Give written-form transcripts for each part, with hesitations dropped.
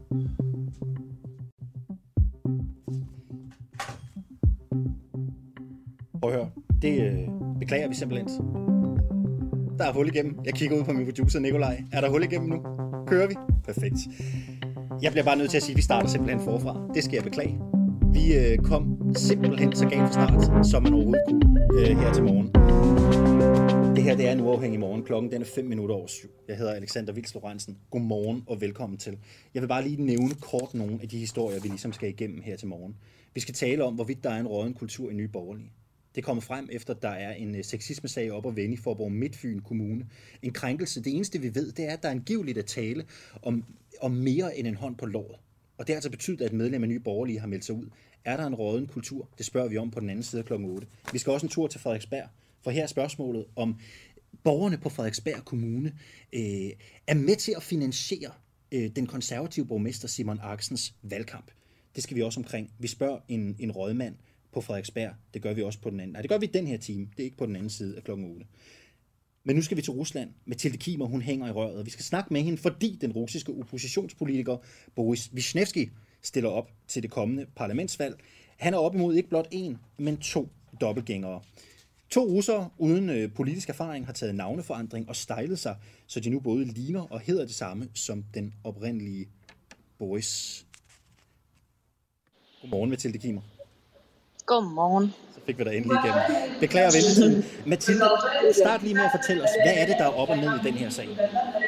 Prøv at høre. Det beklager vi simpelthen. Der er hul igennem. Jeg kigger ud på min producer Nikolaj. Er der hul igennem nu? Kører vi? Perfekt. Jeg bliver bare nødt til at sige, at vi starter simpelthen forfra. Det skal jeg beklage. Vi kom simpelthen så galt fra start, som man overhovedet kunne her til morgen. Det her det er en uafhængig morgen. Klokken den er 7:05. Jeg hedder Alexander Vils Lorentzen. Godmorgen og velkommen til. Jeg vil bare lige nævne kort nogle af de historier, vi ligesom skal igennem her til morgen. Vi skal tale om, hvorvidt der er en rådden kultur i Nye Borgerlige. Det kommer frem efter, der er en sexismesag op at vende i Faaborg Midtfyn Kommune. En krænkelse. Det eneste, vi ved, det er, at der er angiveligt at tale om mere end en hånd på låret. Og det har altså betydet, at et medlem af Nye Borgerlige har meldt sig ud. Er der en rådden kultur? Det spørger vi om på den anden side af klokken 8. Vi skal også en tur til Frederiksberg, for her er spørgsmålet om borgerne på Frederiksberg Kommune er med til at finansiere den konservative borgmester Simon Axens valgkamp. Det skal vi også omkring. Vi spørger en rådmand på Frederiksberg. Det gør vi også på den anden. Nej, det gør vi den her time. Det er ikke på den anden side af klokken 8. Men nu skal vi til Rusland. Mathilde Kimer, hun hænger i røret, og vi skal snakke med hende, fordi den russiske oppositionspolitiker Boris Vishnevsky stiller op til det kommende parlamentsvalg. Han er op imod ikke blot én, men 2 dobbeltgængere. 2 russere uden politisk erfaring har taget navneforandring og stylet sig, så de nu både ligner og hedder det samme som den oprindelige Boris. Godmorgen, Mathilde Kimer. Godmorgen. Så fik vi dig endelig igennem. Beklager ventetiden. Mathilde, start lige med at fortælle os, hvad er det, der er op og ned i den her sag?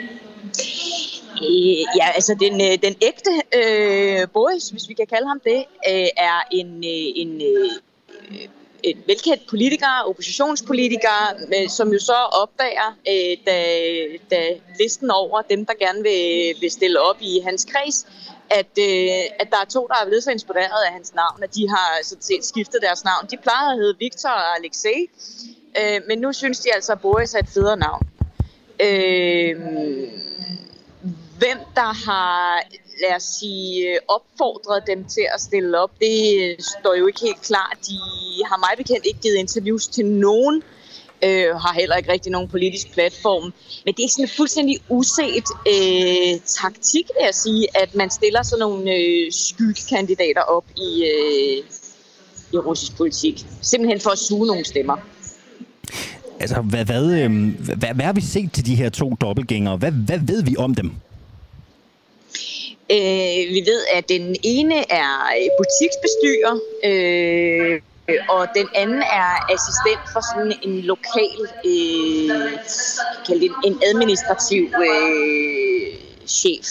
Ja, altså den ægte Boris, hvis vi kan kalde ham det, er en velkendt politiker, oppositionspolitiker, som jo så opdager, da listen over dem, der gerne vil stille op i hans kreds, at der er 2, der er blevet så inspireret af hans navn, at de har sådan set skiftet deres navn. De plejede at hedde Viktor og Alexei, men nu synes de altså, at Boris er et federe navn. Hvem der har, lad os sige, opfordret dem til at stille op, det står jo ikke helt klart. De har mig bekendt ikke givet interviews til nogen, har heller ikke rigtig nogen politisk platform. Men det er sådan en fuldstændig uset taktik, vil jeg sige, at man stiller sådan nogle skyggekandidater op i russisk politik. Simpelthen for at suge nogle stemmer. Altså, hvad har vi set til de her 2 dobbeltgængere? Hvad ved vi om dem? Vi ved, at den ene er butiksbestyrer, og den anden er assistent for sådan en lokal, en administrativ chef.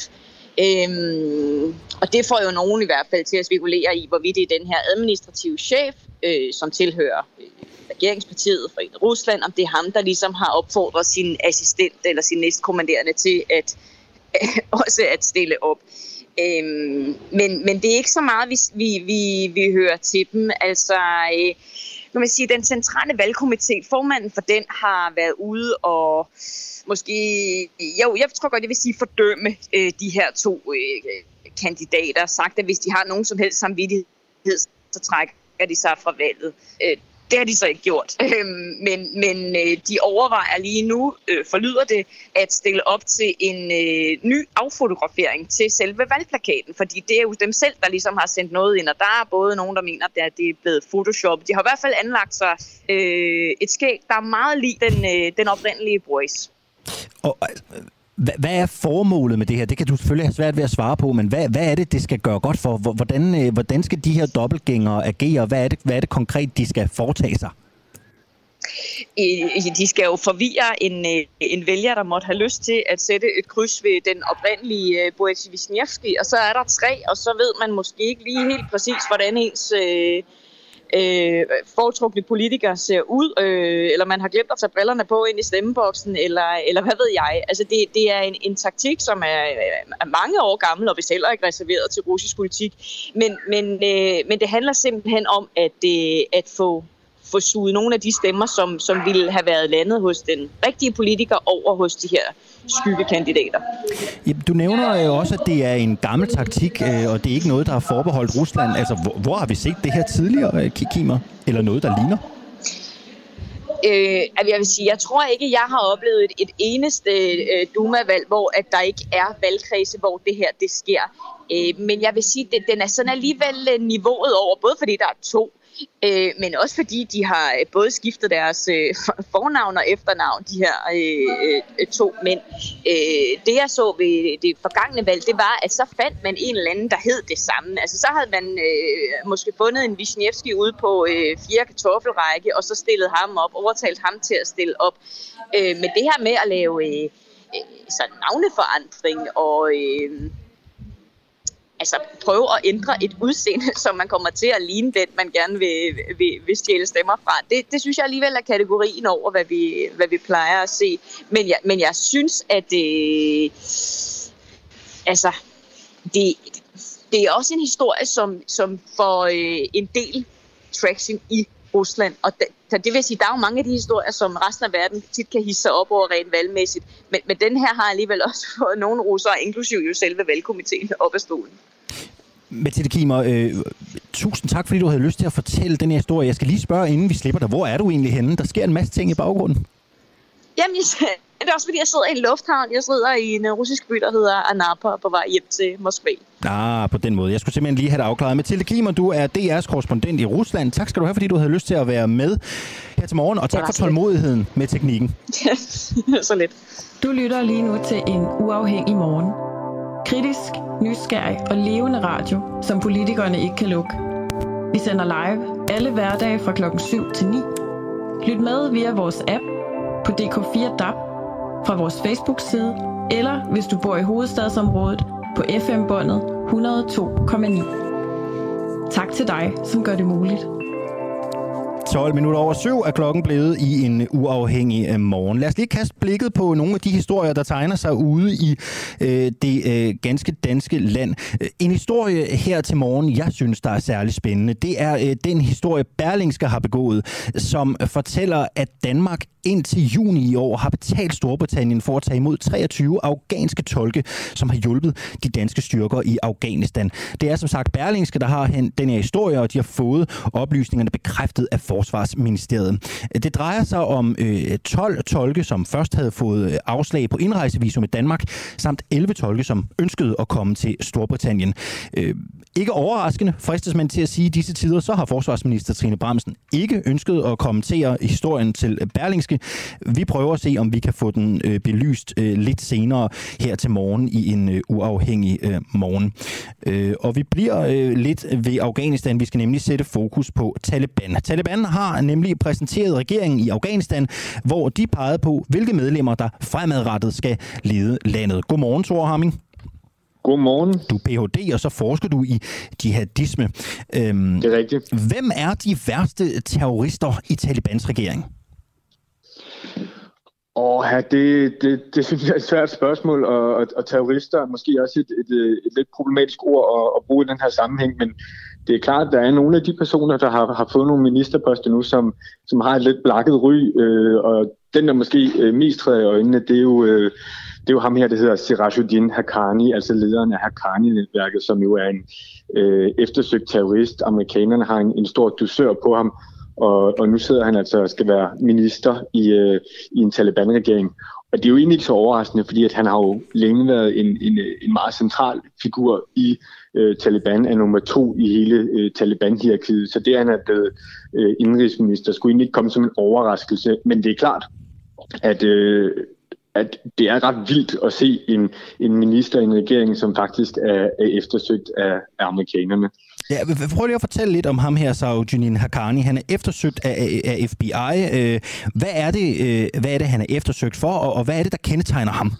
Og det får jo nogen i hvert fald til at spekulere i, hvorvidt det er den her administrative chef, som tilhører regeringspartiet Forenet Rusland, om det er ham, der ligesom har opfordret sin assistent eller sin næstkommanderende til at også at stille op. Men det er ikke så meget, vi hører til dem. Altså, kan man sige, den centrale valgkomité, formanden for den, har været ude og måske, jeg tror godt, jeg vil sige fordømme de her 2 kandidater. Sagt, at hvis de har nogen som helst samvittighed, så trækker de sig fra valget. Det har de så ikke gjort, men de overvejer lige nu, forlyder det, at stille op til en ny affotografering til selve valgplakaten, fordi det er jo dem selv, der ligesom har sendt noget ind, og der er både nogen, der mener, at det er blevet photoshoppet. De har i hvert fald anlagt sig et skæg, der er meget lig den oprindelige Boris. Og hvad er formålet med det her? Det kan du selvfølgelig have svært ved at svare på, men hvad er det skal gøre godt for? Hvordan skal de her dobbeltgængere agere? Hvad er det konkret, de skal foretage sig? De skal jo forvirre en vælger, der måtte have lyst til at sætte et kryds ved den oprindelige Boris Vishnevsky, og så er der 3, og så ved man måske ikke lige helt præcis, hvordan ens foretrukne politikere ser ud, eller man har glemt at tage brillerne på ind i stemmeboksen, eller hvad ved jeg. Altså det er en taktik, som er mange år gammel, og vist heller ikke reserveret til russisk politik. Men det handler simpelthen om at få suget nogle af de stemmer, som ville have været landet hos den rigtige politiker, over hos de her skyggekandidater. Du nævner jo også, at det er en gammel taktik, og det er ikke noget, der er forbeholdt Rusland. Altså, hvor har vi set det her tidligere, Kimer? Eller noget, der ligner? Jeg vil sige, jeg tror ikke, jeg har oplevet et eneste Duma-valg, hvor at der ikke er valgkredse, hvor det her det sker. Men jeg vil sige, at den er sådan alligevel niveauet over, både fordi der er 2, men også fordi de har både skiftet deres fornavn og efternavn, de her 2 mænd. Det jeg så ved det forgangne valg, det var, at så fandt man en eller anden, der hed det samme. Altså så havde man måske fundet en Wisniewski ude på 4 kartoffelrække, og så stillet ham op, overtalt ham til at stille op. Men det her med at lave sådan navneforandring og altså prøve at ændre et udseende, så man kommer til at ligne den, man gerne vil stjæle stemmer fra. Det synes jeg alligevel er kategorien over, hvad vi plejer at se. Men jeg synes, at altså, det er også en historie, som får en del traction i Rusland. Og det vil sige, der er jo mange af de historier, som resten af verden tit kan hisse sig op over rent valgmæssigt. Men den her har alligevel også fået nogle russere, inklusive jo selve valgkomiteen, op af stolen. Mathilde Kimer, tusind tak, fordi du havde lyst til at fortælle den her historie. Jeg skal lige spørge, inden vi slipper dig, hvor er du egentlig henne? Der sker en masse ting i baggrunden. Jamen, det er også fordi, jeg sidder i en lufthavn. Jeg sidder i en russisk by, der hedder Anapa, på vej hjem til Moskva. På den måde. Jeg skulle simpelthen lige have det afklaret. Mathilde Kimer, du er DR's korrespondent i Rusland. Tak skal du have, fordi du havde lyst til at være med her til morgen. Og tak for tålmodigheden med teknikken. Så lidt. Du lytter lige nu til en uafhængig morgen. Kritisk, nysgerrig og levende radio, som politikerne ikke kan lukke. Vi sender live alle hverdage fra klokken 7 til 9. Lyt med via vores app på DK4 DAB, fra vores Facebook-side, eller hvis du bor i hovedstadsområdet på FM-båndet 102,9. Tak til dig, som gør det muligt. 12 minutter over 7 er klokken blevet i en uafhængig morgen. Lad os lige kaste blikket på nogle af de historier, der tegner sig ude i det ganske danske land. En historie her til morgen, jeg synes, der er særlig spændende, det er den historie, Berlingske har begået, som fortæller, at Danmark indtil juni i år har betalt Storbritannien for at tage imod 23 afghanske tolke, som har hjulpet de danske styrker i Afghanistan. Det er som sagt Berlingske, der har den her historie, og de har fået oplysningerne bekræftet af Forsvarsministeriet. Det drejer sig om 12 tolke, som først havde fået afslag på indrejsevisum i Danmark, samt 11 tolke, som ønskede at komme til Storbritannien. Ikke overraskende, fristes man til at sige, i disse tider, så har forsvarsminister Trine Bramsen ikke ønsket at kommentere historien til Berlingske. Vi prøver at se, om vi kan få den belyst lidt senere her til morgen i en uafhængig morgen. Og vi bliver lidt ved Afghanistan. Vi skal nemlig sætte fokus på Taliban. Taliban har nemlig præsenteret regeringen i Afghanistan, hvor de pegede på, hvilke medlemmer, der fremadrettet skal lede landet. Godmorgen, Thor Hamming. Godmorgen. Du er Ph.D., og så forsker du i jihadisme. Det er rigtigt. Hvem er de værste terrorister i Talibans regering? Det synes jeg er et svært spørgsmål, og terrorister er måske også et lidt problematisk ord at bruge i den her sammenhæng, men det er klart, at der er nogle af de personer, der har fået nogle ministerposter nu, som har et lidt blakket ry, og den, der måske mest træder i øjnene, det er jo ham her, der hedder Sirajuddin Haqqani, altså lederen af Haqqani-netværket, som jo er en eftersøgt terrorist. Amerikanerne har en stor dusør på ham, og nu sidder han altså og skal være minister i en Taliban-regering. Og det er jo egentlig ikke så overraskende, fordi at han har jo længe været en meget central figur i Taliban, er nummer 2 i hele Taliban-hierarkiet. Så det, han er blevet indrigsminister, skulle egentlig ikke komme som en overraskelse. Men det er klart, at det er ret vildt at se en minister i en regering, som faktisk er eftersøgt af amerikanerne. Ja, prøv lige at fortælle lidt om ham her, Sirajuddin Haqqani. Han er eftersøgt af FBI. Hvad er det, han er eftersøgt for, og hvad er det, der kendetegner ham?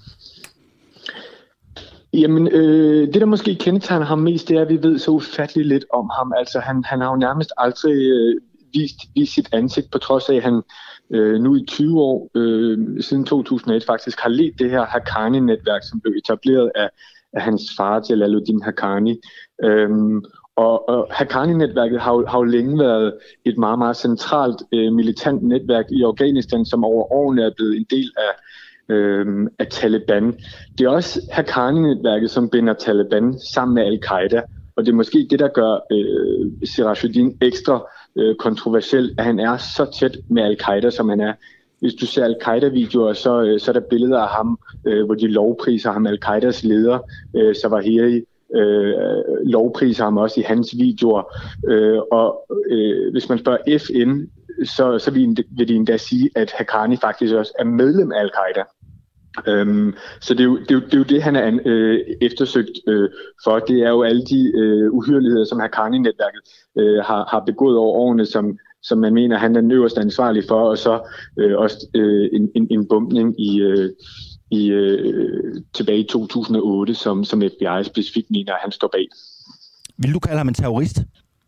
Jamen, det der måske kendetegner ham mest, det er, at vi ved så ufatteligt lidt om ham. Altså, han har jo nærmest aldrig vist sit ansigt, på trods af, at han nu i 20 år, siden 2001 faktisk, har ledt det her Haqqani-netværk, som blev etableret af hans far, Jalaluddin Haqqani. Og Haqqani-netværket har jo længe været et meget, meget centralt militant netværk i Afghanistan, som over årene er blevet en del af Taliban. Det er også Haqqani-netværket, som binder Taliban sammen med al-Qaida, og det er måske det, der gør Sirajuddin ekstra kontroversiel, at han er så tæt med al-Qaida, som han er. Hvis du ser al-Qaida-videoer, så er der billeder af ham, hvor de lovpriser ham, al-Qaidas leder, Zawahiri, lovpriser ham også i hans videoer. Hvis man spørger FN, så vil de endda sige, at Haqqani faktisk også er medlem af al-Qaida. Så det er jo det, han er eftersøgt for. Det er jo alle de uhyreligheder, som Haqqani-netværket har begået over årene, som man mener, han er den øverste ansvarlig for, og så også en bombning tilbage i 2008, som FBI specifikt mener, at han står bag. Vil du kalde ham en terrorist?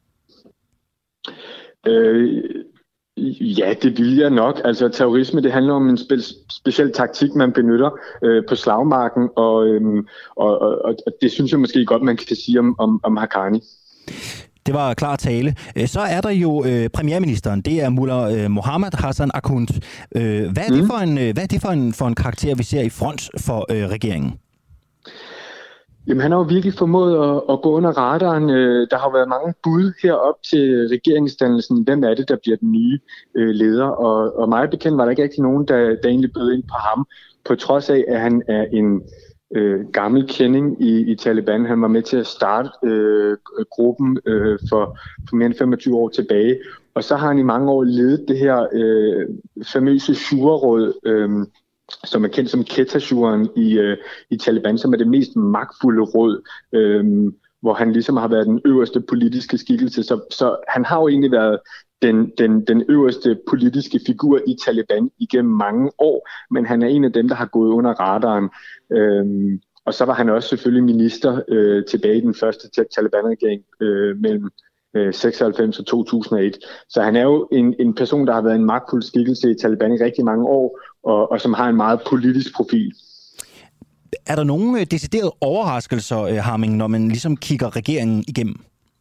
Ja, det vil jeg nok. Altså terrorisme, det handler om en speciel taktik, man benytter på slagmarken, og det synes jeg måske godt, man kan sige om Haqqani. Det var klar tale. Så er der jo premierministeren. Det er Mullah Mohammed Hassan Akhund. Hvad er det for en karakter, vi ser i front for regeringen? Jamen, han har jo virkelig formået at gå under radaren. Der har været mange bud herop til regeringsdannelsen. Hvem er det, der bliver den nye leder? Og mig bekendt var der ikke rigtig nogen, der egentlig bød ind på ham, på trods af, at han er en gammel kending i Taliban. Han var med til at starte gruppen for mere end 25 år tilbage. Og så har han i mange år ledet det her famøse shura-råd, som er kendt som Quetta-shuren i Taliban, som er det mest magtfulde råd, hvor han ligesom har været den øverste politiske skikkelse. Så han har jo egentlig været den øverste politiske figur i Taliban igennem mange år, men han er en af dem, der har gået under radaren. Og så var han også selvfølgelig minister tilbage i den første Taliban-regering mellem 96 og 2001. Så han er jo en person, der har været en magtfuld skikkelse i Taliban i rigtig mange år, og som har en meget politisk profil. Er der nogle deciderede overraskelser, Harming, når man ligesom kigger regeringen igennem?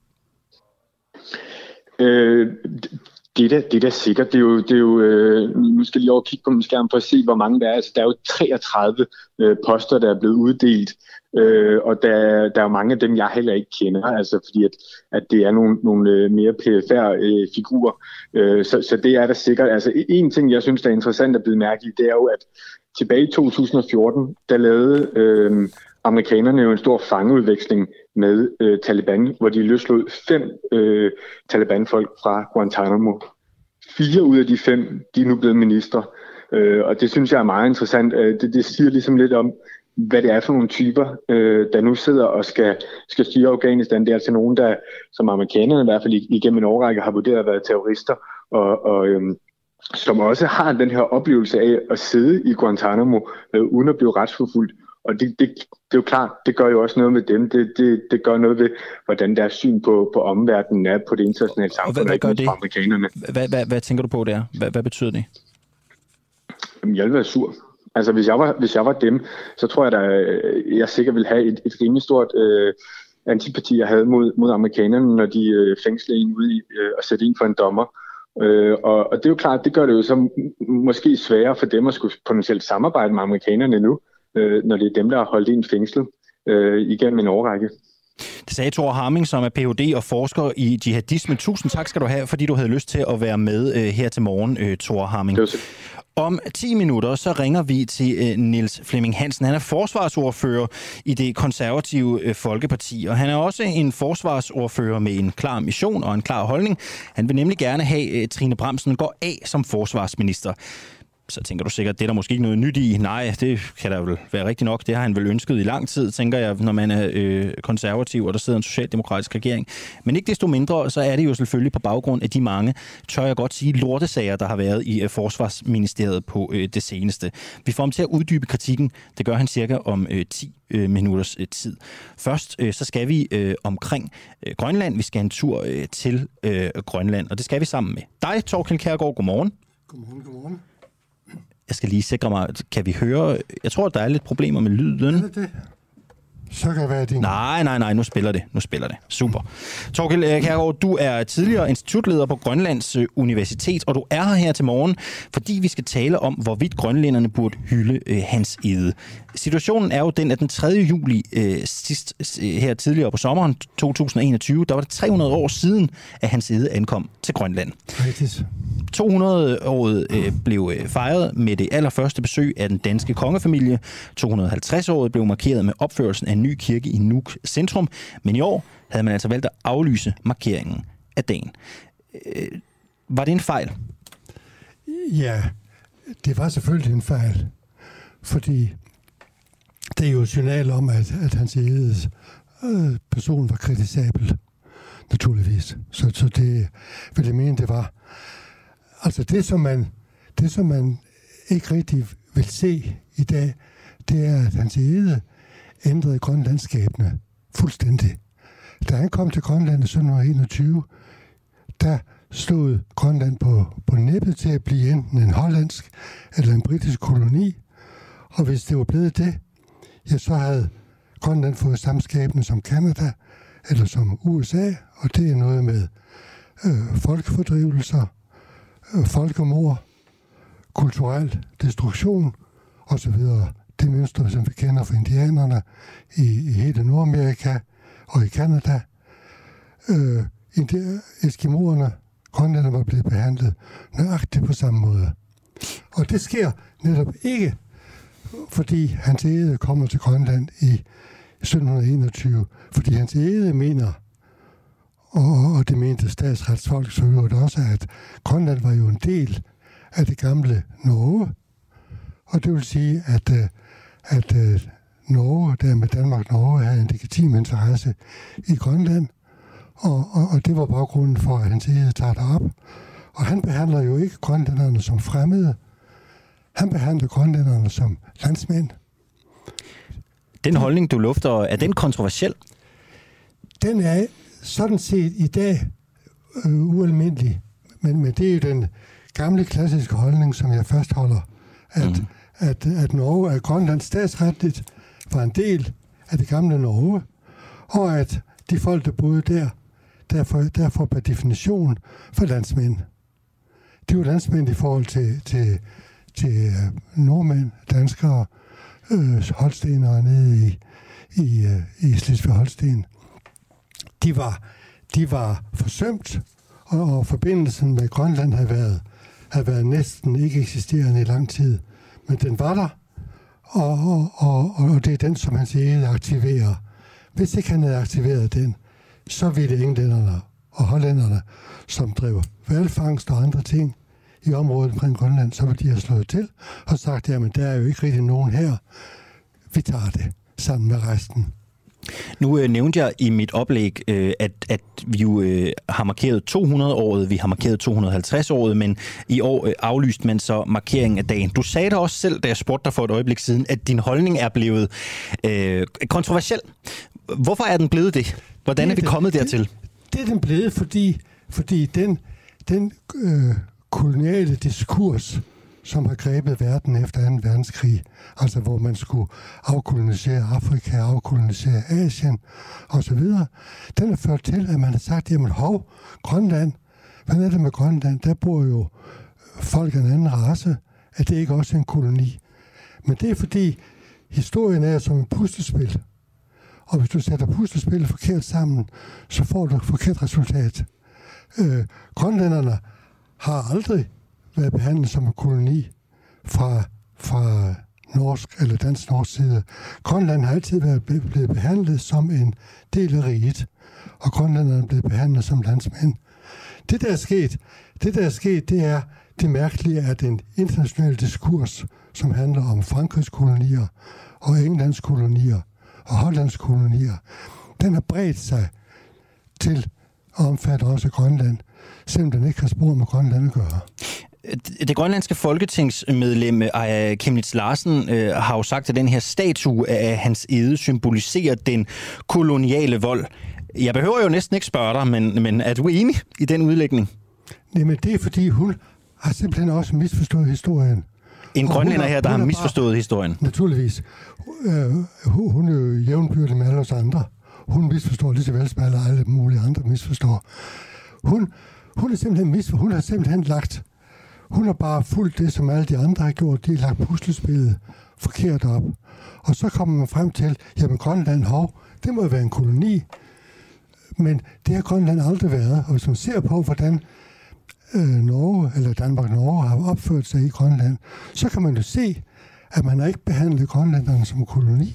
Det er da sikkert. Det er jo nu skal jeg lige over kigge på min skærm for at se, hvor mange der er. Altså, der er jo 33 poster, der er blevet uddelt, og der er jo mange af dem, jeg heller ikke kender, altså fordi at det er nogle mere perifære figurer. Så det er da sikkert. Altså en ting, jeg synes, der er interessant at blive mærke i, det er jo, at tilbage i 2014, der lavede amerikanerne jo en stor fangeudveksling med Taliban, hvor de løslod 5 Taliban-folk fra Guantanamo. 4 ud af de 5, de er nu blevet ministre, og det synes jeg er meget interessant. Det siger ligesom lidt om, hvad det er for nogle typer, der nu sidder og skal styre Afghanistan. Det er altså nogen, der, som amerikanerne i hvert fald igennem en årrække har vurderet at være terrorister, og som også har den her oplevelse af at sidde i Guantanamo uden at blive retsforfulgt. Og det er jo klart, det gør jo også noget med dem. Det gør noget ved, hvordan deres syn på omverdenen er på det internationale samfund. Hvad gør det? Amerikanerne. Hvad tænker du på der? Hvad betyder det? Jamen, jeg vil være sur. Altså, hvis jeg var dem, så tror jeg, at jeg sikkert ville have et rimelig stort antipati, jeg havde mod amerikanerne, når de fængslede en ud i at sætte ind for en dommer. Og det er jo klart, det gør det jo så måske sværere for dem at skulle potentielt samarbejde med amerikanerne nu, når det er dem, der har holdt en fængslet igennem en årrække. Det sagde Thor Harming, som er Ph.D. og forsker i jihadisme. Tusind tak skal du have, fordi du havde lyst til at være med her til morgen, Thor Harming. Om 10 minutter så ringer vi til Niels Flemming Hansen. Han er forsvarsordfører i det konservative Folkeparti, og han er også en forsvarsordfører med en klar mission og en klar holdning. Han vil nemlig gerne have, Trine Bramsen går af som forsvarsminister. Så tænker du sikkert, det er der måske ikke noget nyt i. Nej, det kan der vel være rigtigt nok. Det har han vel ønsket i lang tid, tænker jeg, når man er konservativ, og der sidder en socialdemokratisk regering. Men ikke desto mindre, så er det jo selvfølgelig på baggrund af de mange, tør jeg godt sige, lortesager, der har været i Forsvarsministeriet på det seneste. Vi får ham til at uddybe kritikken. Det gør han cirka om 10 minutters tid. Først så skal vi omkring Grønland. Vi skal en tur til Grønland, og det skal vi sammen med dig, Thorkild Kjærgaard. Godmorgen. Godmorgen. Jeg skal lige sikre mig, kan vi høre... Jeg tror, at der er lidt problemer med lyden. Så kan det være din. Nej, nu spiller det. Super. Thorkild Kjærgaard, du er tidligere institutleder på Grønlands Universitet, og du er her til morgen, fordi vi skal tale om, hvorvidt grønlænderne burde hylde Hans Egede. Situationen er jo den, at den 3. juli her tidligere på sommeren 2021, der var det 300 år siden, at Hans Egede ankom til Grønland. Rigtigt. 200-året blev fejret med det allerførste besøg af den danske kongefamilie. 250-året blev markeret med opførelsen af en ny kirke i Nuuk centrum, men i år havde man altså valgt at aflyse markeringen af dagen. Var det en fejl? Ja, det var selvfølgelig en fejl, fordi det er jo et signal om, at Hans Egedes person var kritisabel, naturligvis. Så det vil jeg mene, det var. Altså det, som man ikke rigtig vil se i dag, det er, at Hans Egede ændrede grønlandskabene fuldstændig. Da han kom til Grønland i 1721, der stod Grønland på nippet til at blive enten en hollandsk eller en britisk koloni. Og hvis det var blevet det, ja, så havde Grønland fået samme skæbne som Canada eller som USA, og det er noget med folkefordrivelser, folkemord, kulturel destruktion osv. Det mønster, som vi kender fra indianerne i hele Nordamerika og i Canada. Eskimoerne, grønlænderne, var blevet behandlet nøjagtigt på samme måde. Og det sker netop ikke, fordi Hans Egede kommer til Grønland i 1721, fordi Hans Egede mener, og det mente statsretsfolk så øvrigt også, at Grønland var jo en del af det gamle Norge. Og det vil sige, at Norge, der med Danmark-Norge, havde en legitim interesse i Grønland. Og det var baggrunden for, at Hans Egede tager derop. Og han behandler jo ikke grønlænderne som fremmede. Han behandler grønlænderne som landsmænd. Den holdning, du lufter, er den kontroversiel? Den er sådan set i dag ualmindelig. Men det er jo den gamle klassiske holdning, som jeg fastholder, at Norge, at Grønland statsretligt var en del af det gamle Norge, og at de folk, der boede der, derfor per definition for landsmænd. De var landsmænd i forhold til nordmænd, danskere, holstenere nede i Slesvig-Holsten. De var forsømt, og forbindelsen med Grønland havde været næsten ikke eksisterende i lang tid. Men den var der, og det er den, som Hans Egede aktiverer. Hvis ikke han havde aktiveret den, så ville englænderne og hollænderne, som drev hvalfangst og andre ting i området omkring Grønland, så ville de have slået til og sagt, jamen der er jo ikke rigtig nogen her. Vi tager det sammen med resten. Nu nævnte jeg i mit oplæg, at vi jo har markeret 200-året, vi har markeret 250-året, men i år aflyste man så markeringen af dagen. Du sagde det også selv, da jeg spurgte dig for et øjeblik siden, at din holdning er blevet kontroversiel. Hvorfor er den blevet det? Hvordan er vi kommet dertil? Det er den blevet, fordi den koloniale diskurs, som har grebet verden efter 2. verdenskrig, altså hvor man skulle afkolonisere Afrika, afkolonisere Asien osv., den har ført til, at man har sagt, jamen Grønland, hvad er det med Grønland? Der bor jo folk af en anden race, at det ikke også er en koloni. Men det er fordi, historien er som et puslespil. Og hvis du sætter puslespillet forkert sammen, så får du et forkert resultat. Grønlænderne har aldrig været behandlet som en koloni fra norsk eller dansk-norsk side. Grønland har altid været blevet behandlet som en del af riget, og grønlænderne er blevet behandlet som landsmænd. Det, der er sket, det er det mærkelige, at en international diskurs, som handler om Frankrigs kolonier og Englands kolonier og Hollands kolonier, den har bredt sig til at omfatte også Grønland, selvom den ikke har spor med Grønland at gøre. Det grønlandske folketingsmedlem Aaja Chemnitz Larsen har jo sagt, at den her statue af Hans Egede symboliserer den koloniale vold. Jeg behøver jo næsten ikke spørge dig, men er du enig i den udlægning? Nej, men det er fordi hun har simpelthen også misforstået historien. En grønlænder her, der har misforstået historien. Naturligvis. Hun er jo jævnbyrdig med alle os andre. Hun misforstår lige så vel, som alle mulige andre misforstår. Hun har simpelthen lagt... Hun har bare fulgt det, som alle de andre har gjort. De har lagt puslespillet forkert op. Og så kommer man frem til, jamen Grønland, det må jo være en koloni. Men det har Grønland aldrig været. Og hvis man ser på, hvordan Norge, eller Danmark-Norge har opført sig i Grønland, så kan man jo se, at man har ikke behandlet grønlænderne som koloni,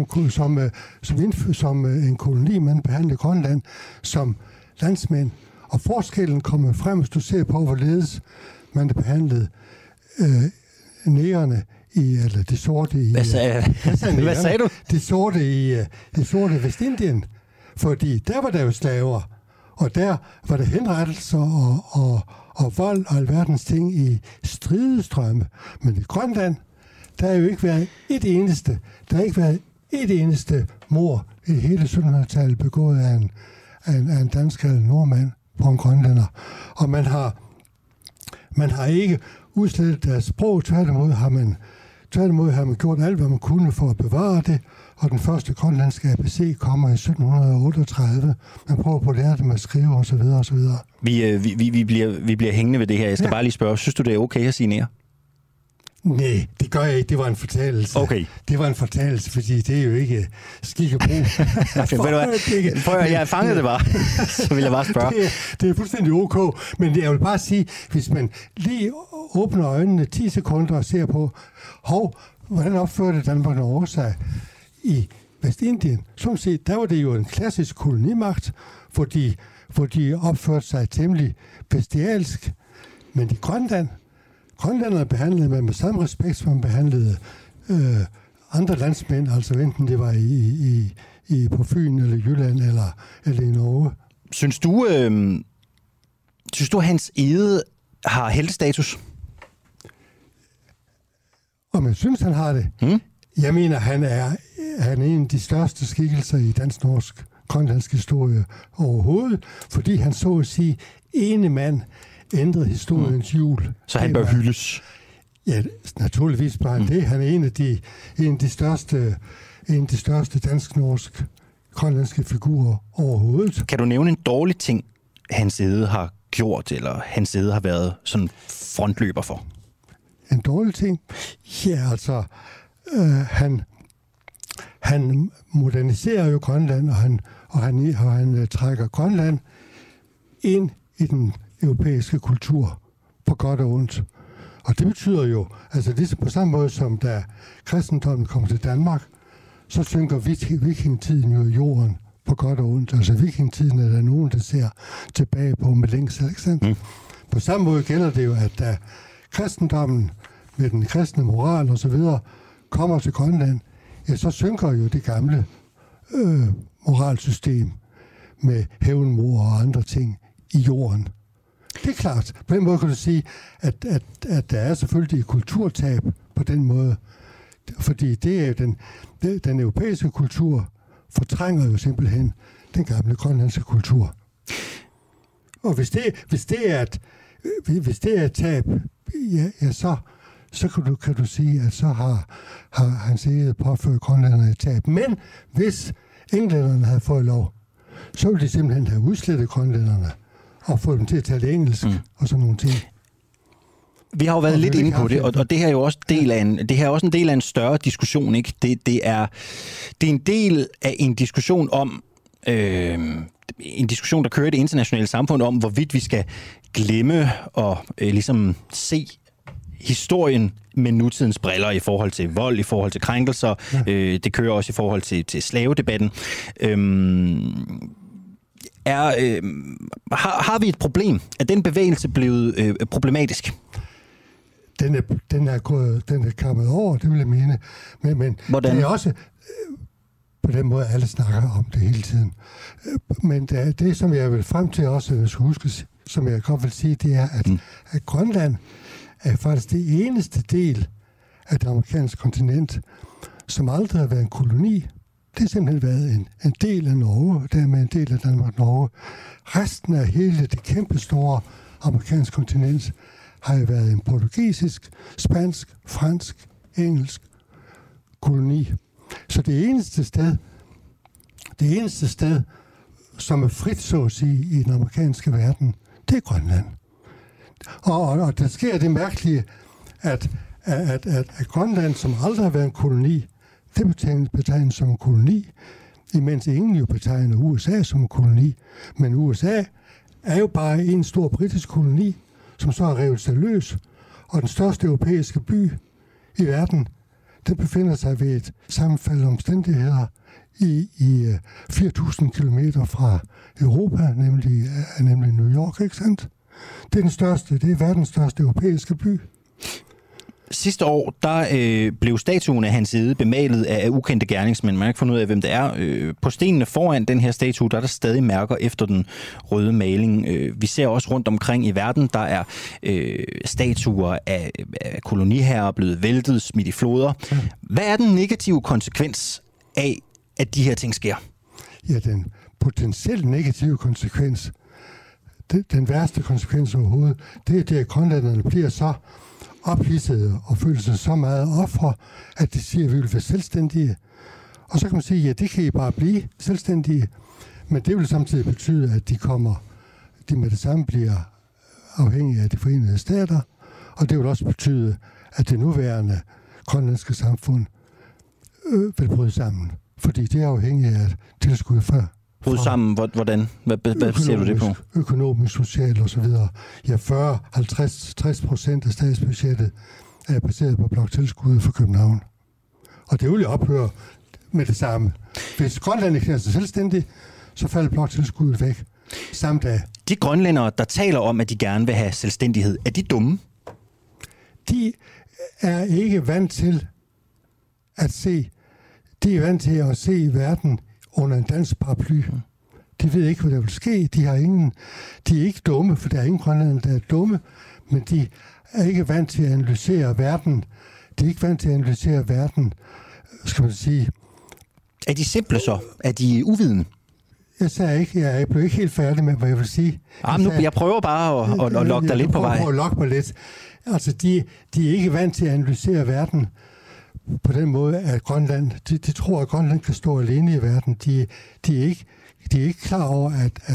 som en koloni, man behandlede Grønland som landsmænd. Og forskellen kommer frem, hvis du ser på, hvorledes man har behandlet negerne eller de sorte i... Hvad sagde du? De sorte Vestindien. Fordi der var der jo slaver, og der var der henrettelser og vold og alverdens ting i stridestrømme. Men i Grønland, der har jo ikke været et eneste mord i hele 1700-tallet begået af en dansk eller nordmand på en grønlænder. Og man har ikke udslettet deres sprog, tværtimod har man gjort alt, hvad man kunne for at bevare det, og den første grønlandske ABC kommer i 1738. Man prøver på at lære dem at skrive, osv. osv. Vi bliver hængende ved det her. Jeg skal bare lige spørge, synes du, det er okay at signere? Nej, det gør jeg ikke. Det var en fortalelse. Okay. Det var en fortalelse, fordi det er jo ikke skik og brug. Prøv at jeg fangede det bare, så vil jeg bare spørge. Det er fuldstændig ok, men jeg vil bare sige, hvis man lige åbner øjnene 10 sekunder og ser på, hvordan opførte Danmark-Norge sig i Vestindien? Som set, der var det jo en klassisk kolonimagt, hvor de opførte sig temmelig bestialsk. Men i Grønlænderne behandlede man med samme respekt, som man behandlede andre landsmænd, altså enten det var på Fyn eller Jylland eller i Norge. Synes du, Hans Egede har heltestatus? Om jeg synes, han har det? Jeg mener, han er en af de største skikkelser i dansk-norsk grønlandsk historie overhovedet, fordi han så at sige ene mand ændrede historiens hjul. Så han bør hyldes? Ja, naturligvis bare det. Han er en af de største dansk-norsk grønlandske figurer overhovedet. Kan du nævne en dårlig ting, Hans Egede har gjort, eller Hans Egede har været sådan frontløber for? En dårlig ting? Ja, altså, han moderniserer jo Grønland, og han trækker Grønland ind i den europæiske kultur på godt og ondt. Og det betyder jo, altså ligesom på samme måde som da kristendommen kom til Danmark, så synker vikingetiden jo i jorden på godt og ondt. Altså vikingetiden er der nogen, der ser tilbage på med længsel, ikke sandt? På samme måde gælder det jo, at da kristendommen med den kristne moral og så videre kommer til Grønland, ja, så synker jo det gamle moralsystem med hævnmord og andre ting i jorden. Det er klart. På den måde kan du sige, at der er selvfølgelig et kulturtab på den måde. Fordi det er jo den europæiske kultur fortrænger jo simpelthen den gamle grønlandske kultur. Og hvis det er et tab, ja så kan du sige, at så har Hans Egede påført grønlænderne et tab. Men hvis englænderne havde fået lov, så ville de simpelthen have udslettet grønlænderne og få dem til at tale engelsk og sådan nogle ting. Vi har jo været lidt inde på det, og det her er jo også en del af en større diskussion, ikke? Det er en del af en diskussion om en diskussion, der kører i det internationale samfund om, hvorvidt vi skal glemme og ligesom se historien med nutidens briller i forhold til vold, i forhold til krænkelser. Ja. Det kører også i forhold til slavedebatten. Har vi et problem? Er den bevægelse blevet problematisk? Den er kommet over, det vil jeg mene. Men det er også på den måde, alle snakker om det hele tiden. Men det, som jeg vil frem til også, jeg skal huske, som jeg godt vil sige, det er, at Grønland er faktisk det eneste del af det amerikanske kontinent, som aldrig har været en koloni. Det har simpelthen været en del af Norge, og dermed en del af Danmark-Norge. Resten af hele det kæmpe store amerikanske kontinent har jo været en portugisisk, spansk, fransk, engelsk koloni. Så det eneste sted, som er frit, så at sige, i den amerikanske verden, det er Grønland. Og der sker det mærkelige, at Grønland, som aldrig har været en koloni, det betegnes som en koloni, imens ingen jo betegner USA som en koloni. Men USA er jo bare en stor britisk koloni, som så har revet sig løs, og den største europæiske by i verden, den befinder sig ved et sammenfald af omstændigheder i 4.000 kilometer fra Europa, nemlig New York, ikke sandt? Det er verdens største europæiske by. Sidste år, der blev statuen af hans side bemalet af ukendte gerningsmænd. Man har ikke fundet ud af, hvem det er. På stenene foran den her statue, der er der stadig mærker efter den røde maling. Vi ser også rundt omkring i verden, der er statuer af koloniherrer blevet væltet, smidt i floder. Hvad er den negative konsekvens af, at de her ting sker? Ja, den potentielt negative konsekvens, den værste konsekvens overhovedet, det er det, at grønlænderne bliver så ophidsede og føler sig så meget ofre, at de siger, at vi vil være selvstændige. Og så kan man sige, ja, det kan I bare blive selvstændige, men det vil samtidig betyde, at de med det samme bliver afhængige af de forenede stater, og det vil også betyde, at det nuværende grønlandske samfund vil bryde sammen, fordi det er afhængigt af tilskud fra bryde sammen? Hvordan? Hvad ser du det på? Økonomisk, socialt og så videre. Ja, 40-50-60% af statsbudgettet er baseret på bloktilskuddet for København. Og det vil jo ophøre med det samme. Hvis Grønland ikke er så selvstændig, så falder bloktilskuddet væk samme dag. De grønlændere, der taler om, at de gerne vil have selvstændighed, er de dumme? De er ikke vant til at se. De er vant til at se verden under en dansk paraply. De ved ikke, hvad der vil ske. De er ikke dumme, for der er ingen grønlændere, der er dumme, men de er ikke vant til at analysere verden. De er ikke vant til at analysere verden, skal man sige. Er de simple så? Er de uvidende? Jeg blev ikke helt færdig med, hvad jeg vil sige. Jeg prøver bare at lokke dig lidt på vej. At lokke mig lidt. Altså, de er ikke vant til at analysere verden på den måde, at Grønland, de tror, at Grønland kan stå alene i verden. De er ikke klar over,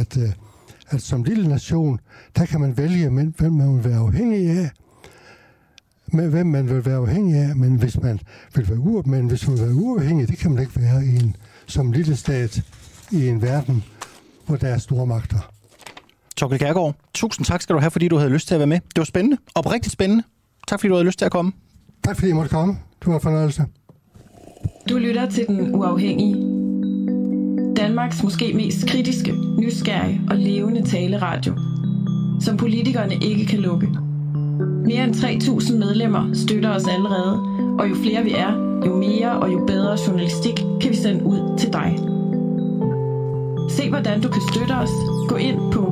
at som lille nation, der kan man vælge, hvem man vil være afhængig af, men hvis man vil være uafhængig, det kan man ikke være som lille stat i en verden, hvor der er store magter. Thorkild Kjærgaard, tusind tak skal du have, fordi du havde lyst til at være med. Det var spændende, oprigtigt spændende. Tak fordi du havde lyst til at komme. Tak fordi jeg måtte komme. Det var en fornøjelse. Du lytter til Den Uafhængige. Danmarks måske mest kritiske, nysgerrige og levende taleradio, som politikerne ikke kan lukke. Mere end 3.000 medlemmer støtter os allerede, og jo flere vi er, jo mere og jo bedre journalistik kan vi sende ud til dig. Se hvordan du kan støtte os. Gå ind på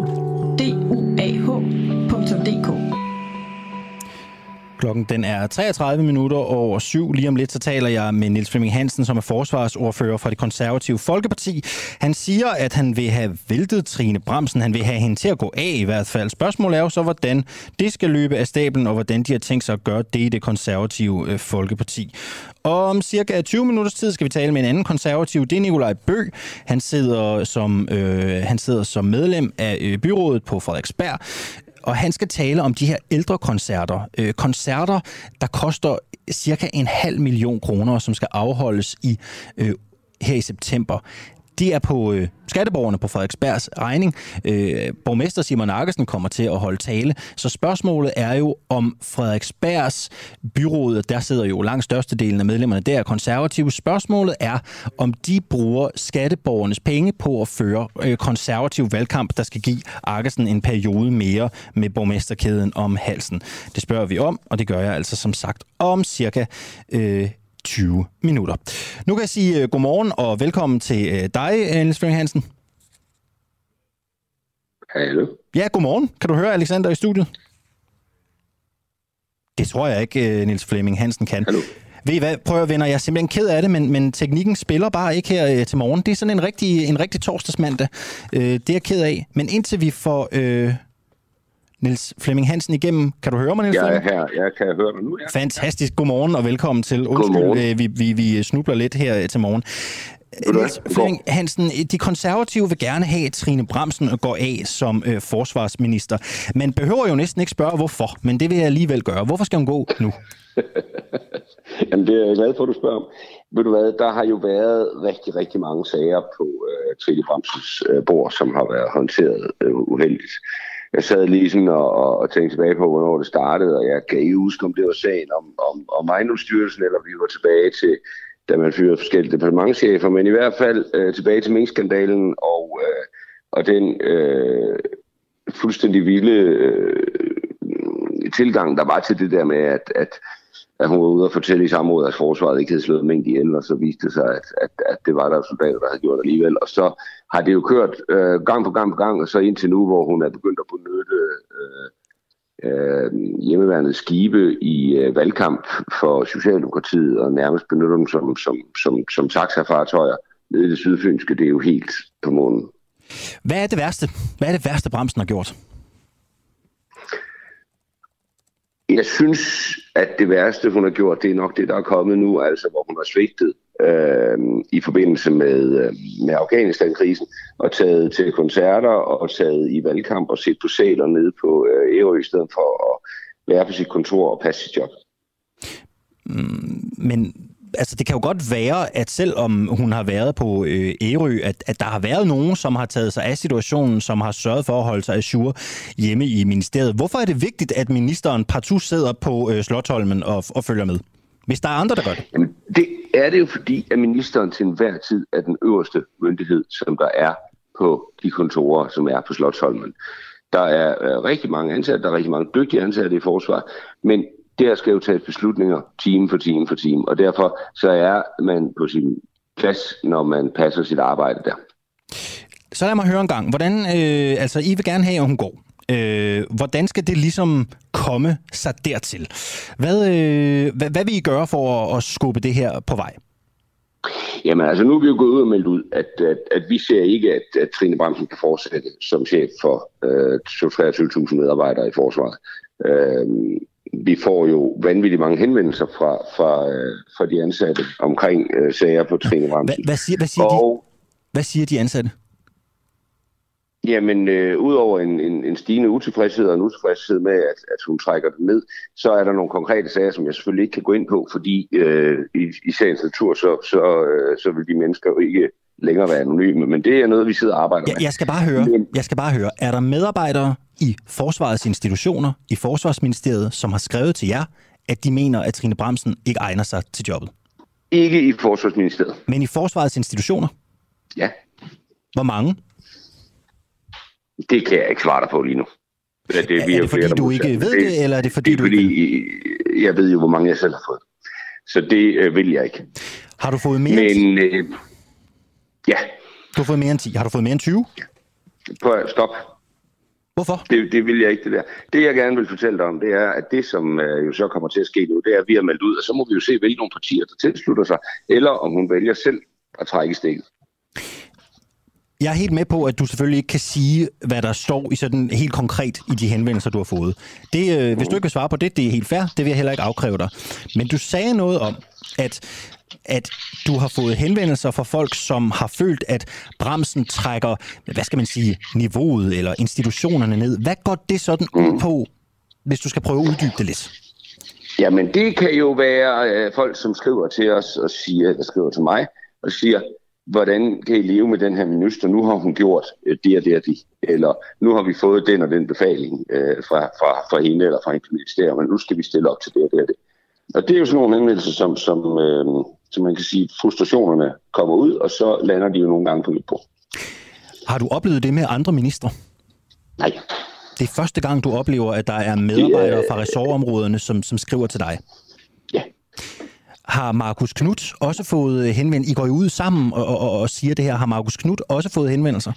duah.dk. Klokken den er 7:33. Lige om lidt så taler jeg med Niels Flemming Hansen, som er forsvarsordfører for Det Konservative Folkeparti. Han siger, at han vil have væltet Trine Bramsen. Han vil have hende til at gå af i hvert fald. Spørgsmålet er jo så, hvordan det skal løbe af stablen, og hvordan de har tænkt sig at gøre det i Det Konservative Folkeparti. Og om cirka 20 minutters tid skal vi tale med en anden konservativ. Det er Nikolaj Bøgh. Han sidder som medlem af byrådet på Frederiksberg. Og han skal tale om de her ældrekoncerter. Koncerter, der koster cirka 500.000 kroner, som skal afholdes her i september. De er på skatteborgerne på Frederiksbergs regning. Borgmester Simon Aggesen kommer til at holde tale. Så spørgsmålet er jo, om Frederiksbergs byråd, der sidder jo langt størstedelen af medlemmerne, der er konservative. Spørgsmålet er, om de bruger skatteborgernes penge på at føre konservativ valgkamp, der skal give Aggesen en periode mere med borgmesterkæden om halsen. Det spørger vi om, og det gør jeg altså som sagt om cirka 20 minutter. Nu kan jeg sige godmorgen og velkommen til dig, Niels Flemming Hansen. Hallo. Ja, godmorgen. Kan du høre Alexander i studiet? Det tror jeg ikke, Niels Flemming Hansen kan. Hallo. Ved I hvad, prøv at venner, jeg er simpelthen ked af det, men teknikken spiller bare ikke her til morgen. Det er sådan en rigtig torsdagsmandag. Det er jeg ked af. Men indtil vi får Niels Flemming Hansen igennem. Kan du høre mig, Niels Flemming? Jeg er her. Jeg kan høre dig nu, ja. Fantastisk. Godmorgen og velkommen til. Undskyld, vi snubler lidt her til morgen. Niels Flemming Hansen, de konservative vil gerne have, at Trine Bramsen går af som forsvarsminister. Man behøver jo næsten ikke spørge, hvorfor, men det vil jeg alligevel gøre. Hvorfor skal hun gå nu? Jamen, det er jeg glad for, at du spørger om. Ved du hvad, der har jo været rigtig, rigtig mange sager på Trine Bramsens bord, som har været håndteret uheldigt. Jeg sad lige sådan og tænkte tilbage på, hvornår det startede, og jeg kan ikke huske, om det var sagen om ejendomsstyrelsen, eller vi var tilbage til, da man fyrede forskellige departementschefer, men i hvert fald tilbage til minkskandalen og den fuldstændig vilde tilgang, der var til det der med, at hun var ude og fortælle i samrådet, at forsvaret ikke havde slået mink ihjel, og så viste det sig, at det var der soldater, der havde gjort alligevel. Og så har det jo kørt gang på gang, og så indtil nu, hvor hun er begyndt at benytte hjemmeværende skibe i valgkamp for Socialdemokratiet, og nærmest benytter dem som taxafartøjer nede i det sydfynske. Det er jo helt på månen. Hvad er det værste? Hvad er det værste, Bramsen har gjort? Jeg synes, at det værste, hun har gjort, det er nok det, der er kommet nu, altså hvor hun har svigtet i forbindelse med Afghanistan-krisen, og taget til koncerter og taget i valgkamp og set på sæler nede på Ærø, i stedet for at være på sit kontor og passe sit job. Men altså, det kan jo godt være, at selvom hun har været på Ærø, at der har været nogen, som har taget sig af situationen, som har sørget for at holde sig ajour hjemme i ministeriet. Hvorfor er det vigtigt, at ministeren partout sidder på Slotsholmen og følger med, hvis der er andre, der gør det? Jamen, det er det jo fordi, at ministeren til enhver tid er den øverste myndighed, som der er på de kontorer, som er på Slotsholmen. Der er rigtig mange ansatte, der er rigtig mange dygtige ansatte i forsvaret, men der skal jo tages beslutninger time for time, og derfor så er man på sin plads, når man passer sit arbejde der. Så lad mig høre en gang, hvordan, altså I vil gerne have, at hun går. Hvordan skal det ligesom komme sig dertil? Hvad vil I gøre for at skubbe det her på vej? Jamen altså, nu er vi jo gået ud og meldt ud, at vi ser ikke, at Trine Bramsen kan fortsætte som chef for 23.000 medarbejdere i forsvaret. Vi får jo vanvittigt mange henvendelser fra de ansatte omkring sager på Trine Bramsen. Hvad siger de ansatte? Jamen, udover en stigende utilfredshed og en utilfredshed med, at hun trækker det ned, så er der nogle konkrete sager, som jeg selvfølgelig ikke kan gå ind på, fordi i sagens natur, så vil de mennesker jo ikke længere være anonyme. Men det er noget, vi sidder og arbejder med. Jeg skal bare høre, er der medarbejdere i forsvarets institutioner, i Forsvarsministeriet, som har skrevet til jer, at de mener, at Trine Bramsen ikke egner sig til jobbet? Ikke i Forsvarsministeriet. Men i forsvarets institutioner? Ja. Hvor mange? Det kan jeg ikke svare dig på lige nu. Er det fordi, du ikke ved det, eller er det fordi, du ikke... Jeg ved jo, hvor mange jeg selv har fået. Så det vil jeg ikke. Har du fået mere end 10? Ja. Du har fået mere end 10. Har du fået mere end 20? Stop. Hvorfor? Det vil jeg ikke, det der. Det, jeg gerne vil fortælle dig om, det er, at det, som jo så kommer til at ske nu, det er, at vi har meldt ud, og så må vi jo se, hvilke nogle partier, der tilslutter sig, eller om hun vælger selv at trække stikket. Jeg er helt med på, at du selvfølgelig ikke kan sige, hvad der står i sådan helt konkret i de henvendelser, du har fået. Det, hvis du ikke vil svare på det, det er helt fair. Det vil jeg heller ikke afkræve dig. Men du sagde noget om, at du har fået henvendelser fra folk, som har følt, at Bramsen trækker, hvad skal man sige, niveauet eller institutionerne ned. Hvad går det sådan ud på, hvis du skal prøve at uddybe det lidt? Jamen, det kan jo være folk, som skriver til os og skriver til mig og siger, hvordan kan I leve med den her minister? Nu har hun gjort det og det og det. Eller nu har vi fået den og den befaling fra hende eller fra hendes ministerium, men nu skal vi stille op til det og det og det. Og det er jo sådan nogle henvendelser, som man kan sige, frustrationerne kommer ud, og så lander de jo nogle gange på mit bord. Har du oplevet det med andre ministre? Nej. Det er første gang, du oplever, at der er medarbejdere fra ressortområderne, som skriver til dig? Ja. Har Marcus Knudt også fået henvendelser? I går jo ud sammen og siger det her. Har Marcus Knudt også fået henvendelser?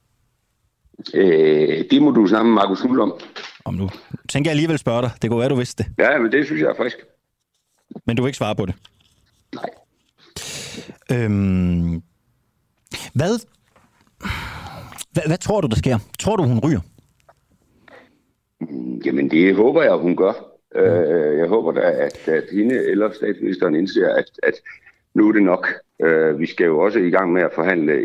Det må du snakke med Marcus Knudt om. Nu tænker jeg alligevel spørge dig. Det kunne være, du vidste det. Ja, men det synes jeg er frisk. Men du vil ikke svare på det? Nej. Hvad tror du, der sker? Tror du, hun ryger? Jamen, det håber jeg, hun gør. Jeg håber da, at hende eller statsministeren indser, at nu er det nok. Vi skal jo også i gang med at forhandle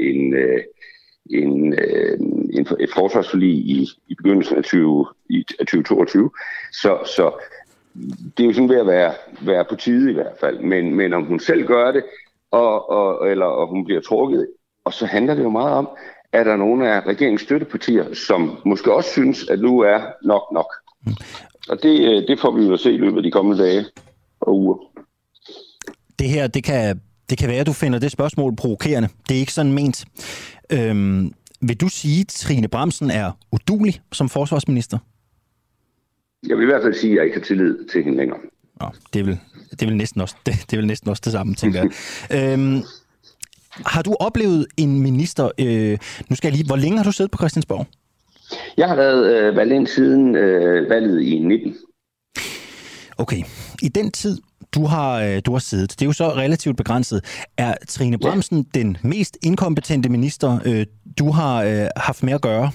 et forsvarsforlig i begyndelsen af 2022. Så det er jo sådan ved at være på tide i hvert fald. Men om hun selv gør det, eller hun bliver trukket, og så handler det jo meget om, at der er nogle af regeringens støttepartier, som måske også synes, at nu er nok. Og det får vi jo at se i løbet af de kommende dage og uger. Det her, det kan være, at du finder det spørgsmål provokerende. Det er ikke sådan ment. Vil du sige, at Trine Bramsen er uduelig som forsvarsminister? Jeg vil i hvert fald sige, at jeg ikke har tillid til hende længere. Nå, det er vel næsten også det samme, tænker jeg. Har du oplevet en minister... hvor længe har du siddet på Christiansborg? Jeg har været valgt ind siden valget i 19. Okay. I den tid, du har siddet, det er jo så relativt begrænset. Er Trine Bramsen den mest inkompetente minister, du har haft med at gøre?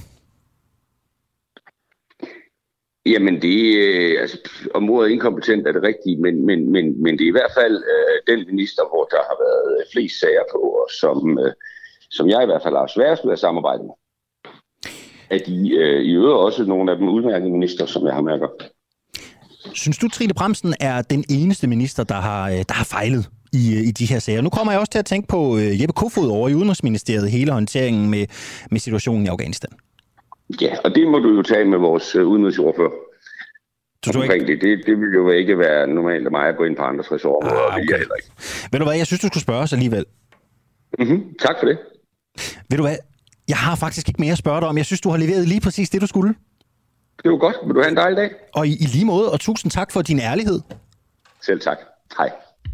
Jamen, om ordet inkompetent er det rigtige, men det er i hvert fald den minister, hvor der har været flest sager på, og som jeg i hvert fald har sværest ved at samarbejde med. At de i øvrigt også nogle af dem udmærkede minister, som jeg har med at gøre. Synes du, Trine Bramsen er den eneste minister, der har fejlet i de her sager? Nu kommer jeg også til at tænke på Jeppe Kofod over i Udenrigsministeriet, hele håndteringen med situationen i Afghanistan. Ja, og det må du jo tage med vores udenrigsordfører. Det vil jo ikke være normalt af mig at gå ind på andres ressortområder. Okay. Ved du hvad, jeg synes, du skulle spørge os alligevel. Tak for det. Ved du hvad, jeg har faktisk ikke mere at spørge dig om. Jeg synes, du har leveret lige præcis det, du skulle. Det var godt. Vil du have en dejlig dag? Og i lige måde, og tusind tak for din ærlighed. Selv tak. Hej.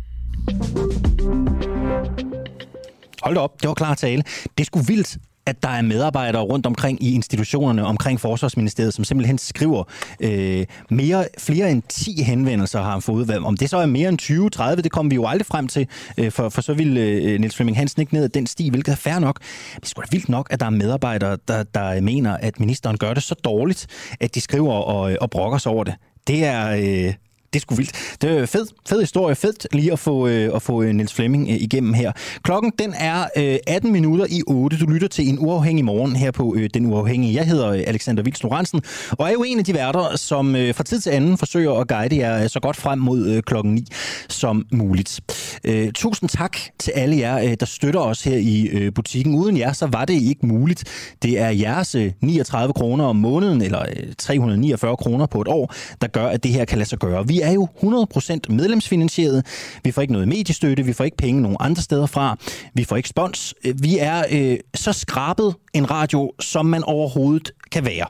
Hold da op, det var klar tale. Det er sgu vildt, at der er medarbejdere rundt omkring i institutionerne omkring Forsvarsministeriet, som simpelthen skriver flere end 10 henvendelser har han fået. Om det så er mere end 20-30, det kommer vi jo aldrig frem til, for så ville Niels Flemming Hansen ikke ned ad den sti, hvilket er fair nok. Det er sgu da vildt nok, at der er medarbejdere, der mener, at ministeren gør det så dårligt, at de skriver og brokker sig over det. Det er sgu vildt. Det er fed historie. Fedt lige at få Niels Flemming igennem her. Klokken, den er 8:18. Du lytter til en uafhængig morgen her på Den Uafhængige. Jeg hedder Alexander Vils Lorentzen, og er jo en af de værter, som fra tid til anden forsøger at guide jer så godt frem mod klokken 9 som muligt. Tusind tak til alle jer, der støtter os her i butikken. Uden jer, så var det ikke muligt. Det er jeres 39 kroner om måneden, eller 349 kroner på et år, der gør, at det her kan lade sig gøre. Vi er jo 100% medlemsfinansieret. Vi får ikke noget mediestøtte. Vi får ikke penge nogen andre steder fra. Vi får ikke spons. Vi er så skrabet en radio, som man overhovedet kan være.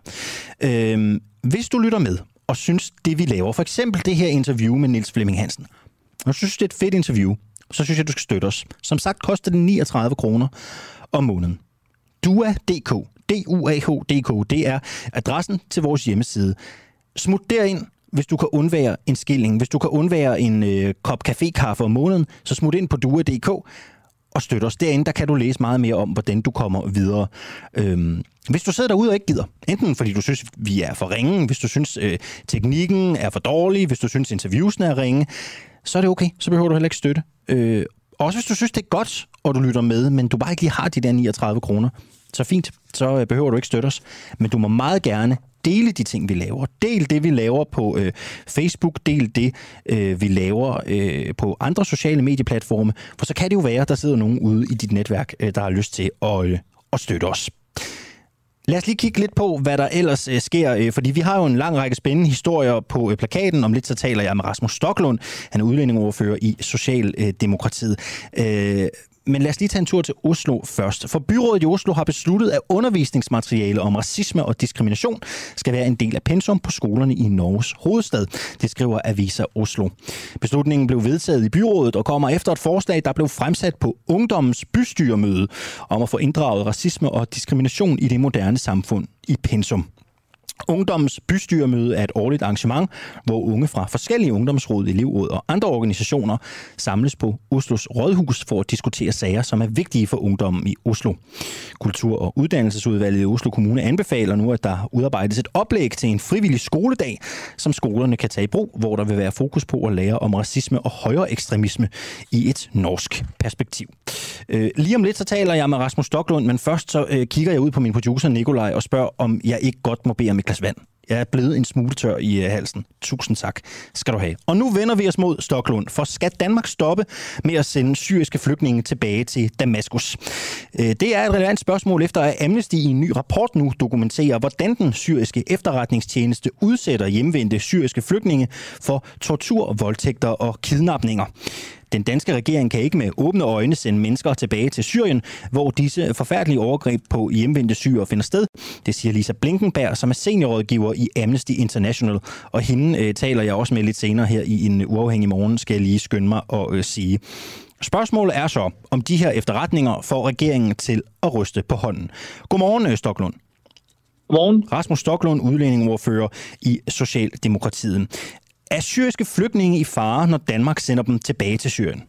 Hvis du lytter med og synes, det vi laver, for eksempel det her interview med Niels Flemming Hansen, og synes, det er et fedt interview, så synes jeg, du skal støtte os. Som sagt koster det 39 kroner om måneden. DUAH.dk. DUAH.dk. Det er adressen til vores hjemmeside. Smut derind, hvis du kan undvære en skilling. Hvis du kan undvære en kop kaffe om måneden, så smut ind på DUAH.dk og støt os. Derinde, der kan du læse meget mere om, hvordan du kommer videre. Hvis du sidder derude og ikke gider, enten fordi du synes, vi er for ringe, hvis du synes, teknikken er for dårlig, hvis du synes, interviewsene er ringe, så er det okay. Så behøver du heller ikke støtte. Også hvis du synes, det er godt, og du lytter med, men du bare ikke lige har de der 39 kroner, så fint, så behøver du ikke støtte os. Men du må meget gerne dele de ting, vi laver. Del det, vi laver på Facebook. Del det, vi laver på andre sociale medieplatforme. For så kan det jo være, at der sidder nogen ude i dit netværk, der har lyst til at støtte os. Lad os lige kigge lidt på, hvad der ellers sker, fordi vi har jo en lang række spændende historier på plakaten. Om lidt så taler jeg med Rasmus Stoklund. Han er udlændingeordfører i Socialdemokratiet. Men lad os lige tage en tur til Oslo først. For byrådet i Oslo har besluttet, at undervisningsmateriale om racisme og diskrimination skal være en del af pensum på skolerne i Norges hovedstad. Det skriver Avisa Oslo. Beslutningen blev vedtaget i byrådet og kommer efter et forslag, der blev fremsat på Ungdommens bystyremøde om at få inddraget racisme og diskrimination i det moderne samfund i pensum. Ungdommens bystyremøde er et årligt arrangement, hvor unge fra forskellige ungdomsråd, elevråd og andre organisationer samles på Oslos Rådhus for at diskutere sager, som er vigtige for ungdommen i Oslo. Kultur- og Uddannelsesudvalget i Oslo Kommune anbefaler nu, at der udarbejdes et oplæg til en frivillig skoledag, som skolerne kan tage i brug, hvor der vil være fokus på at lære om racisme og højere ekstremisme i et norsk perspektiv. Lige om lidt så taler jeg med Rasmus Stocklund, men først så kigger jeg ud på min producer Nikolaj og spørger, om jeg ikke godt må bede om et glas vand. Jeg er blevet en smule tør i halsen. Tusind tak skal du have. Og nu vender vi os mod Stocklund, for skal Danmark stoppe med at sende syriske flygtninge tilbage til Damaskus? Det er et relevant spørgsmål, efter at Amnesty i en ny rapport nu dokumenterer, hvordan den syriske efterretningstjeneste udsætter hjemvendte syriske flygtninge for tortur, voldtægter og kidnapninger. Den danske regering kan ikke med åbne øjne sende mennesker tilbage til Syrien, hvor disse forfærdelige overgreb på hjemvendte syrere finder sted. Det siger Lisa Blinkenberg, som er seniorrådgiver i Amnesty International, og hende taler jeg også med lidt senere her i en uafhængig morgen, skal jeg lige skynde mig at sige. Spørgsmålet er så, om de her efterretninger får regeringen til at ryste på hånden. Godmorgen, Stocklund. Godmorgen. Rasmus Stocklund, udlændingeordfører i Socialdemokratiet. Er syriske flygtninge i fare, når Danmark sender dem tilbage til Syrien?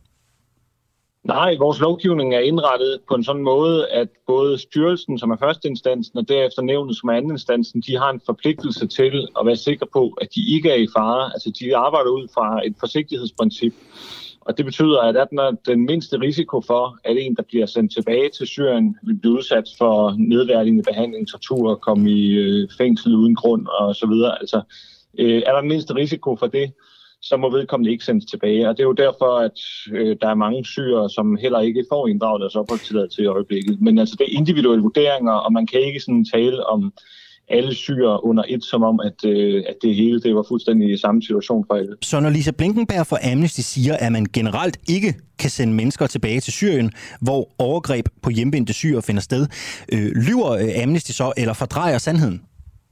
Nej, vores lovgivning er indrettet på en sådan måde, at både styrelsen, som er førsteinstansen, og derefter nævnet, som er andeninstansen, de har en forpligtelse til at være sikre på, at de ikke er i fare. Altså, de arbejder ud fra et forsigtighedsprincip. Og det betyder, at der den mindste risiko for, at en, der bliver sendt tilbage til Syrien, vil blive udsat for nedværdigende behandling, tortur, komme i fængsel uden grund og så videre. Altså, er der den mindste risiko for det, så må vedkommende ikke sendes tilbage. Og det er jo derfor, at der er mange syrere, som heller ikke får inddraget deres opholdstilladelse i øjeblikket. Men altså, det er individuelle vurderinger, og man kan ikke sådan tale om alle syrere under et, som om, at det hele det var fuldstændig i samme situation for alle. Så når Lisa Blinkenberg fra Amnesty siger, at man generelt ikke kan sende mennesker tilbage til Syrien, hvor overgreb på hjemvendte syrere finder sted, lyver Amnesty så, eller fordrejer sandheden?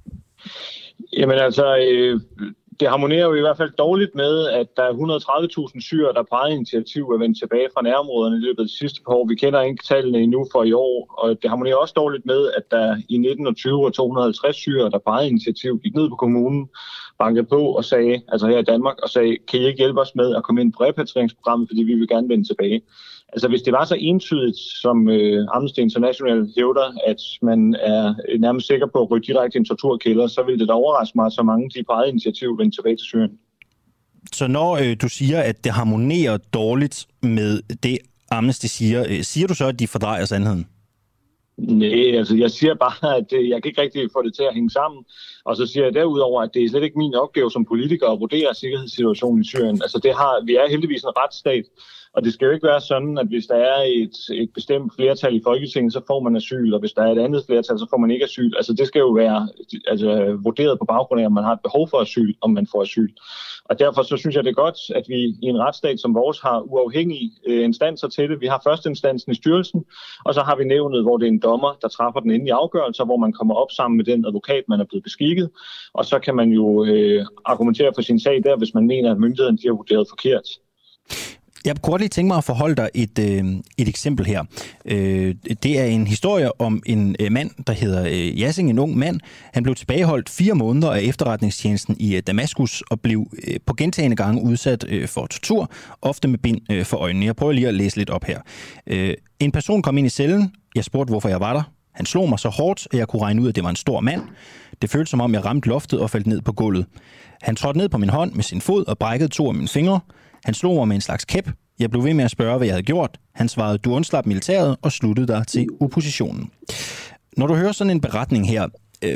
Jamen altså, det harmonerer jo i hvert fald dårligt med, at der er 130.000 syrere, der på eget initiativ er vendt tilbage fra nærområderne i løbet af de sidste par år. Vi kender ikke tallene endnu for i år, og det harmonerer også dårligt med, at der i 1920 var 250 syrere, der på eget initiativ gik ned på kommunen, bankede på og sagde, altså her i Danmark, og sagde, kan I ikke hjælpe os med at komme ind på repatrieringsprogrammet, fordi vi vil gerne vende tilbage. Altså hvis det var så entydigt, som Amnesty International hævder, at man er nærmest sikker på at ryge direkte i en torturkælder, så ville det da overraske mig, så mange de på eget initiativ vendte tilbage til Syrien. Så når du siger, at det harmonerer dårligt med det, Amnesty siger, siger du så, at de fordrejer sandheden? Nej, altså jeg siger bare, at jeg kan ikke rigtig få det til at hænge sammen. Og så siger jeg derudover, at det er slet ikke min opgave som politiker at vurdere sikkerhedssituationen i Syrien. Altså vi er heldigvis en retsstat, og det skal jo ikke være sådan, at hvis der er et bestemt flertal i Folketinget, så får man asyl, og hvis der er et andet flertal, så får man ikke asyl. Altså det skal jo være vurderet på baggrund af, om man har et behov for asyl, om man får asyl. Og derfor så synes jeg, det er godt, at vi i en retsstat som vores har uafhængige instanser til det. Vi har førsteinstansen i styrelsen, og så har vi nævnet, hvor det er en dommer, der træffer den endelige afgørelse, hvor man kommer op sammen med den advokat, man er blevet beskikket. Og så kan man jo argumentere for sin sag der, hvis man mener, at myndighederne har vurderet forkert. Jeg kunne godt lige tænke mig at forholde dig et eksempel her. Det er en historie om en mand, der hedder Yasin, en ung mand. Han blev tilbageholdt 4 måneder af efterretningstjenesten i Damaskus og blev på gentagne gange udsat for tortur, ofte med bind for øjnene. Jeg prøver lige at læse lidt op her. En person kom ind i cellen. Jeg spurgte, hvorfor jeg var der. Han slog mig så hårdt, at jeg kunne regne ud, at det var en stor mand. Det føltes som om, jeg ramte loftet og faldt ned på gulvet. Han trådte ned på min hånd med sin fod og brækkede 2 af mine fingre. Han slog mig med en slags kæp. Jeg blev ved med at spørge, hvad jeg havde gjort. Han svarede, du undslap militæret og sluttede dig til oppositionen. Når du hører sådan en beretning her,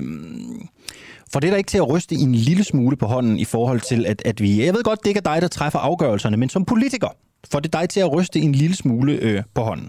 får det der ikke til at ryste en lille smule på hånden i forhold til, at vi... Jeg ved godt, det ikke er dig, der træffer afgørelserne, men som politiker, får det dig til at ryste en lille smule på hånden?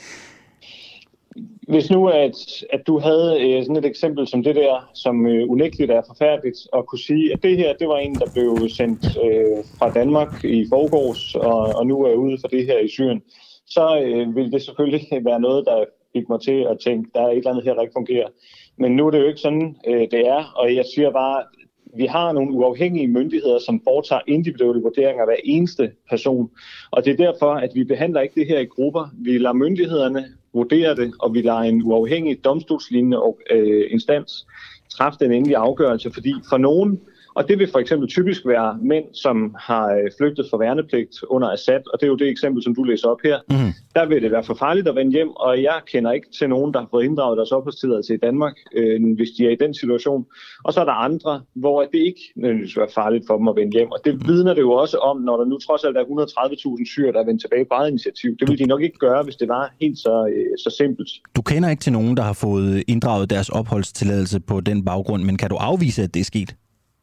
Hvis nu, at du havde sådan et eksempel som det der, som unægteligt er forfærdeligt, og kunne sige, at det her, det var en, der blev sendt fra Danmark i forgårs, og nu er ude for det her i Syrien, så vil det selvfølgelig være noget, der fik mig til at tænke, der er et eller andet her, der ikke fungerer. Men nu er det jo ikke sådan, det er, og jeg siger bare, vi har nogle uafhængige myndigheder, som foretager individuelle vurderinger af hver eneste person. Og det er derfor, at vi behandler ikke det her i grupper. Vi lader myndighederne vurdere det, og vi lader en uafhængig domstolslignende instans træffe den endelige afgørelse, fordi for nogen, og det vil for eksempel typisk være mænd, som har flygtet fra værnepligt under Assad, og det er jo det eksempel, som du læser op her. Der vil det være for farligt at vende hjem, og jeg kender ikke til nogen, der har fået inddraget deres opholdstilladelse i Danmark, hvis de er i den situation. Og så er der andre, hvor det ikke nødvendigvis er farligt for dem at vende hjem, og det vidner det jo også om, når der nu trods alt er 130.000 syrer, der er vendt tilbage på eget initiativ. Det vil de nok ikke gøre, hvis det var helt så simpelt. Du kender ikke til nogen, der har fået inddraget deres opholdstilladelse på den baggrund, men kan du afvise, at det er sket?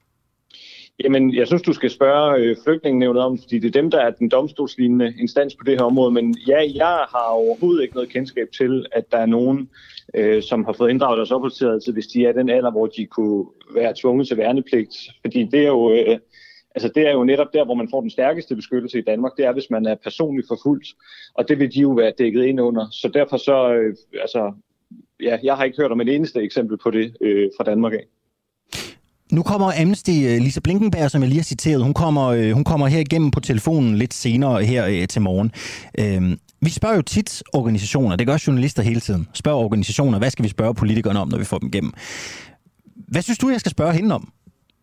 Jamen, jeg synes, du skal spørge Flygtningenævnet om, fordi det er dem, der er den domstolslignende instans på det her område. Men ja, jeg har overhovedet ikke noget kendskab til, at der er nogen, som har fået inddraget deres opholdstilladelse, hvis de er den alder, hvor de kunne være tvunget til værnepligt. Fordi det er jo, det er jo netop der, hvor man får den stærkeste beskyttelse i Danmark. Det er, hvis man er personligt forfulgt, og det vil de jo være dækket ind under. Så derfor jeg har ikke hørt om et eneste eksempel på det fra Danmark af. Nu kommer Amnesty, Lisa Blinkenberg, som jeg lige har citeret, hun kommer her igennem på telefonen lidt senere her til morgen. Vi spørger jo tit organisationer, det gør journalister hele tiden, spørger organisationer, hvad skal vi spørge politikerne om, når vi får dem igennem? Hvad synes du, jeg skal spørge hende om?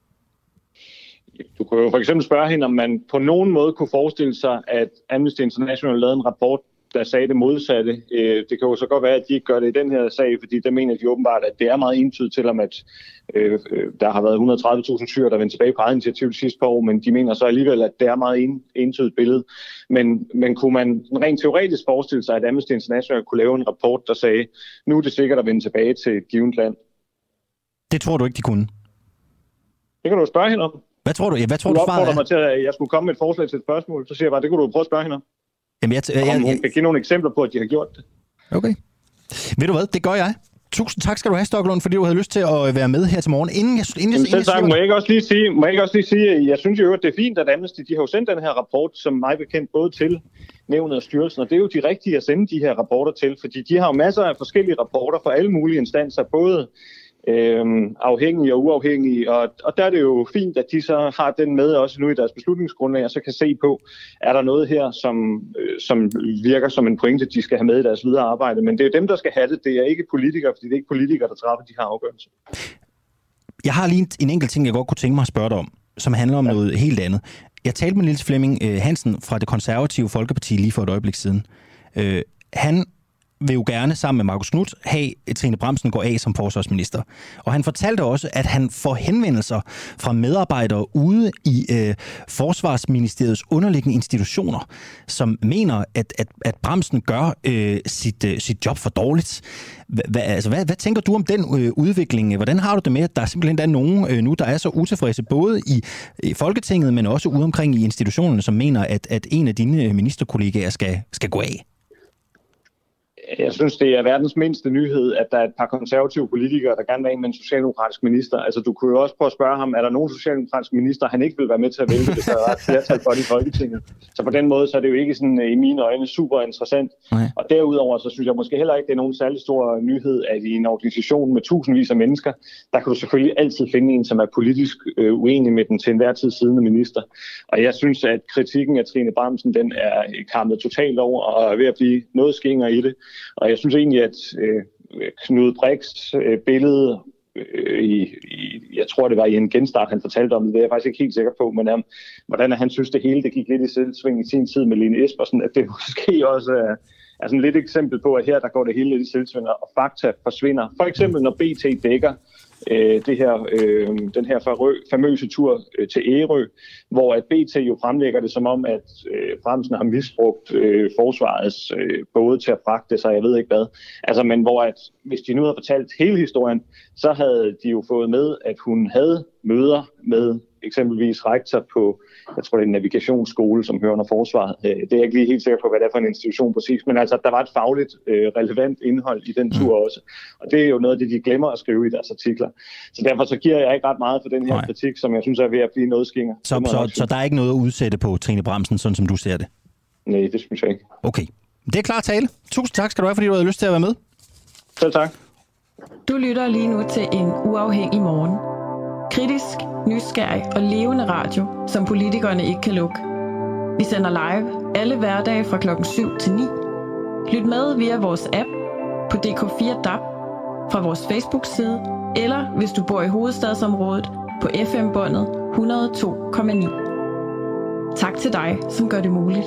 Du kunne jo for eksempel spørge hende, om man på nogen måde kunne forestille sig, at Amnesty International lavede en rapport, der sagde det modsatte. Det kan jo så godt være, at de ikke gør det i den her sag, fordi der mener de åbenbart, at det er meget entydigt til om, at der har været 130.000 syrer, der vendte tilbage på eget initiativ de sidste par år, men de mener så alligevel, at det er meget entydigt billede. Men kunne man rent teoretisk forestille sig, at Amnesty International kunne lave en rapport, der sagde, nu er det sikkert at vende tilbage til et givet land? Det tror du ikke, de kunne? Det kan du spørge hende om. Hvad tror du? Ja, hvad tror du svaret er? Mig til, at jeg skulle komme med et forslag til et spørgsmål, så siger jeg bare, det kunne du prøve at spørge hende om. Jamen, hun kan give nogle eksempler på, at de har gjort det. Okay. Ved du hvad? Det gør jeg. Tusind tak skal du have, Stokkelund, fordi du havde lyst til at være med her til morgen. Må jeg ikke også lige sige, at jeg synes jo, at det er fint, at Amnesty de har jo sendt den her rapport, som mig bekendt, både til nævnet og styrelsen, og det er jo de rigtige at sende de her rapporter til, fordi de har jo masser af forskellige rapporter fra alle mulige instanser, både afhængige og uafhængige, og der er det jo fint, at de så har den med også nu i deres beslutningsgrundlag, og så kan se på, er der noget her, som virker som en pointe, de skal have med i deres videre arbejde. Men det er dem, der skal have det. Det er ikke politikere, fordi det er ikke politikere, der træffer de her afgørelser. Jeg har lige en enkelt ting, jeg godt kunne tænke mig at spørge dig om, som handler om noget helt andet. Jeg talte med Niels Flemming Hansen fra Det Konservative Folkeparti lige for et øjeblik siden. Han vil jo gerne sammen med Marcus Knuth have, at Trine Bramsen går af som forsvarsminister. Og han fortalte også, at han får henvendelser fra medarbejdere ude i Forsvarsministeriets underliggende institutioner, som mener, at Bramsen gør sit job for dårligt. Hvad tænker du om den udvikling? Hvordan har du det med, at der simpelthen er nogen nu, der er så utilfredse, både i Folketinget, men også ude omkring i institutionerne, som mener, at en af dine ministerkollegaer skal gå af? Jeg synes, det er verdens mindste nyhed, at der er et par konservative politikere, der gerne vil have med en socialdemokratisk minister. Altså, du kunne jo også prøve at spørge ham, er der nogen socialdemokratiske minister, han ikke vil være med til at vælge, hvis der er et flertal for det i Folketinget. Så på den måde, så er det jo ikke sådan, i mine øjne, super interessant. Okay. Og derudover, så synes jeg måske heller ikke, det er nogen særlig stor nyhed, at i en organisation med tusindvis af mennesker, der kan du selvfølgelig altid finde en, som er politisk uenig med den til enhver tid siddende minister. Og jeg synes, at kritikken af Trine Bramsen, den er kammet totalt over og er ved at blive noget skinger i det. Og jeg synes egentlig, at Knud Brix billede, jeg tror det var i en genstart, han fortalte om det, det er jeg faktisk ikke helt sikker på, men hvordan han synes det hele, det gik lidt i selvsving i sin tid med Lene Espersen, at det måske også er sådan lidt eksempel på, at her der går det hele lidt i selvsving, og fakta forsvinder. For eksempel når BT dækker den her famøse tur til Ærø, hvor at BT jo fremlægger det som om, at Bramsen har misbrugt forsvarets både til at fragte sig, jeg ved ikke hvad. Altså, men hvor at, hvis de nu havde fortalt hele historien, så havde de jo fået med, at hun havde møder med eksempelvis rektor på, jeg tror det er en navigationsskole, som hører under forsvaret. Det er jeg ikke lige helt sikker på, hvad det er for en institution præcis, men altså, der var et fagligt relevant indhold i den tur også. Og det er jo noget af det, de glemmer at skrive i deres artikler. Så derfor så giver jeg ikke ret meget for den her kritik, som jeg synes er ved at blive noget skinger. Så der er ikke noget at udsætte på Trine Bramsen, sådan som du ser det? Nej, det synes jeg ikke. Okay. Det er klar tale. Tusind tak skal du have, fordi du havde lyst til at være med. Selv tak. Du lytter lige nu til en uafhængig morgen. Kritisk, nysgerrig og levende radio, som politikerne ikke kan lukke. Vi sender live alle hverdage fra klokken 7 til 9. Lyt med via vores app på DK4 DAB, fra vores Facebook-side, eller hvis du bor i hovedstadsområdet på FM-båndet 102,9. Tak til dig, som gør det muligt.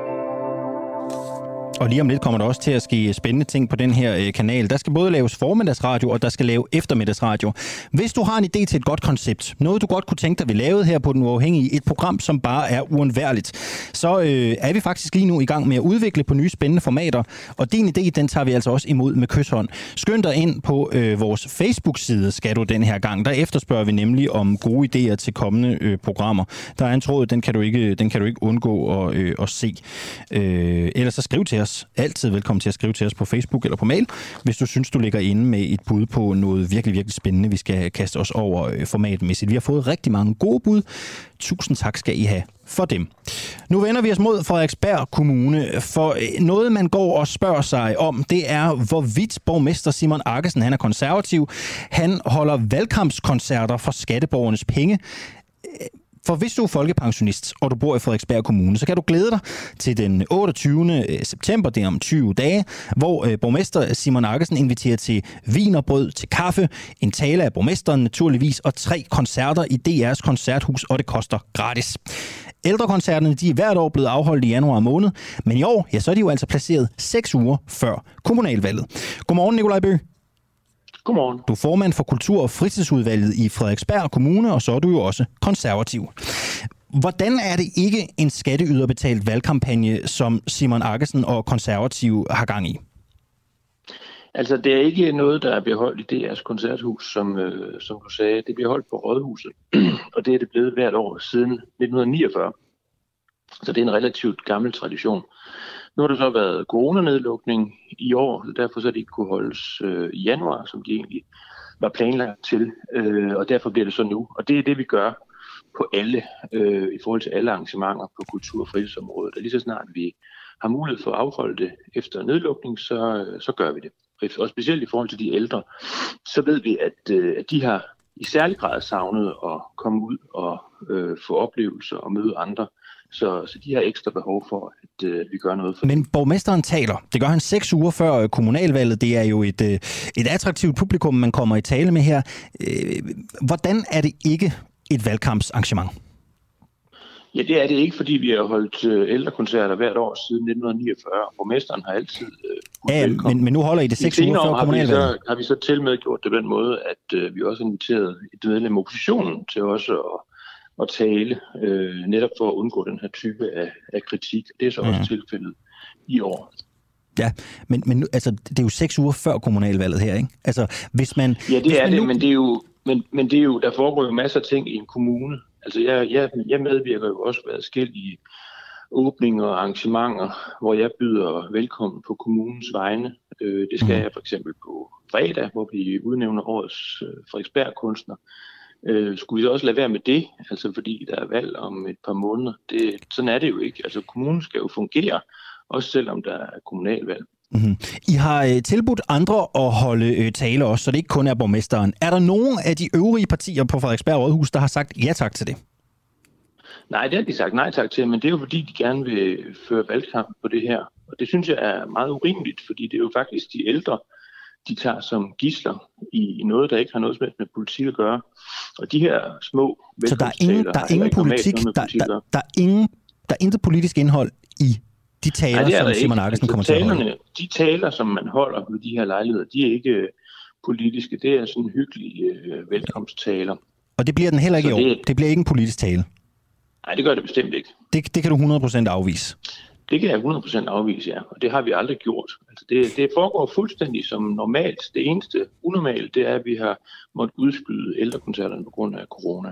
Og lige om lidt kommer der også til at ske spændende ting på den her kanal. Der skal både laves formiddagsradio, og der skal lave eftermiddagsradio. Hvis du har en idé til et godt koncept, noget du godt kunne tænke dig, vi lavede her på Den Uafhængige, et program, som bare er uundværligt, så er vi faktisk lige nu i gang med at udvikle på nye spændende formater. Og din idé, den tager vi altså også imod med kyshånd. Skynd dig ind på vores Facebook-side, skal du den her gang. Der efterspørger vi nemlig om gode idéer til kommende programmer. Der er en tråd, den kan du ikke undgå at se. Ellers så skriv til os. Altid velkommen til at skrive til os på Facebook eller på mail, hvis du synes, du ligger inde med et bud på noget virkelig, virkelig spændende, vi skal kaste os over formatmæssigt. Vi har fået rigtig mange gode bud. Tusind tak skal I have for dem. Nu vender vi os mod Frederiksberg Kommune, for noget, man går og spørger sig om, det er, hvorvidt borgmester Simon Aggesen, han er konservativ, han holder valgkampskoncerter for skatteborgernes penge. For hvis du er folkepensionist, og du bor i Frederiksberg Kommune, så kan du glæde dig til den 28. september, det er om 20 dage, hvor borgmester Simon Aggesen inviterer til wienerbrød, til kaffe, en tale af borgmesteren naturligvis, og 3 koncerter i DR's koncerthus, og det koster gratis. Ældrekoncerterne, de er hvert år blevet afholdt i januar måned, men i år, ja, så er de jo altså placeret 6 uger før kommunalvalget. Godmorgen, Nikolaj Bøgh. Godmorgen. Du er formand for Kultur- og Fritidsudvalget i Frederiksberg Kommune, og så er du jo også konservativ. Hvordan er det ikke en skatteyderbetalt valgkampagne, som Simon Aggesen og konservative har gang i? Altså, det er ikke noget, der bliver holdt i DR's koncerthus, som du sagde. Det bliver holdt på Rådhuset, og det er det blevet hvert år siden 1949. Så det er en relativt gammel tradition. Nu har der så været coronanedlukning i år, så derfor så det ikke kunne holdes i januar, som de egentlig var planlagt til, og derfor bliver det så nu. Og det er det, vi gør på alle, i forhold til alle arrangementer på kultur- og fritidsområdet. Og lige så snart vi har mulighed for at afholde det efter nedlukning, så gør vi det. Og specielt i forhold til de ældre, så ved vi, at de har i særlig grad savnet at komme ud og få oplevelser og møde andre. Så de har ekstra behov for, at vi gør noget for Men borgmesteren taler. Det gør han 6 uger før kommunalvalget. Det er jo et attraktivt publikum, man kommer i tale med her. Hvordan er det ikke et valgkampsarrangement? Ja, det er det ikke, fordi vi har holdt ældrekoncerter hvert år siden 1949. Borgmesteren har altid men nu holder I det 6 uger før kommunalvalget. Har vi så til med gjort det på den måde, at vi også inviteret et medlem af oppositionen til også at tale, netop for at undgå den her type af kritik. Det er så også tilfældet i år. Ja, men altså, det er jo 6 uger før kommunalvalget her, ikke? Altså, hvis man... Ja, det er det, men det er jo, der foregår jo masser af ting i en kommune. Altså, jeg medvirker jo også ved forskellige åbninger og arrangementer, hvor jeg byder velkommen på kommunens vegne. Det skal jeg for eksempel på fredag, hvor vi udnævner årets Frederiksberg-kunstner. Skulle vi så også lade være med det, altså fordi der er valg om et par måneder? Sådan er det jo ikke. Altså kommunen skal jo fungere, også selvom der er kommunalvalg. Mm-hmm. I har tilbudt andre at holde tale også, så det ikke kun er borgmesteren. Er der nogen af de øvrige partier på Frederiksberg Rådhus, der har sagt ja tak til det? Nej, det har de sagt nej tak til, men det er jo fordi, de gerne vil føre valgkamp på det her. Og det synes jeg er meget urimeligt, fordi det er jo faktisk de ældre, de tager som gidsler i noget, der ikke har noget med politik at gøre. Og de her små så der er ingen politik, der er intet politisk indhold i de taler, som Simon Aggesen kommer til at holde? De taler, som man holder ved de her lejligheder, de er ikke politiske. Det er sådan hyggelige velkomsttaler. Og det bliver den heller ikke i år? Det bliver ikke en politisk tale? Nej, det gør det bestemt ikke. Det kan du 100% afvise? Det kan jeg 100% afvise, ja. Og det har vi aldrig gjort. Altså det foregår fuldstændig som normalt. Det eneste unormale, det er, at vi har måttet udskyde ældrekoncerterne på grund af corona.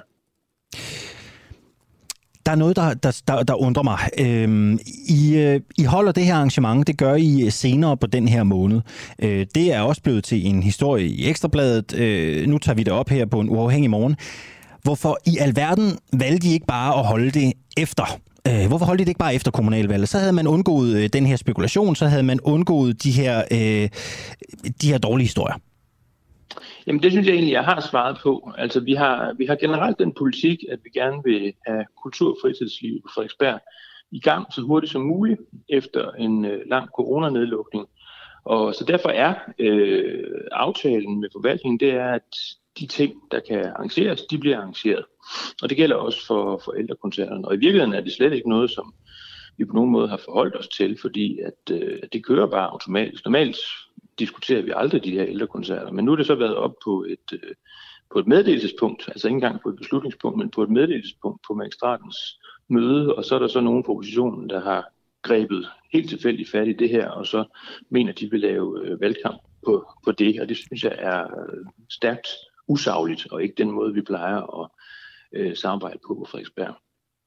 Der er noget, der undrer mig. I holder det her arrangement, det gør I senere på den her måned. Det er også blevet til en historie i Ekstrabladet. Nu tager vi det op her på En Uafhængig Morgen. Hvorfor i alverden valgte I ikke bare at holde det efter? Hvorfor holdt I det ikke bare efter kommunalvalget? Så havde man undgået den her spekulation, så havde man undgået de her dårlige historier. Jamen det synes jeg egentlig, jeg har svaret på. Altså vi har generelt den politik, at vi gerne vil have kultur- og fritidsliv på Frederiksberg i gang så hurtigt som muligt efter en lang coronanedlukning. Og så derfor er aftalen med forvaltningen, det er, at de ting, der kan arrangeres, de bliver arrangeret. Og det gælder også for ældrekoncerterne. Og i virkeligheden er det slet ikke noget, som vi på nogen måde har forholdt os til, fordi at det kører bare automatisk. Normalt diskuterer vi aldrig de her ældrekoncerter, men nu er det så været op på et meddelelsespunkt, altså ikke engang på et beslutningspunkt, men på et meddelelsespunkt på magistratens møde, og så er der så nogen på oppositionen, der har grebet helt tilfældigt fat i det her, og så mener, de vil lave valgkamp på det, og det synes jeg er stærkt usagligt, og ikke den måde, vi plejer at samarbejde på Frederiksberg.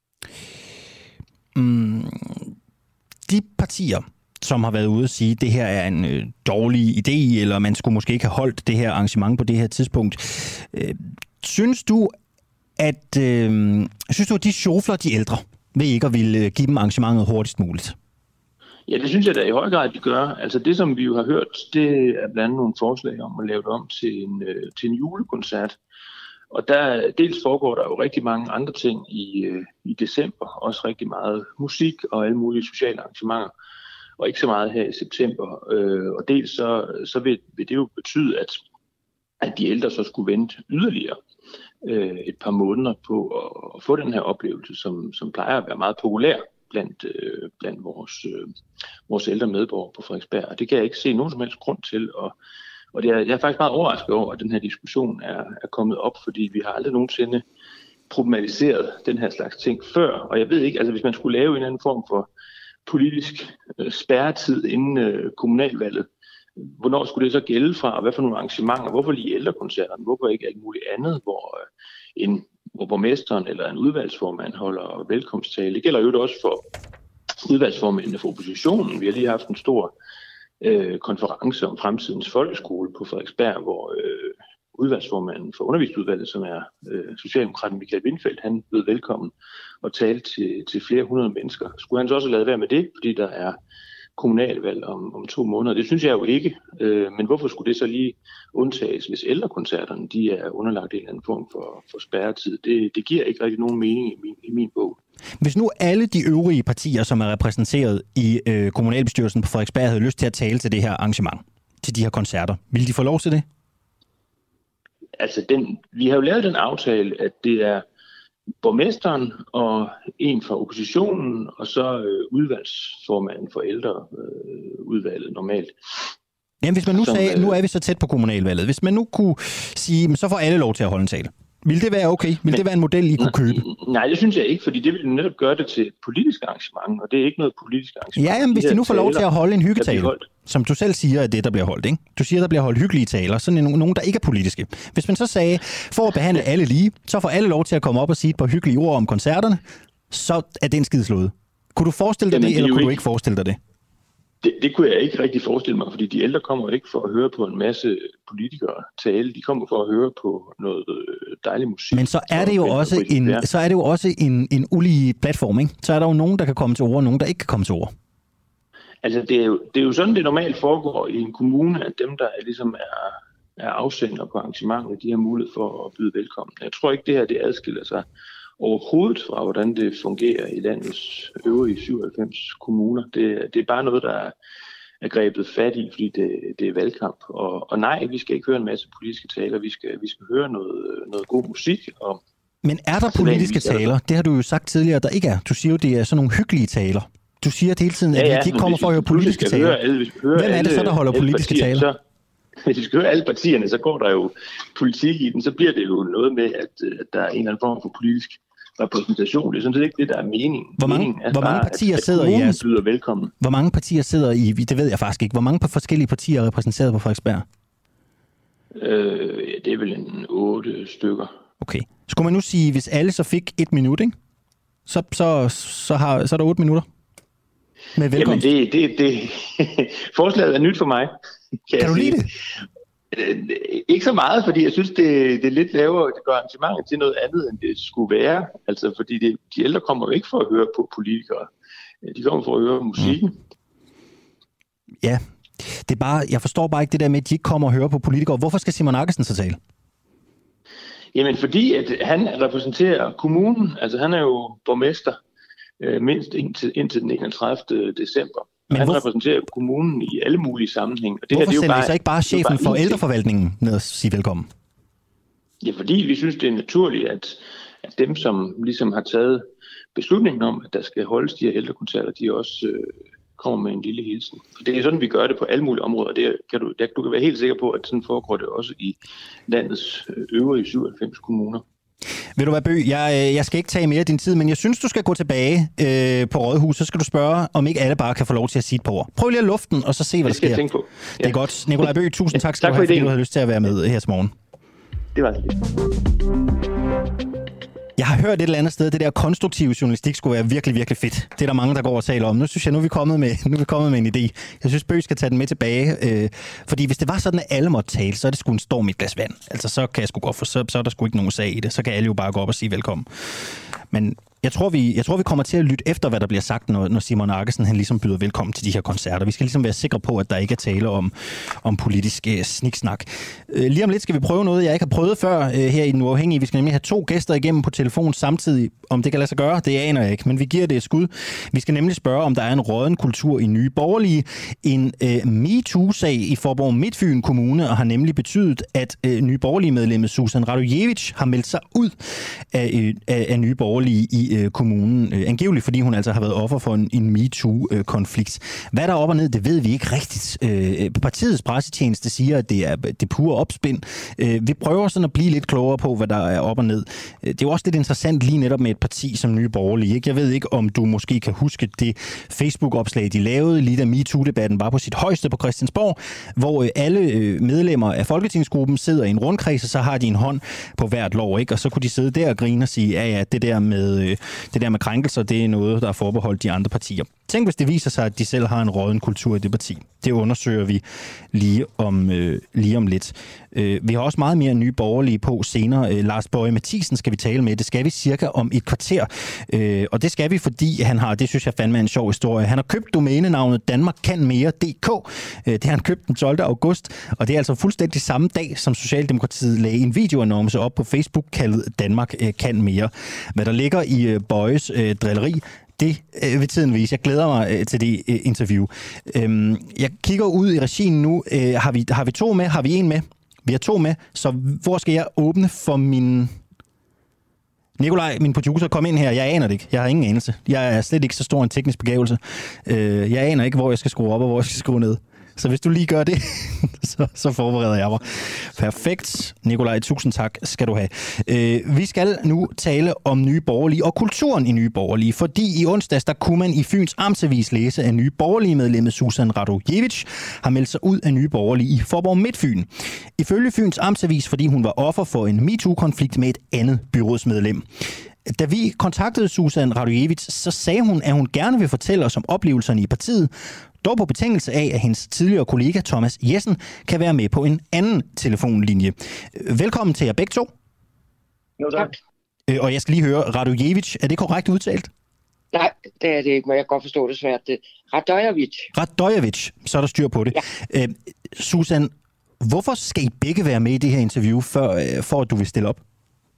De partier, som har været ude at sige, at det her er en dårlig idé, eller man skulle måske ikke have holdt det her arrangement på det her tidspunkt. Synes du, at de sjofler de ældre ved ikke at ville give dem arrangementet hurtigst muligt? Ja, det synes jeg da i høj grad, de gør. Altså det, som vi jo har hørt, det er blandt andet nogle forslag om at lave det om til en julekoncert. Og der dels foregår der jo rigtig mange andre ting i december, også rigtig meget musik og alle mulige sociale arrangementer, og ikke så meget her i september. Og dels så vil det jo betyde, at de ældre så skulle vente yderligere et par måneder på at få den her oplevelse, som plejer at være meget populær blandt vores ældre medborgere på Frederiksberg. Og det kan jeg ikke se nogen som helst grund til. Og jeg er faktisk meget overrasket over, at den her diskussion er kommet op, fordi vi har aldrig nogensinde problematiseret den her slags ting før. Og jeg ved ikke, altså hvis man skulle lave en anden form for politisk spærretid inden kommunalvalget, hvornår skulle det så gælde fra, og hvad for nogle arrangementer? Hvorfor lige ældrekoncerterne? Hvorfor ikke alt muligt andet, hvor borgmesteren eller en udvalgsformand holder velkomsttale? Det gælder jo også for udvalgsformændene for oppositionen. Vi har lige haft en stor konference om fremtidens folkeskole på Frederiksberg, hvor udvalgsformanden for undervisningsudvalget, som er socialdemokraten Michael Windfeldt, han blev velkommen og talte til flere hundrede mennesker. Skulle han så også lade være med det, fordi der er kommunalvalg om 2 måneder? Det synes jeg jo ikke. Men hvorfor skulle det så lige undtages, hvis ældrekoncerterne de er underlagt en eller anden form for spærretid? Det giver ikke rigtig nogen mening i min bog. Hvis nu alle de øvrige partier, som er repræsenteret i kommunalbestyrelsen på Frederiksberg, havde lyst til at tale til det her arrangement, til de her koncerter, ville de få lov til det? Altså, vi har jo lavet den aftale, at det er borgmesteren og en fra oppositionen, og så udvalgsformanden for ældreudvalget normalt. Jamen, hvis man nu sagde, nu er vi så tæt på kommunalvalget, hvis man nu kunne sige, så får alle lov til at holde en tale. Vil det være okay? Vil det være en model, I kunne købe? Nej, det synes jeg ikke, fordi det vil jo netop gøre det til et politisk arrangement, og det er ikke noget politisk arrangement. Ja, jamen, hvis de nu får lov til at holde en hyggetale, som du selv siger, at det, der bliver holdt, ikke? Du siger, der bliver holdt hyggelige taler, sådan nogen, der ikke er politiske. Hvis man så sagde, for at behandle alle lige, så får alle lov til at komme op og sige et par hyggelige ord om koncerterne, så er det en skidslået. Kunne du forestille dig det, eller kunne du ikke forestille dig det? Det kunne jeg ikke rigtig forestille mig, fordi de ældre kommer ikke for at høre på en masse politikere tale. De kommer for at høre på noget dejlig musik. Men så er det jo også en ulige platform, ikke? Så er der jo nogen, der kan komme til ord, og nogen, der ikke kan komme til ord. Altså, det er jo sådan, det normalt foregår i en kommune, at dem, der ligesom er afsender på arrangementet, de har mulighed for at byde velkommen. Jeg tror ikke, det her det adskiller sig overhovedet fra, hvordan det fungerer i landets øvrige 97 kommuner. Det er bare noget, der er grebet fat i, fordi det er valgkamp. Og nej, vi skal ikke høre en masse politiske taler. Vi skal høre noget god musik. Men er der politiske taler? Det har du jo sagt tidligere, der ikke er. Du siger jo, det er sådan nogle hyggelige taler. Du siger det hele tiden, at de ikke kommer for at høre politiske taler. Hvem er det så, der holder politiske taler? Hvis vi skal høre alle partierne, så går der jo politik i den. Så bliver det jo noget med, at der er en eller anden form for politisk repræsentation. Det er sådan set ikke det, der er meningen. Hvor mange partier sidder i jeres... velkommen. Hvor mange partier sidder i... Det ved jeg faktisk ikke. Hvor mange forskellige partier er repræsenteret på Frederiksberg? Det er vel en 8 stykker. Okay. Skulle man nu sige, hvis alle så fik 1 minut, ikke? Så er der 8 minutter med velkomst. Jamen det forslaget er nyt for mig. Kan du lide det? Ikke så meget, fordi jeg synes, det er lidt lavere, det gør arrangementet til noget andet, end det skulle være. Altså, fordi de ældre kommer jo ikke for at høre på politikere. De kommer for at høre musikken. Ja, det er bare, jeg forstår bare ikke det der med, at de ikke kommer og hører på politikere. Hvorfor skal Simon Aggesen så tale? Jamen, fordi at han repræsenterer kommunen. Altså, han er jo borgmester mindst indtil den 31. december. Han repræsenterer kommunen i alle mulige sammenhænge. Og det hvorfor her, det er sender I så ikke bare chefen for ældreforvaltningen ned og sige velkommen? Ja, fordi vi synes, det er naturligt, at dem, som ligesom har taget beslutningen om, at der skal holdes de her ældrekoncerter, de også kommer med en lille hilsen. Og det er sådan, vi gør det på alle mulige områder. Du kan være helt sikker på, at sådan foregår det også i landets øvrige 97 kommuner. Ved du hvad, Bøgh, jeg skal ikke tage mere af din tid, men jeg synes, du skal gå tilbage på Rådhuset. Så skal du spørge, om ikke alle bare kan få lov til at sige et par ord. Prøv lige at lufte den, og så se, hvad der sker. Tænke på. Ja. Det er godt. Nikolaj Bøgh, tusind tak skal du have, fordi du havde lyst til at være med her til morgen. Det var det. Jeg har hørt et eller andet sted, det der konstruktive journalistik skulle være virkelig, virkelig fedt. Det er der mange, der går og taler om. Nu synes jeg, nu er vi kommet med en idé. Jeg synes, Bøgh skal tage den med tilbage. Fordi hvis det var sådan, at alle måtte tale, så er det sgu en storm i et glas vand. Altså, så kan jeg sgu godt for, så er der sgu ikke nogen sag i det. Så kan alle jo bare gå op og sige velkommen. Men jeg tror, vi kommer til at lytte efter, hvad der bliver sagt, når Simon Aggesen han ligesom byder velkommen til de her koncerter. Vi skal ligesom være sikre på, at der ikke er tale om politisk sniksnak. Lige om lidt skal vi prøve noget, jeg ikke har prøvet før her i Den Uafhængige. Vi skal nemlig have 2 gæster igennem på telefon samtidig. Om det kan lade sig gøre, det aner jeg ikke, men vi giver det et skud. Vi skal nemlig spørge, om der er en rådden kultur i Nye Borgerlige. En MeToo-sag i Faaborg Midtfyn Kommune, og har nemlig betydet, at Nye Borgerlige-medlemmet Susan Radojevic har meldt sig ud af Nye Borgerlige i kommunen. Angiveligt, fordi hun altså har været offer for en MeToo-konflikt. Hvad der er op og ned, det ved vi ikke rigtigt. Partiets pressetjeneste siger, at det er pure opspind. Vi prøver sådan at blive lidt klogere på, hvad der er op og ned. Det er jo også lidt interessant lige netop med et parti som Nye Borgerlige. Ikke? Jeg ved ikke, om du måske kan huske det Facebook-opslag, de lavede, lige da MeToo-debatten var på sit højeste på Christiansborg, hvor alle medlemmer af folketingsgruppen sidder i en rundkreds, og så har de en hånd på hvert lår, ikke? Og så kunne de sidde der og grine og sige, ja, det der med krænkelser, det er noget, der er forbeholdt de andre partier. Tænk, hvis det viser sig, at de selv har en rådden kultur i det parti. Det undersøger vi lige om lidt. Vi har også meget mere Nye Borgerlige på senere. Lars Boje Mathiesen skal vi tale med. Det skal vi cirka om et kvarter. Og det skal vi, fordi han har, det synes jeg fandme er en sjov historie, han har købt domænenavnet danmarkkanmere.dk. Det har han købt den 12. august, og det er altså fuldstændig samme dag, som Socialdemokratiet lagde en videoannonce op på Facebook kaldet Danmark kan mere. Hvad der ligger i Bojes drilleri, det vil tiden vise. Jeg glæder mig til det interview. Jeg kigger ud i regien nu. Har vi 2 med? Har vi 1 med? Vi har 2 med. Så hvor skal jeg åbne for min... Nikolaj, min producer, kom ind her. Jeg aner det ikke. Jeg har ingen anelse. Jeg er slet ikke så stor en teknisk begævelse. Jeg aner ikke, hvor jeg skal skrue op og hvor jeg skal skrue ned. Så hvis du lige gør det, så forbereder jeg mig. Perfekt. Nikolaj, tusind tak skal du have. Vi skal nu tale om Nye Borgerlige og kulturen i Nye Borgerlige, fordi i onsdags, der kunne man i Fyns Amtsavis læse, at Nye Borgerlige-medlemmet Susan Radojevic har meldt sig ud af Nye Borgerlige i Faaborg Midtfyn. Ifølge Fyns Amtsavis, fordi hun var offer for en MeToo-konflikt med et andet byrådsmedlem. Da vi kontaktede Susan Radojevic, så sagde hun, at hun gerne vil fortælle os om oplevelserne i partiet, dog på betingelse af, at hendes tidligere kollega Thomas Jessen kan være med på en anden telefonlinje. Velkommen til jer begge to. Jo, tak. Og jeg skal lige høre, Radojevic, er det korrekt udtalt? Nej, det er det ikke, men jeg kan godt forstå det svært. Radojevic, så er der styr på det. Ja. Susan, hvorfor skal I begge være med i det her interview, for at du vil stille op?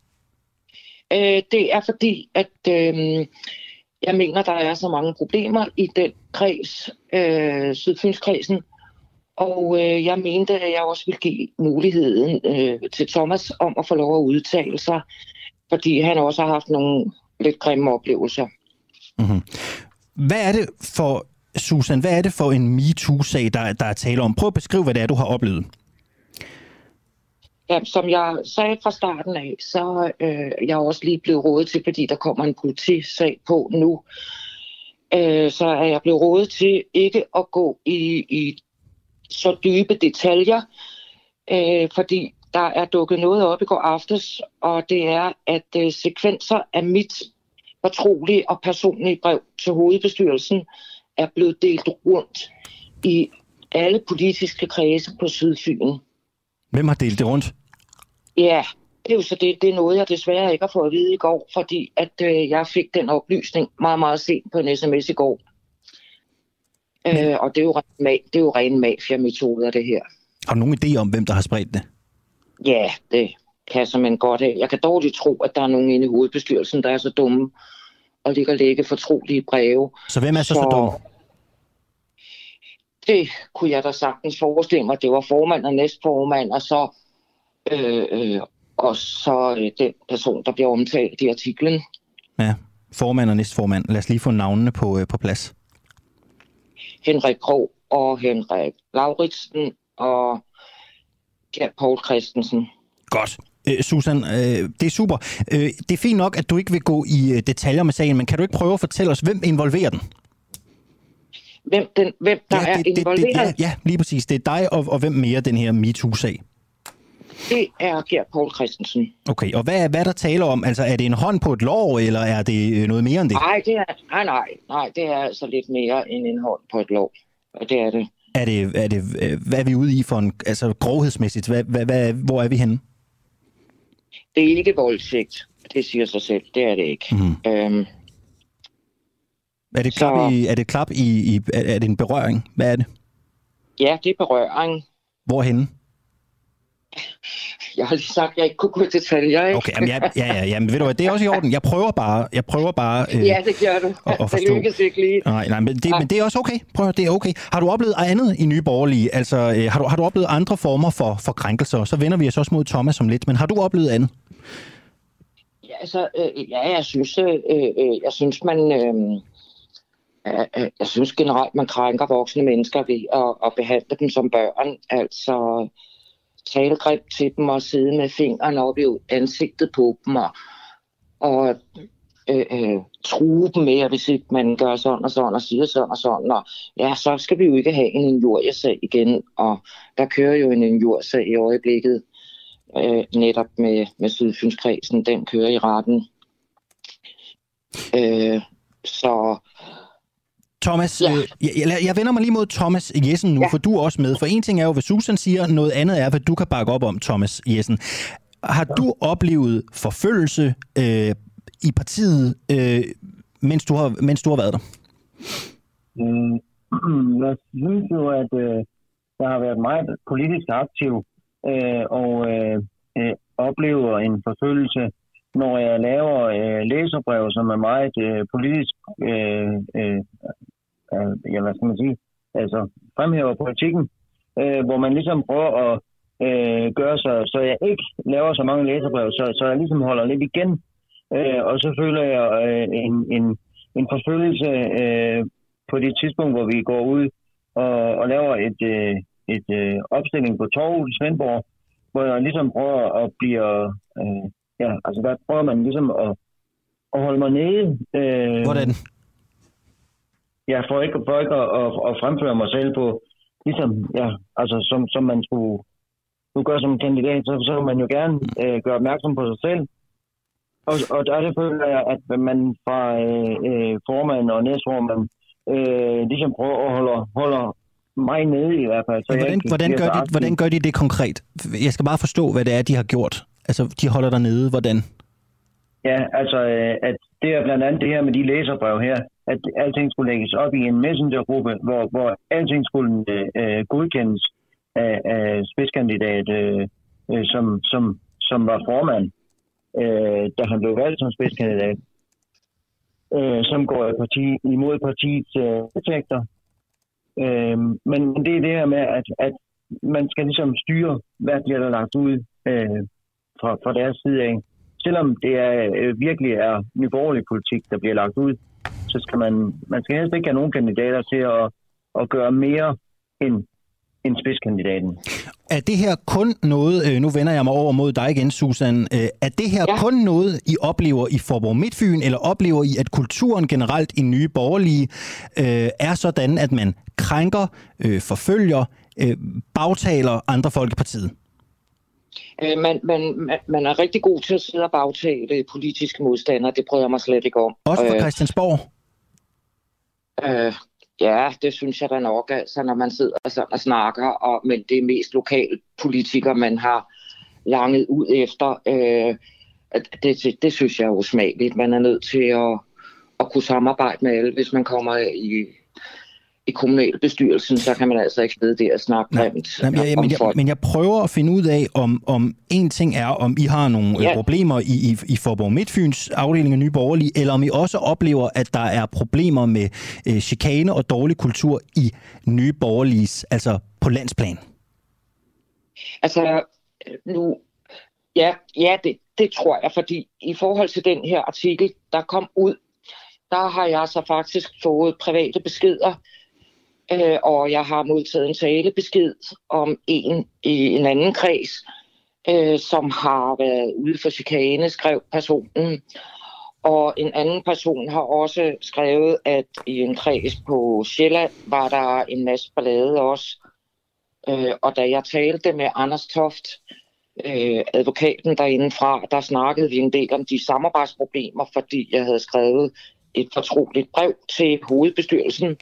Det er fordi, at jeg mener, der er så mange problemer i den kreds, Sydfynskredsen, og jeg mente, at jeg også ville give muligheden til Thomas om at få lov at udtale sig, fordi han også har haft nogle lidt grimme oplevelser. Mm-hmm. Hvad er det for, Susan, hvad er det for en MeToo-sag, der er tale om? Prøv at beskrive, hvad det er, du har oplevet. Ja, som jeg sagde fra starten af, så jeg også lige blevet rådet til, fordi der kommer en politisag på nu, så er jeg blevet rådet til ikke at gå i så dybe detaljer, fordi der er dukket noget op i går aftes, og det er, at sekvenser af mit fortrolige og personlige brev til hovedbestyrelsen er blevet delt rundt i alle politiske kredse på Sydfyn. Hvem har delt det rundt? Ja, det er jo så det er noget, jeg desværre ikke har fået at vide i går, fordi at jeg fik den oplysning meget, meget sent på en sms i går. Og det er jo ren mafia-metoder, det her. Har du nogen idé om, hvem der har spredt det? Ja, det kan jeg simpelthen godt have. Jeg kan dårligt tro, at der er nogen inde i hovedbestyrelsen, der er så dumme og ligger lægge fortrolige breve. Så hvem er så dumme? Det kunne jeg da sagtens forestille mig. Det var formand og næstformand, og så den person, der bliver omtalt i artiklen. Ja, formand og næstformand. Lad os lige få navnene på plads. Henrik Krog og Henrik Lauritsen og Gert Poul Christensen. Godt. Susan, det er super. Det er fint nok, at du ikke vil gå i detaljer med sagen, men kan du ikke prøve at fortælle os, hvem involverer den? Hvem der er involveret? Ja, lige præcis. Det er dig og hvem mere, den her MeToo-sag? Det er Gert Poul Christensen. Okay, og hvad der taler om? Altså, er det en hånd på et lår, eller er det noget mere end det? Nej, det er altså lidt mere end en hånd på et lår. Og det er det. Hvad er vi ude i for en, altså grovhedsmæssigt? Hvor er vi henne? Det er ikke voldtægt. Det siger sig selv. Det er det ikke. Mm-hmm. Er det en berøring? Hvad er det? Ja, det er berøring. Hvorhenne? Jeg har lige sagt, at jeg ikke kunne gå i detaljer, ikke? Okay, men ved du hvad, det er også i orden. Jeg prøver bare ja, det gør du. Det lykkes ikke lige. Nej, men det er også okay. Prøv at det er okay. Har du oplevet andet i Nye Borgerlige? Altså, har du oplevet andre former for krænkelser? Så vender vi os også mod Thomas om lidt, men har du oplevet andet? Ja, altså, jeg synes generelt, man krænker voksne mennesker ved at behandle dem som børn. Altså tale grimt til dem og sidde med fingrene op i ansigtet på dem og true dem med, at hvis ikke man gør sådan og sådan og siger sådan og sådan, og ja, så skal vi jo ikke have en injuriesag igen. Og der kører jo en injuriesag i øjeblikket, netop med Sydfynskredsen. Den kører i retten. Så Thomas, jeg vender mig lige mod Thomas Jessen nu, for du er også med. For en ting er jo, hvad Susan siger, noget andet er, hvad du kan bakke op om, Thomas Jessen. Har du oplevet forfølgelse i partiet, mens du har været der? Jeg synes jo, at jeg har været meget politisk aktiv og oplever en forfølgelse, når jeg laver læserbrev, som er meget politisk, hvad skal man sige, altså fremhæver politikken, hvor man ligesom prøver at gøre så jeg ikke laver så mange læserbrev, så jeg ligesom holder lidt igen, og så føler jeg en forfølgelse på det tidspunkt, hvor vi går ud og laver et opstilling på torvet i Svendborg, hvor jeg ligesom prøver at blive altså der prøver man ligesom at holde mig nede. Hvordan? Ja, for ikke at fremføre mig selv på, ligesom, ja, altså som man skulle gøre som kandidat, så vil man jo gerne gøre opmærksom på sig selv. Og der føler jeg, at man fra formand og næstformand ligesom prøver at holde mig nede i hvert fald. Så hvordan gør de det konkret? Jeg skal bare forstå, hvad det er, de har gjort. Altså, de holder der nede. Hvordan? Ja, altså, at det er blandt andet det her med de læserbrev her, at alting skulle lægges op i en messengergruppe, hvor alting skulle godkendes af spidskandidat, som var formand, da han blev valgt som spidskandidat, som går imod partiets vedtægter. Men det er det her med, at man skal ligesom styre, hvad bliver der lagt ud fra deres side af. Selvom det virkelig er Nye Borgerlige politik, der bliver lagt ud, så skal man skal helst ikke have nogen kandidater til at gøre mere end spidskandidaten. Er det her kun noget, nu vender jeg mig over mod dig igen, Susan, er det her kun noget, I oplever i Faaborg Midtfyn, eller oplever I, at kulturen generelt i Nye Borgerlige er sådan, at man krænker, forfølger, bagtaler andre folk i partiet? Man er rigtig god til at sidde og bagtale politiske modstandere. Det prøver jeg mig slet ikke om. Også på Christiansborg? Ja, det synes jeg da nok, altså, når man sidder og snakker, men det er mest lokale politikere, man har langet ud efter. Det synes jeg er usmageligt. Man er nødt til at kunne samarbejde med alle, hvis man kommer i kommunalbestyrelsen, så kan man altså ikke sidde der og snakke grimt. Men jeg prøver at finde ud af, om en ting er, om I har nogle problemer i Faaborg Midtfyns afdeling af Nye Borgerlige, eller om I også oplever, at der er problemer med chikane og dårlig kultur i Nye Borgerliges, altså på landsplan. Altså, nu... Ja, det tror jeg, fordi i forhold til den her artikel, der kom ud, der har jeg så faktisk fået private beskeder, og jeg har modtaget en talebesked om en i en anden kreds, som har været ude for chikane, skrev personen. Og en anden person har også skrevet, at i en kreds på Sjælland var der en masse ballade også. Og da jeg talte med Anders Toft, advokaten derindefra, der snakkede vi en del om de samarbejdsproblemer, fordi jeg havde skrevet et fortroligt brev til hovedbestyrelsen.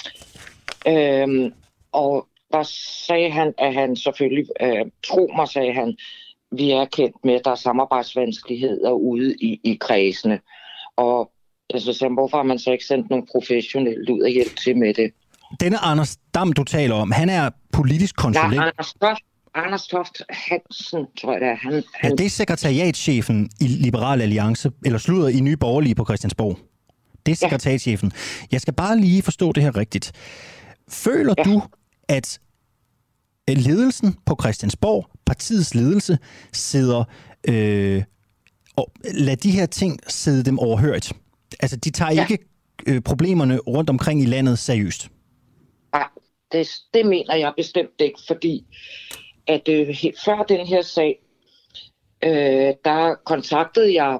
Og der sagde han, at han selvfølgelig, tro mig, sagde han, vi er kendt med, at der er samarbejdsvanskeligheder ude i kredsene. Og altså, så hvorfor har man så ikke sendt nogle professionelle ud og hjælp til med det? Denne Anders Dam, du taler om, han er politisk konsulent. Nej, Anders Toft Hansen, tror jeg det er. Ja, det er sekretariatschefen i Liberal Alliance, eller slutter i Nye Borgerlige på Christiansborg. Det er sekretariatschefen. Jeg skal bare lige forstå det her rigtigt. Føler du, at ledelsen på Christiansborg, partiets ledelse, sidder og lader de her ting sidde dem overhørt? Altså, de tager ikke problemerne rundt omkring i landet seriøst? Nej, det mener jeg bestemt ikke, fordi at før den her sag, der kontaktede jeg,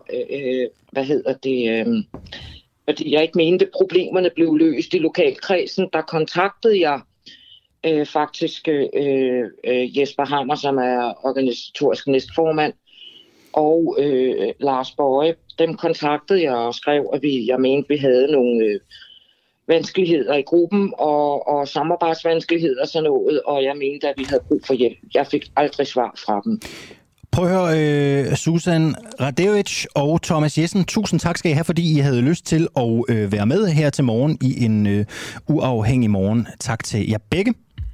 fordi jeg ikke mente, at problemerne blev løst i lokalkredsen, der kontaktede jeg faktisk Jesper Hammer, som er organisatorisk næstformand, og Lars Bøje. Dem kontaktede jeg og skrev, at jeg mente, vi havde nogle vanskeligheder i gruppen og samarbejdsvanskeligheder og sådan noget, og jeg mente, at vi havde brug for hjælp. Jeg fik aldrig svar fra dem. Prøv at høre, Susan Radevic og Thomas Jessen, tusind tak skal I have, fordi I havde lyst til at være med her til morgen i en uafhængig morgen. Tak til jer begge.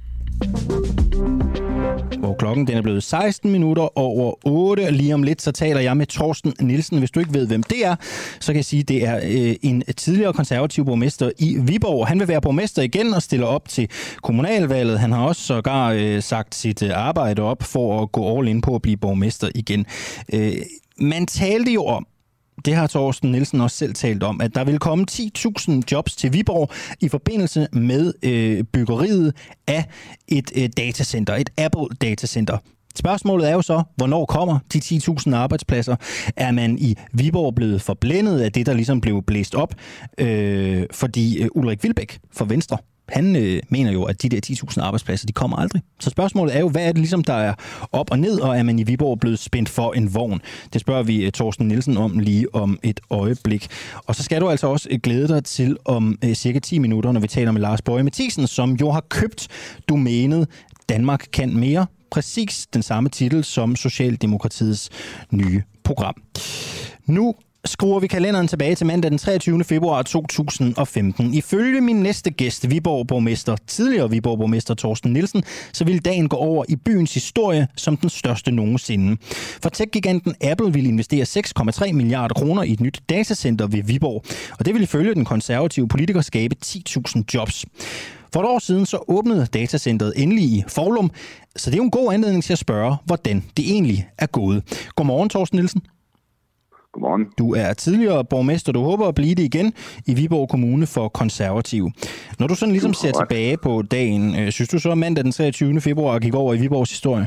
Hvor klokken den er blevet 16 minutter over 8. Lige om lidt, så taler jeg med Torsten Nielsen. Hvis du ikke ved, hvem det er, så kan jeg sige, at det er en tidligere konservativ borgmester i Viborg. Han vil være borgmester igen og stiller op til kommunalvalget. Han har også sågar sagt sit arbejde op for at gå all in på at blive borgmester igen. Man talte jo om, det har Torsten Nielsen også selv talt om, at der vil komme 10.000 jobs til Viborg i forbindelse med byggeriet af et datacenter, et Apple-datacenter. Spørgsmålet er jo så, hvornår kommer de 10.000 arbejdspladser? Er man i Viborg blevet forblændet af det, der ligesom blev blæst op? Fordi Ulrik Wilbek fra Venstre, han mener jo, at de der 10.000 arbejdspladser, de kommer aldrig. Så spørgsmålet er jo, hvad er det ligesom, der er op og ned, og er man i Viborg blevet spændt for en vogn? Det spørger vi Torsten Nielsen om lige om et øjeblik. Og så skal du altså også glæde dig til om cirka 10 minutter, når vi taler med Lars Boje Mathiesen, som jo har købt domænet Danmark kan mere. Præcis den samme titel som Socialdemokratiets nye program. Nu skruer vi kalenderen tilbage til mandag den 23. februar 2015. Ifølge min næste gæst, tidligere Viborg-borgmester Torsten Nielsen, så ville dagen gå over i byens historie som den største nogensinde. For tech-giganten Apple ville investere 6,3 milliarder kroner i et nyt datacenter ved Viborg, og det ville ifølge den konservative politiker skabe 10.000 jobs. For et år siden så åbnede datacenteret endelig i Foulum, så det er jo en god anledning til at spørge, hvordan det egentlig er gået. Godmorgen, Torsten Nielsen. Godmorgen. Du er tidligere borgmester. Du håber at blive det igen i Viborg Kommune for konservativ. Når du sådan ligesom ser tilbage på dagen, synes du så, at mandag den 23. februar gik over i Viborgs historie?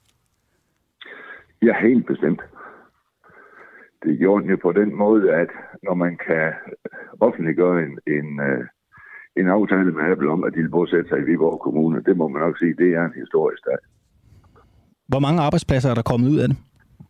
Ja, helt bestemt. Det gjorde den jo på den måde, at når man kan offentliggøre en aftale med Apple om, at de vil bosætte sig i Viborg Kommune, det må man nok sige, det er en historisk dag. Hvor mange arbejdspladser er der kommet ud af det?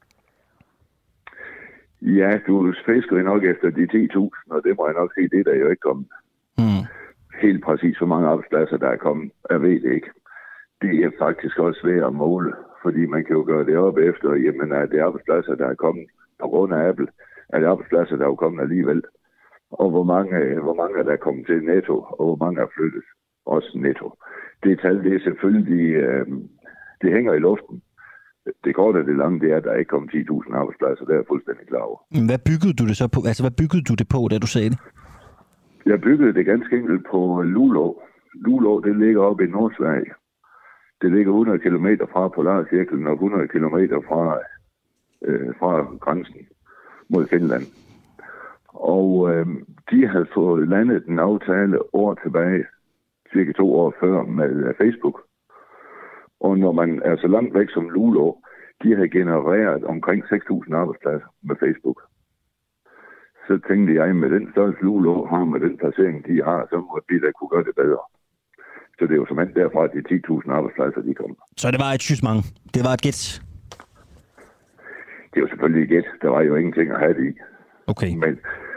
Ja, du fisker nok efter de 10.000, og det må jeg nok sige, det er der jo ikke kommet. Helt præcis, hvor mange arbejdspladser der er kommet, jeg ved det ikke. Det er faktisk også svært at måle, fordi man kan jo gøre det op efter, jamen er det arbejdspladser, der er kommet på grund af Apple, er det arbejdspladser, der er kommet alligevel. Og hvor mange er der kommet til netto, og hvor mange er flyttet. også netto. Det tal, det er selvfølgelig, det hænger i luften. Det korte og det lange, det er, at der ikke kommer 10.000 arbejdspladser, der er jeg fuldstændig klar over. Hvad byggede du det så på? Altså, hvad byggede du det på, da du sagde det? Jeg byggede det ganske enkelt på Luleå. Luleå, det ligger oppe i Nordsverige. Det ligger 100 km fra Polarcirklen og 100 km fra grænsen mod Finland. Og de havde fået landet en aftale år tilbage, cirka 2 år før, med Facebook. Og når man er så langt væk som Luleå, de har genereret omkring 6.000 arbejdspladser med Facebook. Så tænkte jeg, med den størrelse Luleå har, med den placering, de har, så må vi da kunne gøre det bedre. Så det er jo som end derfra, at de 10.000 arbejdspladser, de kommer. Så det var et jugement. Det var et gæt. Det er jo selvfølgelig et gæt. Der var jo ingenting at have det i. Okay. Men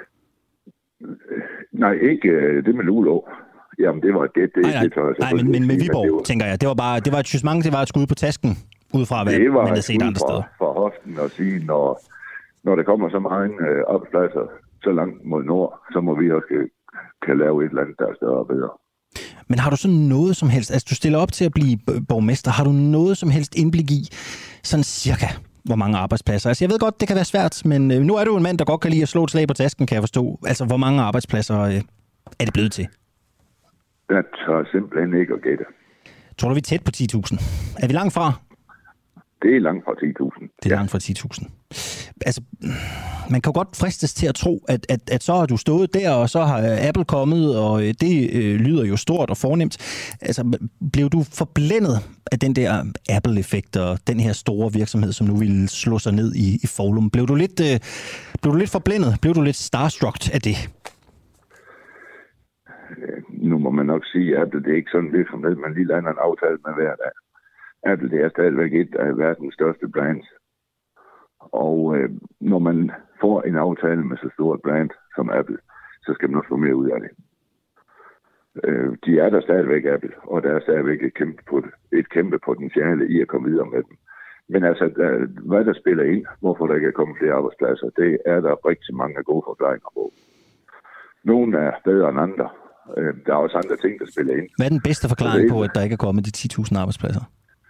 nej, ikke det med Luleå. Jamen, det var et gæt. Men med Viborg, tænker jeg. Det var et jugement, det var et skud på tasken, ud fra hvad man havde set andre steder. Det var fra hoften at sige, når der kommer så mange arbejdspladser så langt mod nord, så må vi også kan lave et eller andet, der er større og bedre. Men har du så noget som helst, altså du stiller op til at blive borgmester, har du noget som helst indblik i, sådan cirka, hvor mange arbejdspladser? Altså jeg ved godt, det kan være svært, men nu er du en mand, der godt kan lide at slå et slag på tasken, kan jeg forstå. Altså hvor mange arbejdspladser er det blevet til? Jeg tør simpelthen ikke at gætte. Tror du, vi er tæt på 10.000? Er vi langt fra? Det er langt fra 10.000. Det er langt fra 10.000. Altså, man kan jo godt fristes til at tro, at så har du stået der, og så har Apple kommet, og det lyder jo stort og fornemt. Altså, blev du forblændet af den der Apple-effekt og den her store virksomhed, som nu ville slå sig ned i Foulum? Blev du lidt forblændet? Blev du lidt starstruck af det? Nu må man nok sige, at det er ikke sådan en virksomhed, man lige lander en aftale med hver dag. Apple, det er stadigvæk et af verdens største brands. Og når man får en aftale med så stort brand som Apple, så skal man også få mere ud af det. De er der stadigvæk Apple, og der er stadigvæk et kæmpe potentiale i at komme videre med dem. Men altså, hvad der spiller ind, hvorfor der ikke er kommet flere arbejdspladser, det er der rigtig mange gode forklaringer på. Nogle er bedre end andre. Der er også andre ting, der spiller ind. Hvad er den bedste forklaring på, at der ikke er kommet de 10.000 arbejdspladser?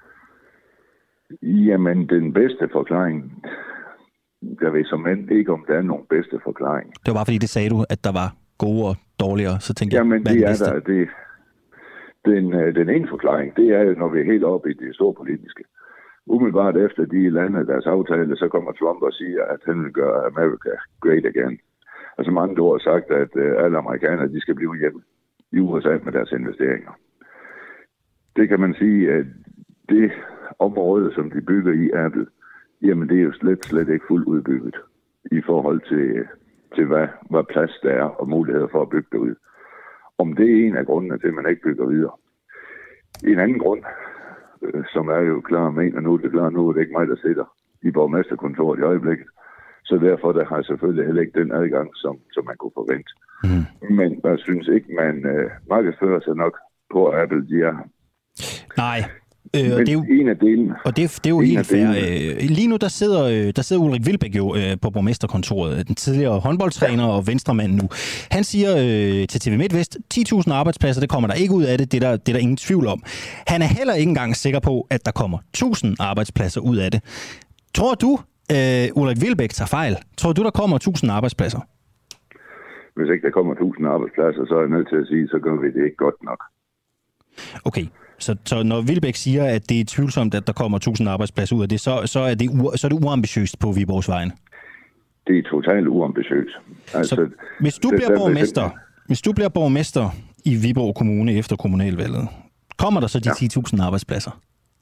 Jamen, den bedste forklaring, jeg ved som ikke, om der er nogen bedste forklaring. Det var bare fordi, det sagde du, at der var gode og dårligere, så tænkte jamen, jeg, hvad er der. Den ene forklaring, det er jo, når vi er helt oppe i det store politiske. Umiddelbart efter de landede deres aftale, så kommer Trump og siger, at han vil gøre America great again. Altså mange ord har sagt, at alle amerikanere, de skal blive hjemme i USA med deres investeringer. Det kan man sige, at det område, som de bygger i Apple, jamen det er jo slet ikke fuldt udbygget i forhold til hvad plads der er og muligheder for at bygge det ud. Om det er en af grundene til, at man ikke bygger videre. En anden grund, som er jo klar mener nu, det er ikke mig, der sidder i borgmesterkontoret i øjeblikket. Så derfor der har jeg selvfølgelig heller ikke den adgang, som man kunne forvente. Mm. Men jeg synes ikke, man markedsfører sig nok på Apple, de er. Nej. Det er jo en af delene. Og det er jo helt fair. Lige nu der sidder Ulrik Wilbek jo på borgmesterkontoret, den tidligere håndboldtræner og venstremand nu. Han siger til TV MidtVest, 10.000 arbejdspladser, det kommer der ikke ud af det. Det er der ingen tvivl om. Han er heller ikke engang sikker på, at der kommer 1.000 arbejdspladser ud af det. Tror du, Ulrik Wilbek tager fejl? Tror du, der kommer 1.000 arbejdspladser? Hvis ikke der kommer 1.000 arbejdspladser, så er jeg nødt til at sige, så gør vi det ikke godt nok. Okay. Så når Wilbek siger, at det er tvivlsomt, at der kommer 1.000 arbejdspladser ud af det, så er det uambitiøst på Viborgs vegne? Det er totalt uambitiøst. Altså, så hvis du bliver borgmester i Viborg Kommune efter kommunalvalget, kommer der så de 10.000 arbejdspladser?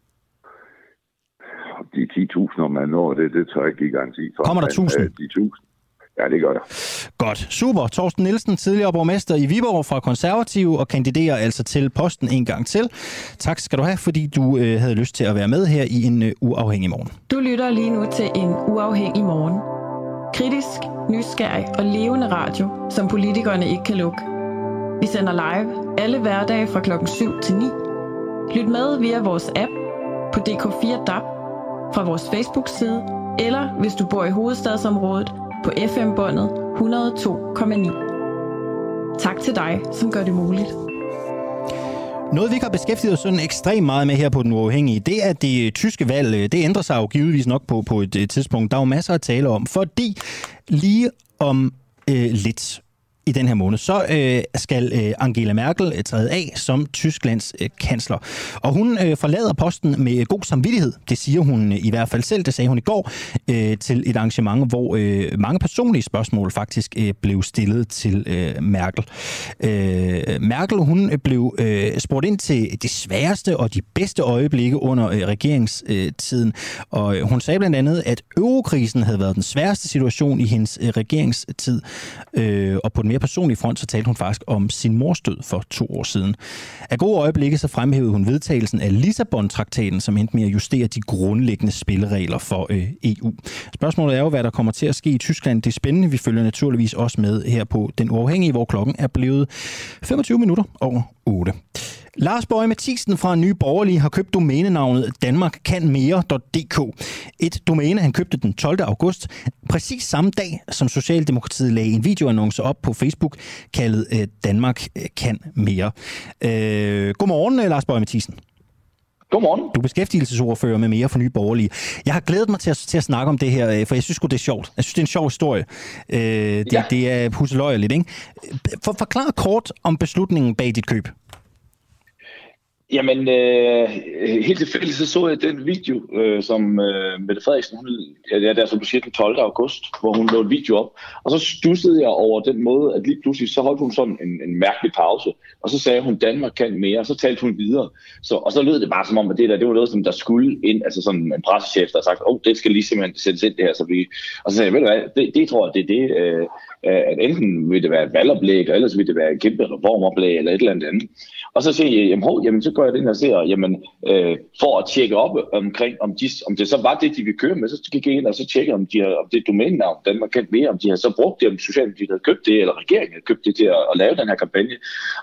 De 10.000, om man når det tør jeg ikke give garanti for. Kommer der 1.000? Ja, det gør der. Godt. Super. Torsten Nielsen, tidligere borgmester i Viborg fra Konservative og kandiderer altså til posten en gang til. Tak skal du have, fordi du havde lyst til at være med her i en uafhængig morgen. Du lytter lige nu til en uafhængig morgen. Kritisk, nysgerrig og levende radio, som politikerne ikke kan lukke. Vi sender live alle hverdage fra klokken 7 til 9. Lyt med via vores app på DK4 DAB, fra vores Facebook-side, eller hvis du bor i hovedstadsområdet, på FM-båndet 102,9. Tak til dig, som gør det muligt. Noget, vi ikke har beskæftiget os sådan ekstremt meget med her på Den Uafhængige, det er det tyske valg. Det ændrer sig jo givetvis nok på et tidspunkt. Der er jo masser at tale om, fordi lige om lidt i den her måned, så skal Angela Merkel træde af som Tysklands kansler. Og hun forlader posten med god samvittighed. Det siger hun i hvert fald selv. Det sagde hun i går til et arrangement, hvor mange personlige spørgsmål faktisk blev stillet til Merkel. Merkel, hun blev spurgt ind til de sværeste og de bedste øjeblikke under regeringstiden. Og hun sagde blandt andet, at eurokrisen havde været den sværeste situation i hendes regeringstid. Og på den mere personlige front, så talte hun faktisk om sin mors død for 2 år siden. Af gode øjeblikke, så fremhævede hun vedtagelsen af Lissabon-traktaten, som endte med at justere de grundlæggende spilleregler for EU. Spørgsmålet er jo, hvad der kommer til at ske i Tyskland. Det er spændende. Vi følger naturligvis også med her på Den Uafhængige, hvor klokken er blevet 25 minutter over 8. Lars Boje Mathiesen fra Nye Borgerlige har købt domænenavnet danmarkkanmere.dk. Et domæne, han købte den 12. august, præcis samme dag, som Socialdemokratiet lagde en videoannonce op på Facebook, kaldet Danmark kan mere. Godmorgen, Lars Boje Mathiesen. Godmorgen. Du er beskæftigelsesordfører med mere for Nye Borgerlige. Jeg har glædet mig til at snakke om det her, for jeg synes det er sjovt. Jeg synes, det er en sjov historie. Det er pusseløjerligt, ikke? Forklar kort om beslutningen bag dit køb. Jamen, helt tilfældigt så jeg den video, som Mette Frederiksen, som du siger, den 12. august, hvor hun lå en video op. Og så stussede jeg over den måde, at lige pludselig så holdt hun sådan en mærkelig pause. Og så sagde hun, Danmark kan mere, og så talte hun videre. Og så lød det bare som om, at det var noget, som der skulle ind, altså sådan en pressechef, der har sagt, det skal lige simpelthen sættes ind det her. Og så sagde jeg, ved du hvad, det tror jeg, det er det, at enten vil det være et valgoplæg, eller ellers vil det være et kæmpe reformoplæg, eller et eller andet. Og så siger jeg, jamen så går jeg ind og ser, for at tjekke op omkring, om det så var det, de ville køre med, så gik jeg ind og så tjekke, om det domænenavn, Danmark kan mere, om de har så brugt det, om Socialdemokratiet havde købt det, eller regeringen havde købt det til at lave den her kampagne.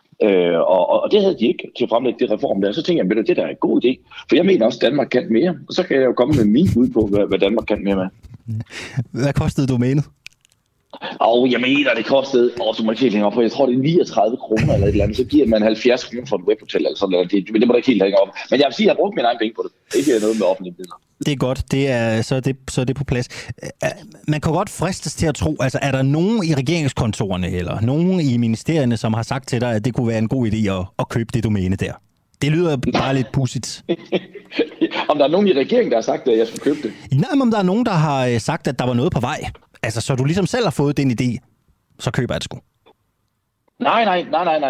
Og det havde de ikke til at fremlægge det reform der. Så tænkte jeg, det der er en god idé, for jeg mener også, at Danmark kan mere. Og så kan jeg jo komme med min bud på, hvad Danmark kan mere med. Hvad kostede domænet? Jeg mener, det kostede, du må ikke helt hænge op, for jeg tror, det er 39 kroner eller et eller andet, så giver man 70 kroner for et webhotel eller sådan noget. Det må da ikke helt hænge op. Men jeg vil sige, at jeg har brugt mine egne penge på det. Det er ikke noget med offentlige midler. Det er godt, så er det på plads. Man kan godt fristes til at tro, altså er der nogen i regeringskontorerne eller nogen i ministerierne, som har sagt til dig, at det kunne være en god idé at købe det domæne der? Det lyder bare lidt pudsigt. Om der er nogen i regeringen, der har sagt, at jeg skulle købe det? Nej, men om der er nogen, der har sagt, at der var noget på vej. Altså, så du ligesom selv har fået den idé, så køber jeg det sgu. Nej.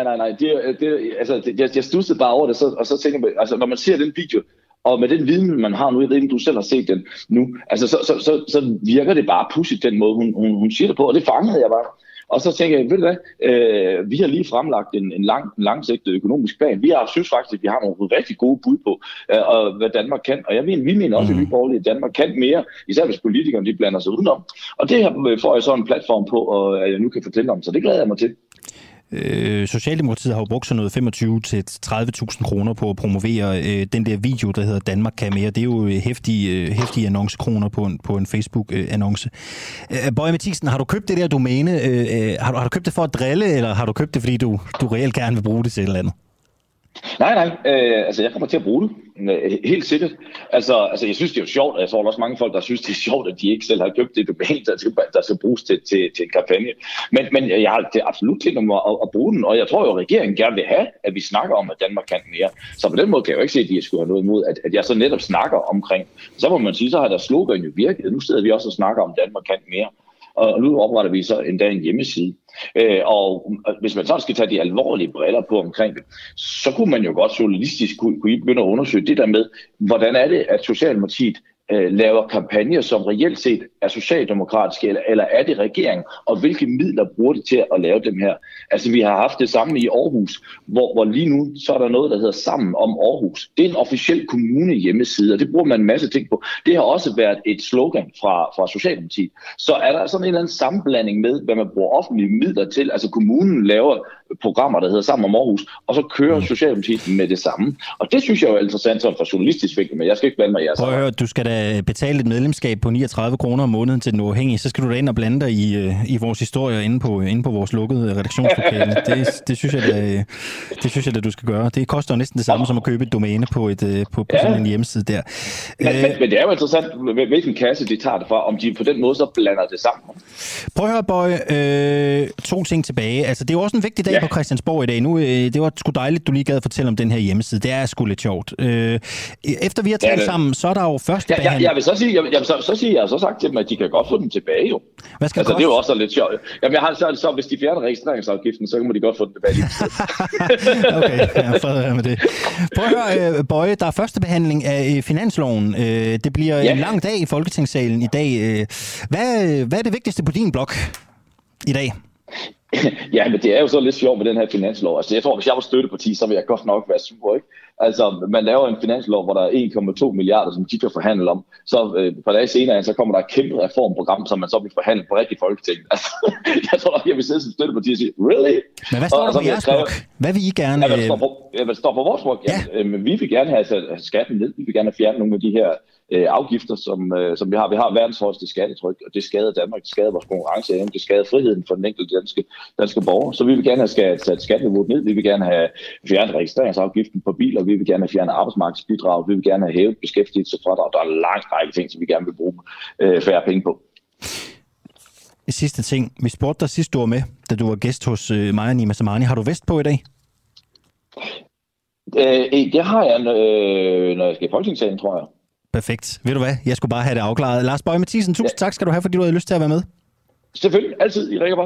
Jeg studsede bare over det, og så tænker jeg, altså når man ser den video, og med den viden, man har nu, jeg ved ikke, du selv har set den nu, altså så virker det bare pudsigt, den måde, hun siger det på, og det fangede jeg bare. Og så tænker jeg, ved du hvad, vi har lige fremlagt en langsigtet økonomisk plan. Vi synes faktisk, at vi har nogle rigtig gode bud på, hvad Danmark kan. Og vi mener også, at Nye Borgerlige, at Danmark kan mere, især hvis politikerne de blander sig udenom. Og det her får jeg så en platform på, og jeg nu kan fortælle om, så det glæder jeg mig til. Socialdemokratiet har jo brugt sådan noget 25.000-30.000 kroner på at promovere den der video, der hedder Danmark kan mere. Det er jo hæftige annoncekroner på en Facebook-annonce. Boje Mathiesen, har du købt det der domæne? Har du købt det for at drille, eller har du købt det, fordi du reelt gerne vil bruge det til et eller andet? Nej. Jeg kommer til at bruge det. Helt sikkert. Altså, jeg synes, det er jo sjovt, og jeg tror også mange folk, der synes, det er sjovt, at de ikke selv har købt det domæne, der skal bruges til en kampagne. Men jeg har det absolut tænkt om at bruge den, og jeg tror jo, at regeringen gerne vil have, at vi snakker om, at Danmark kan mere. Så på den måde kan jeg jo ikke se, at de skulle have noget imod, at jeg så netop snakker omkring. Så må man sige, så har der slogan jo virket. Nu sidder vi også og snakker om, at Danmark kan mere. Og nu opretter vi så endda en hjemmeside. Og hvis man så skal tage de alvorlige briller på omkring det, så kunne man jo godt journalistisk kunne begynde at undersøge det der med, hvordan er det, at Socialdemokratiet laver kampagner, som reelt set er socialdemokratiske, eller er det regering, og hvilke midler bruger det til at lave dem her? Altså, vi har haft det samme i Aarhus, hvor lige nu, så er der noget, der hedder Sammen om Aarhus. Det er en officiel kommune hjemmeside, og det bruger man en masse ting på. Det har også været et slogan fra Socialdemokratiet. Så er der sådan en eller anden sammenblanding med, hvad man bruger offentlige midler til. Altså, kommunen laver programmer, der hedder Sammen om Aarhus, og så kører Socialdemokratiet med det samme. Og det synes jeg jo er interessant sådan fra journalistisk vinkel, men jeg skal ikke blande mig i jeres. Prøv at høre, have betalt et medlemskab på 39 kroner om måneden til Den Uafhængige, så skal du da ind og blande dig i vores historier inde på vores lukkede redaktionslokale. Det synes jeg da, du skal gøre. Det koster jo næsten det samme som at købe et domæne på sådan en hjemmeside der. Men det er jo interessant, hvilken kasse de tager det fra, om de på den måde så blander det sammen. Prøv at høre, Boy. 2 ting tilbage. Altså, det er jo også en vigtig dag på Christiansborg i dag. Nu, det var sgu dejligt, du lige gad fortælle om den her hjemmeside. Det er sgu lidt sjovt. Efter vi har talt sammen, så er der jo første behandling. Jeg vil så sige, jeg har så sagt til dem, at de kan godt få den tilbage jo. Hvad skal det er jo også lidt sjovt. Jamen, jeg har så hvis de fjerner registreringsafgiften, så må de godt få den tilbage. Okay, jeg fred med det. Prøv at høre, Boy, der er første behandling af finansloven. Det bliver en lang dag i Folketingssalen i dag. Hvad er det vigtigste på din blok i dag? Ja, men det er jo så lidt sjovt med den her finanslov. Altså, jeg tror, hvis jeg var støtteparti, så ville jeg godt nok være sur, ikke? Altså, man laver en finanslov, hvor der er 1,2 milliarder, som de kan forhandle om. Så et par dage senere, så kommer der et kæmpe reformprogram, som man så vil forhandle på rigtig Folketinget. Altså, jeg tror nok, jeg vil sidde som støtteparti og sige, really? Men hvad står der på jeres blok? Hvad vil I gerne? Hvad står på vores blok? Ja. Men vi vil gerne have skatten ned. Vi vil gerne have fjernet nogle af de her afgifter, som vi har. Vi har verdens højeste skattetryk, og det skader Danmark, det skader vores konkurrenceevne, det skader friheden for den enkelte danske borger. Så vi vil gerne have sat skatniveauet ned, vi vil gerne have fjernet registreringsafgiften på biler, vi vil gerne have fjernet arbejdsmarkedsbidrag, vi vil gerne have hævet beskæftigelsesfradrag. Der er en lang række ting, som vi gerne vil bruge færre penge på. Sidste ting. Vi spurgte dig sidst, du var med, da du var gæst hos mig og Nima Samani. Har du vest på i dag? Det har jeg, når jeg skal i Folketingssalen, tror jeg. Perfekt. Ved du hvad? Jeg skulle bare have det afklaret. Lars Boje Mathiesen, tusind tak skal du have, fordi du havde lyst til at være med. Selvfølgelig. Altid. I ringer bare.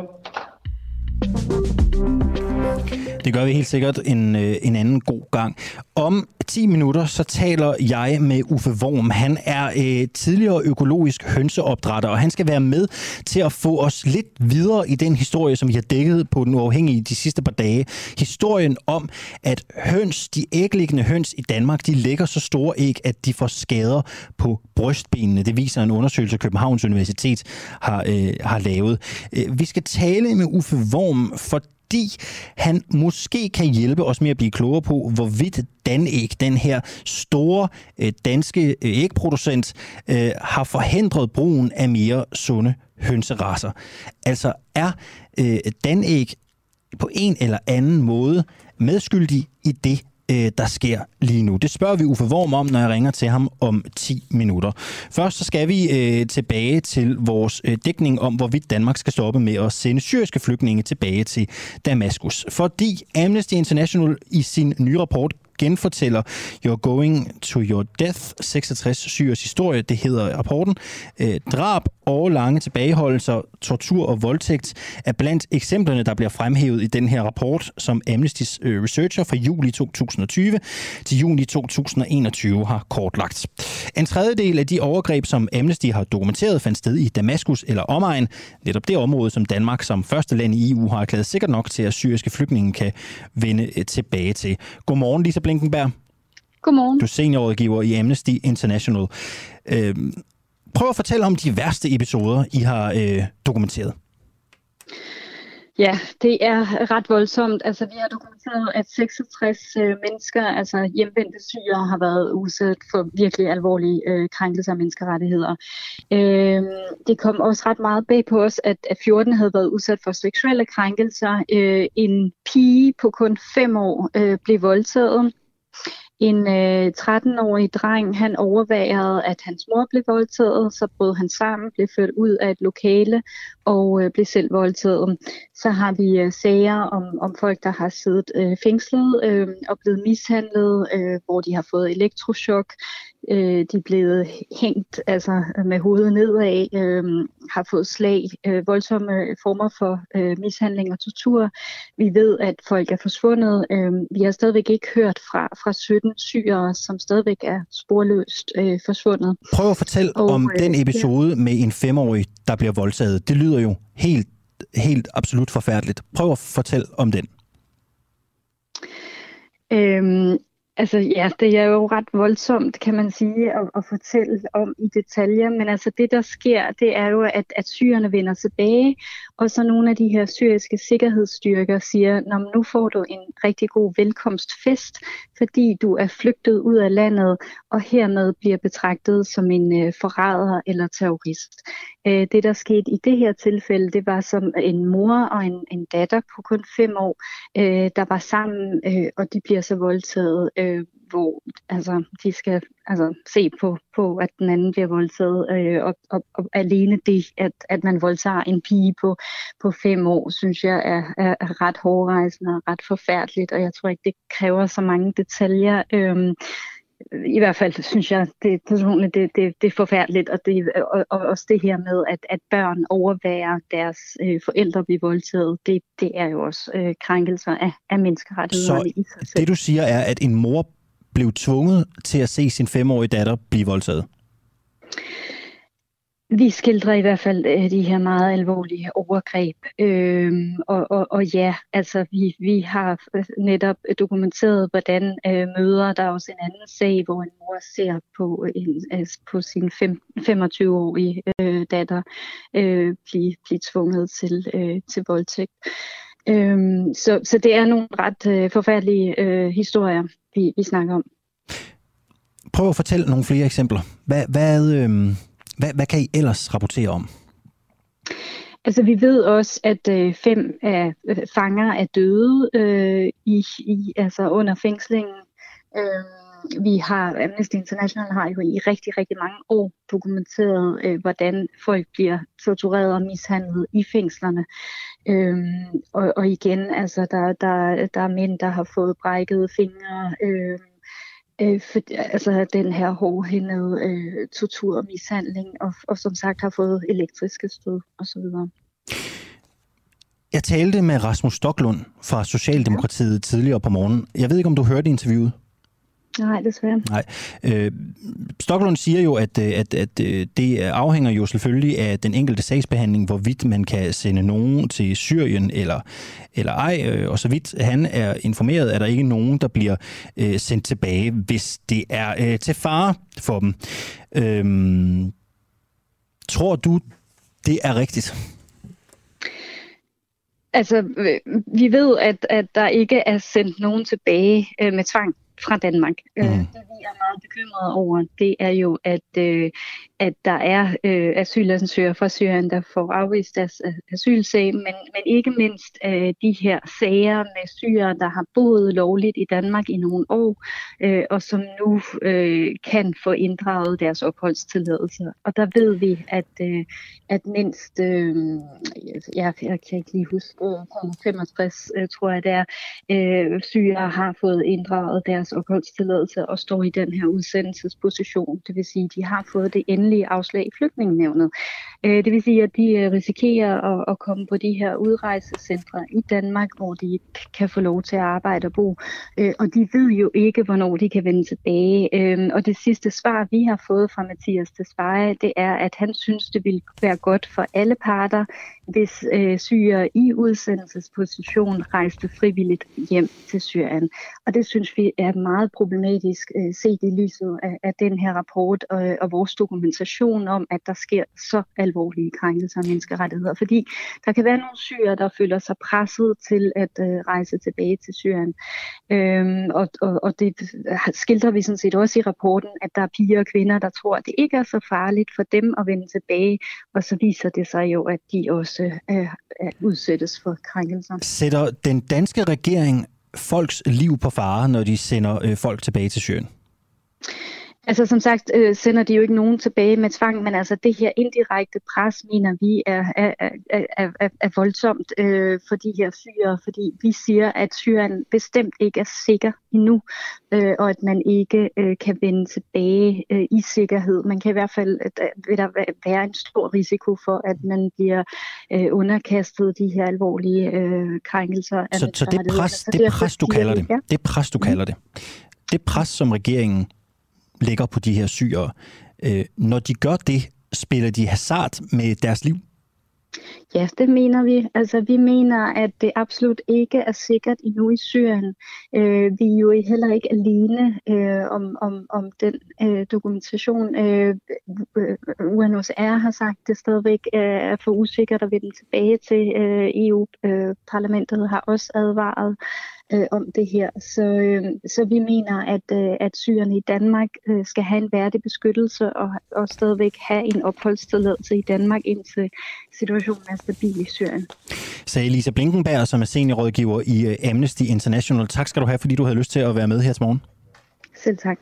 Det gør vi helt sikkert en anden god gang. Om 10 minutter, så taler jeg med Uffe Worm. Han er tidligere økologisk hønseopdrætter, og han skal være med til at få os lidt videre i den historie, som vi har dækket på Den Uafhængige de sidste par dage. Historien om, at de æglæggende høns i Danmark, de lægger så store æg, at de får skader på brystbenene. Det viser en undersøgelse, Københavns Universitet har lavet. Vi skal tale med Uffe Worm, fordi han måske kan hjælpe os med at blive klogere på, hvorvidt Danæg, den her store danske ægproducent, har forhindret brugen af mere sunde hønseracer. Altså er Danæg på en eller anden måde medskyldig i det, der sker lige nu. Det spørger vi Uffe Worm om, når jeg ringer til ham om 10 minutter. Først så skal vi tilbage til vores dækning om, hvorvidt Danmark skal stoppe med at sende syriske flygtninge tilbage til Damaskus. Fordi Amnesty International i sin nye rapport genfortæller You're Going to Your Death, 66 syriers historie, det hedder rapporten. Drab, årelange tilbageholdelser, tortur og voldtægt er blandt eksemplerne, der bliver fremhævet i den her rapport, som Amnestys researcher fra juli 2020 til juni 2021 har kortlagt. En tredjedel af de overgreb, som Amnesty har dokumenteret, fandt sted i Damaskus eller omegn, netop det område, som Danmark som første land i EU har erklæret sikkert nok til, at syriske flygtninge kan vende tilbage til. Godmorgen, Lisa Blinkenberg. Godmorgen. Du er seniorrådgiver i Amnesty International. Prøv at fortælle om de værste episoder, I har dokumenteret. Ja, det er ret voldsomt. Altså, vi har dokumenteret, at 66 mennesker, altså hjemvendte syrere, har været udsat for virkelig alvorlige krænkelser af menneskerettigheder. Det kom også ret meget bag på os, at 14 havde været udsat for seksuelle krænkelser. En pige på kun 5 år blev voldtaget. En 13-årig dreng, han overværede, at hans mor blev voldtaget, så brød han sammen, blev ført ud af et lokale og blev selv voldtaget. Så har vi sager om folk, der har siddet fængslet og blevet mishandlet, hvor de har fået elektrochok. De er blevet hængt altså med hovedet nedad, har fået slag, voldsomme former for mishandling og tortur. Vi ved, at folk er forsvundet. Vi har stadigvæk ikke hørt fra 17 syrere, som stadigvæk er sporløst forsvundet. Prøv at fortælle om den episode med en 5-årig, der bliver voldtaget. Det lyder jo helt absolut forfærdeligt. Prøv at fortælle om den. Altså ja, det er jo ret voldsomt, kan man sige, at fortælle om i detaljer, men altså det, der sker, det er jo, at syrerne vender tilbage, og så nogle af de her syriske sikkerhedsstyrker siger, nu får du en rigtig god velkomstfest, fordi du er flygtet ud af landet, og hermed bliver betragtet som en forræder eller terrorist. Det, der skete i det her tilfælde, det var som en mor og en datter på kun 5 år, der var sammen, og de bliver så voldtaget, hvor de skal se på, at den anden bliver voldtaget, og alene det, at man voldtager en pige på 5 år, synes jeg er ret hårdrejsende og ret forfærdeligt, og jeg tror ikke, det kræver så mange detaljer. I hvert fald synes jeg, det personligt, det er forfærdeligt, og også det her med, at børn overværer deres forældre blive voldtaget, det er jo også krænkelser af menneskerettighederne i sig selv. Det du siger er, at en mor blev tvunget til at se sin 5-årige datter blive voldtaget? Vi skildrer i hvert fald de her meget alvorlige overgreb, og ja, altså vi har netop dokumenteret, hvordan mødre, der er også en anden sag, hvor en mor ser på sin 25-årige datter blive tvunget til voldtægt. Så det er nogle ret forfærdelige historier, vi snakker om. Prøv at fortælle nogle flere eksempler. Hvad kan I ellers rapportere om? Altså vi ved også, at 5 af fanger er døde under fængslingen. Vi har, Amnesty International har jo i rigtig, rigtig mange år dokumenteret, hvordan folk bliver tortureret og mishandlet i fængslerne. Og igen, altså der er mænd, der har fået brækkede fingre, den her hårdhændede tortur og mishandling, og som sagt har fået elektriske stød osv. Jeg talte med Rasmus Stoklund fra Socialdemokratiet tidligere på morgenen. Jeg ved ikke, om du hørte interviewet? Nej, desværre. Nej. Stoklund siger jo, at det afhænger jo selvfølgelig af den enkelte sagsbehandling, hvorvidt man kan sende nogen til Syrien eller ej. Og så vidt han er informeret, er der ikke nogen, der bliver sendt tilbage, hvis det er til fare for dem. Tror du, det er rigtigt? Altså, vi ved, at der ikke er sendt nogen tilbage med tvang fra Danmark. Det vi er meget bekymrede over, det er jo, at der er asylansøgere fra Syrien, der får afvist deres asylsag, men ikke mindst de her sager med syrere, der har boet lovligt i Danmark i nogle år, og som nu kan få inddraget deres opholdstilladelser. Og der ved vi, at mindst, jeg kan ikke lige huske, 65 tror jeg det er, syrere har fået inddraget deres opholdstilladelse og står i den her udsendelsesposition. Det vil sige, at de har fået det endelige afslag i Flygtningenævnet. Det vil sige, at de risikerer at komme på de her udrejsecentre i Danmark, hvor de kan få lov til at arbejde og bo. Og de ved jo ikke, hvornår de kan vende tilbage. Og det sidste svar, vi har fået fra Mathias Tesfaye, det er, at han synes, det ville være godt for alle parter, hvis syrere i udsendelsesposition rejste frivilligt hjem til Syrien. Og det synes vi er meget problematisk set i lyset af den her rapport og vores dokumentation om, at der sker så alvorlige krænkelser af menneskerettigheder. Fordi der kan være nogle syrere, der føler sig presset til at rejse tilbage til Syrien. Og det skildrer vi sådan set også i rapporten, at der er piger og kvinder, der tror, at det ikke er så farligt for dem at vende tilbage. Og så viser det sig jo, at de også udsættes for krænkelser. Sætter den danske regering folks liv på fare, når de sender folk tilbage til Syrien? Altså som sagt sender de jo ikke nogen tilbage med tvang, men altså det her indirekte pres, mener vi, er voldsomt for de her syrere, fordi vi siger, at Syrien bestemt ikke er sikker endnu, og at man ikke kan vende tilbage i sikkerhed. Man kan i hvert fald, vil der være en stor risiko for, at man bliver underkastet de her alvorlige krænkelser. Så det pres, du kalder det, det pres, du kalder det, det pres, som regeringen lægger på de her syrere. Når de gør det, spiller de hasard med deres liv? Ja, det mener vi. Altså, vi mener, at det absolut ikke er sikkert endnu i Syrien. Vi er jo heller ikke alene om den dokumentation. UNHCR har sagt, at det stadigvæk er for usikkert at vende tilbage til. EU-parlamentet har også advaret om det her. Så vi mener, at syrerne i Danmark skal have en værdig beskyttelse og stadigvæk have en opholdstilladelse i Danmark, indtil situationen er stabil i Syrien. Sagde Lisa Blinkenberg, som er seniorrådgiver i Amnesty International. Tak skal du have, fordi du havde lyst til at være med her til morgen. Selv tak.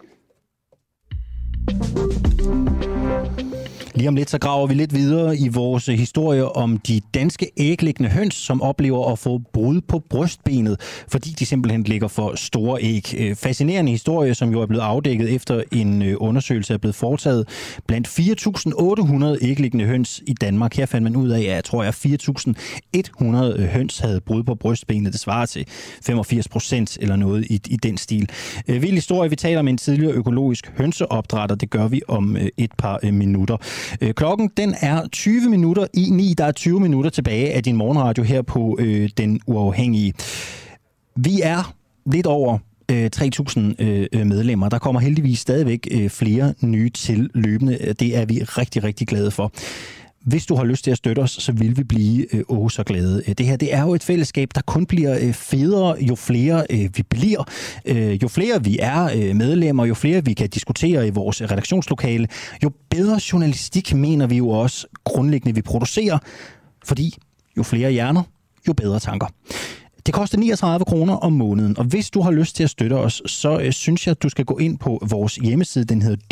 Lige om lidt så graver vi lidt videre i vores historie om de danske æglæggende høns, som oplever at få brud på brystbenet, fordi de simpelthen ligger for store æg. Fascinerende historie, som jo er blevet afdækket efter en undersøgelse er blevet foretaget blandt 4.800 æglæggende høns i Danmark. Her fandt man ud af, at jeg tror, at 4.100 høns havde brud på brystbenet. Det svarer til 85% eller noget i den stil. Vild historie. Vi taler med en tidligere økologisk hønseopdrætter. Det gør vi om et par minutter. Klokken den er 20 minutter i 9. Der er 20 minutter tilbage af din morgenradio her på Den Uafhængige. Vi er lidt over 3.000 medlemmer. Der kommer heldigvis stadigvæk flere nye til løbende. Det er vi rigtig, rigtig glade for. Hvis du har lyst til at støtte os, så vil vi blive så glade. Det her, det er jo et fællesskab, der kun bliver federe, jo flere vi bliver. Jo flere vi er medlemmer, jo flere vi kan diskutere i vores redaktionslokale, jo bedre journalistik mener vi jo også grundlæggende, vi producerer. Fordi jo flere hjerner, jo bedre tanker. Det koster 39 kroner om måneden, og hvis du har lyst til at støtte os, så synes jeg, at du skal gå ind på vores hjemmeside. Den hedder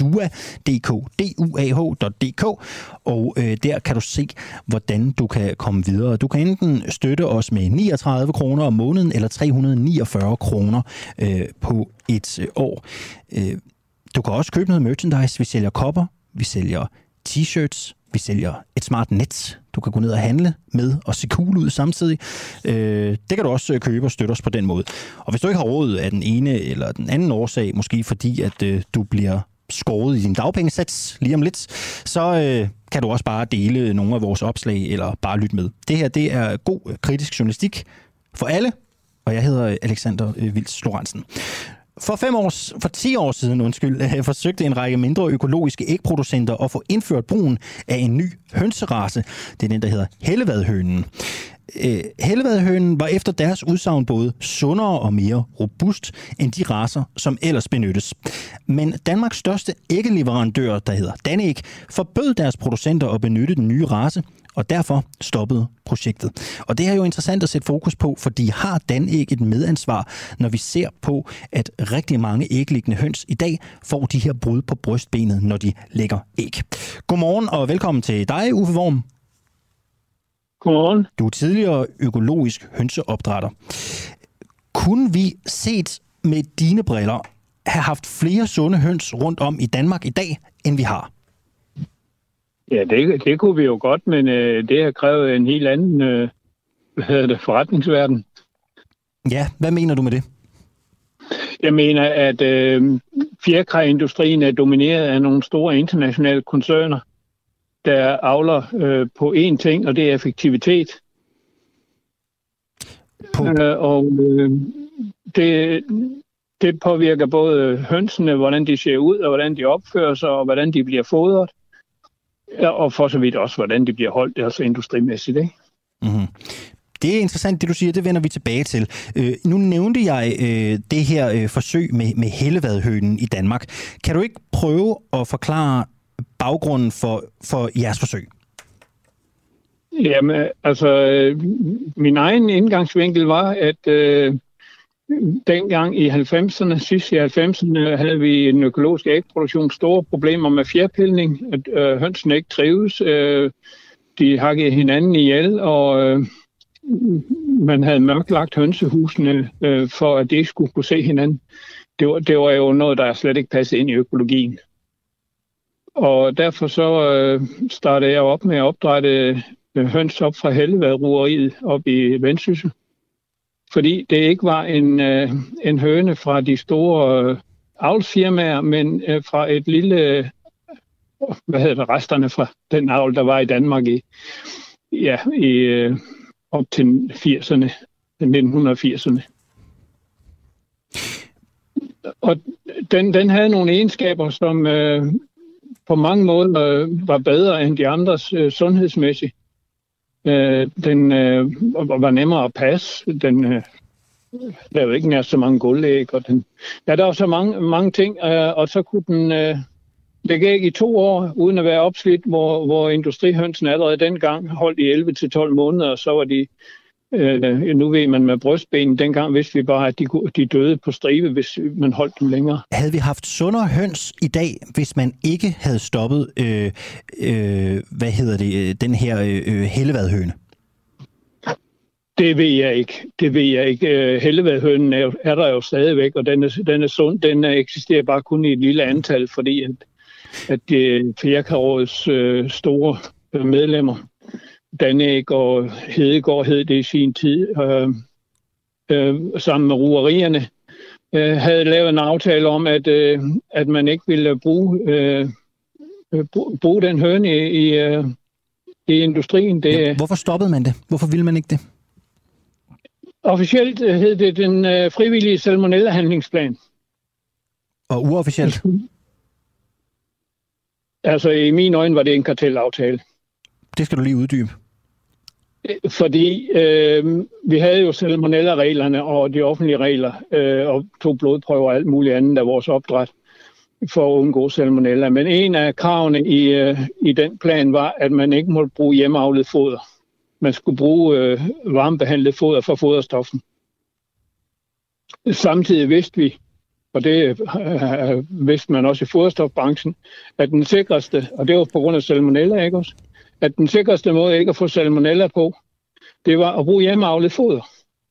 duah.dk, og der kan du se, hvordan du kan komme videre. Du kan enten støtte os med 39 kroner om måneden, eller 349 kroner på et år. Du kan også købe noget merchandise. Vi sælger kopper, vi sælger t-shirts, vi sælger et smart net. Du kan gå ned og handle med og se cool ud samtidig. Det kan du også købe og støtte os på den måde. Og hvis du ikke har råd af den ene eller den anden årsag, måske fordi at du bliver skåret i din dagpengesats lige om lidt, så kan du også bare dele nogle af vores opslag eller bare lytte med. Det her, det er god kritisk journalistik for alle, og jeg hedder Alexander Vils Lorentzen. For 10 år siden, forsøgte en række mindre økologiske ægproducenter at få indført brugen af en ny hønserace. Det er den, der hedder Hellevadhønen. Hellevadhønen var efter deres udsagn både sundere og mere robust end de racer, som ellers benyttes. Men Danmarks største æggeleverandør, der hedder Danæg, forbød deres producenter at benytte den nye race, og derfor stoppede projektet. Og det er jo interessant at sætte fokus på, for de har Danæg et medansvar, når vi ser på, at rigtig mange æglæggende høns i dag får de her brud på brystbenet, når de lægger æg. Godmorgen og velkommen til dig, Uffe Worm. Godmorgen. Du er tidligere økologisk hønseopdrætter. Kunne vi set med dine briller have haft flere sunde høns rundt om i Danmark i dag, end vi har? Ja, det kunne vi jo godt, men det har krævet en helt anden forretningsverden. Ja, hvad mener du med det? Jeg mener, at fjerkræindustrien er domineret af nogle store internationale koncerner, der avler på én ting, og det er effektivitet. Det påvirker både hønsene, hvordan de ser ud, og hvordan de opfører sig, og hvordan de bliver fodret. Og for så vidt også, hvordan de bliver holdt, altså industrimæssigt, ikke? Mm-hmm. Det er interessant, det du siger, det vender vi tilbage til. Nu nævnte jeg det her forsøg med Hellevadhønen i Danmark. Kan du ikke prøve at forklare baggrunden for jeres forsøg? Jamen, altså, min egen indgangsvinkel var, at dengang i 90'erne, sidst i 90'erne, havde vi en økologisk ægproduktion store problemer med fjerpilning, at hønsene ikke trives. De hakkede hinanden ihjel, og man havde mørklagt hønsehusene, for at de ikke skulle kunne se hinanden. Det var jo noget, der slet ikke passede ind i økologien. Og derfor så startede jeg op med at opdrætte høns op fra Hellevadrugeriet op i Vendsyssel. Fordi det ikke var en høne fra de store avlsfirmaer, men fra et lille, resterne fra den avl, der var i Danmark op til 80'erne, 1980'erne. Og den havde nogle egenskaber, som på mange måder var bedre end de andres sundhedsmæssigt. Den var nemmere at passe. Den lavede ikke nær så mange guldæg. Og der var så mange ting, og så kunne den lægge æg i 2 år, uden at være opslidt, hvor industrihønsen allerede dengang holdt i 11-12 måneder, og så var de, nu ved man med brystben, dengang vidste vi bare, at de døde på stribe, hvis man holdt dem længere. Havde vi haft sundere høns i dag, hvis man ikke havde stoppet, den her hellevadhøne? Det ved jeg ikke. Hellevadhønen er der jo stadigvæk, og den er sund. Den eksisterer bare kun i et lille antal, fordi at Fjerkrærådets store medlemmer, Danæg og Hedegaard hed det i sin tid, sammen med ruerierne, havde lavet en aftale om, at man ikke ville bruge den høne i industrien. Hvorfor stoppede man det? Hvorfor ville man ikke det? Officielt hed det den frivillige salmonella-handlingsplan. Og uofficielt? Altså i mine øjne var det en kartelaftale. Det skal du lige uddybe. Fordi vi havde jo salmonella-reglerne og de offentlige regler og 2 blodprøver og alt muligt andet af vores opdræt for at undgå salmonella. Men en af kravene i den plan var, at man ikke måtte bruge hjemmeavlet foder. Man skulle bruge varmebehandlet foder for foderstoffen. Samtidig vidste vi, og det vidste man også i foderstofbranchen, at den sikreste, og det var på grund af salmonella, ikke også, at den sikreste måde ikke at få salmonella på, det var at bruge hjemmeavlet foder.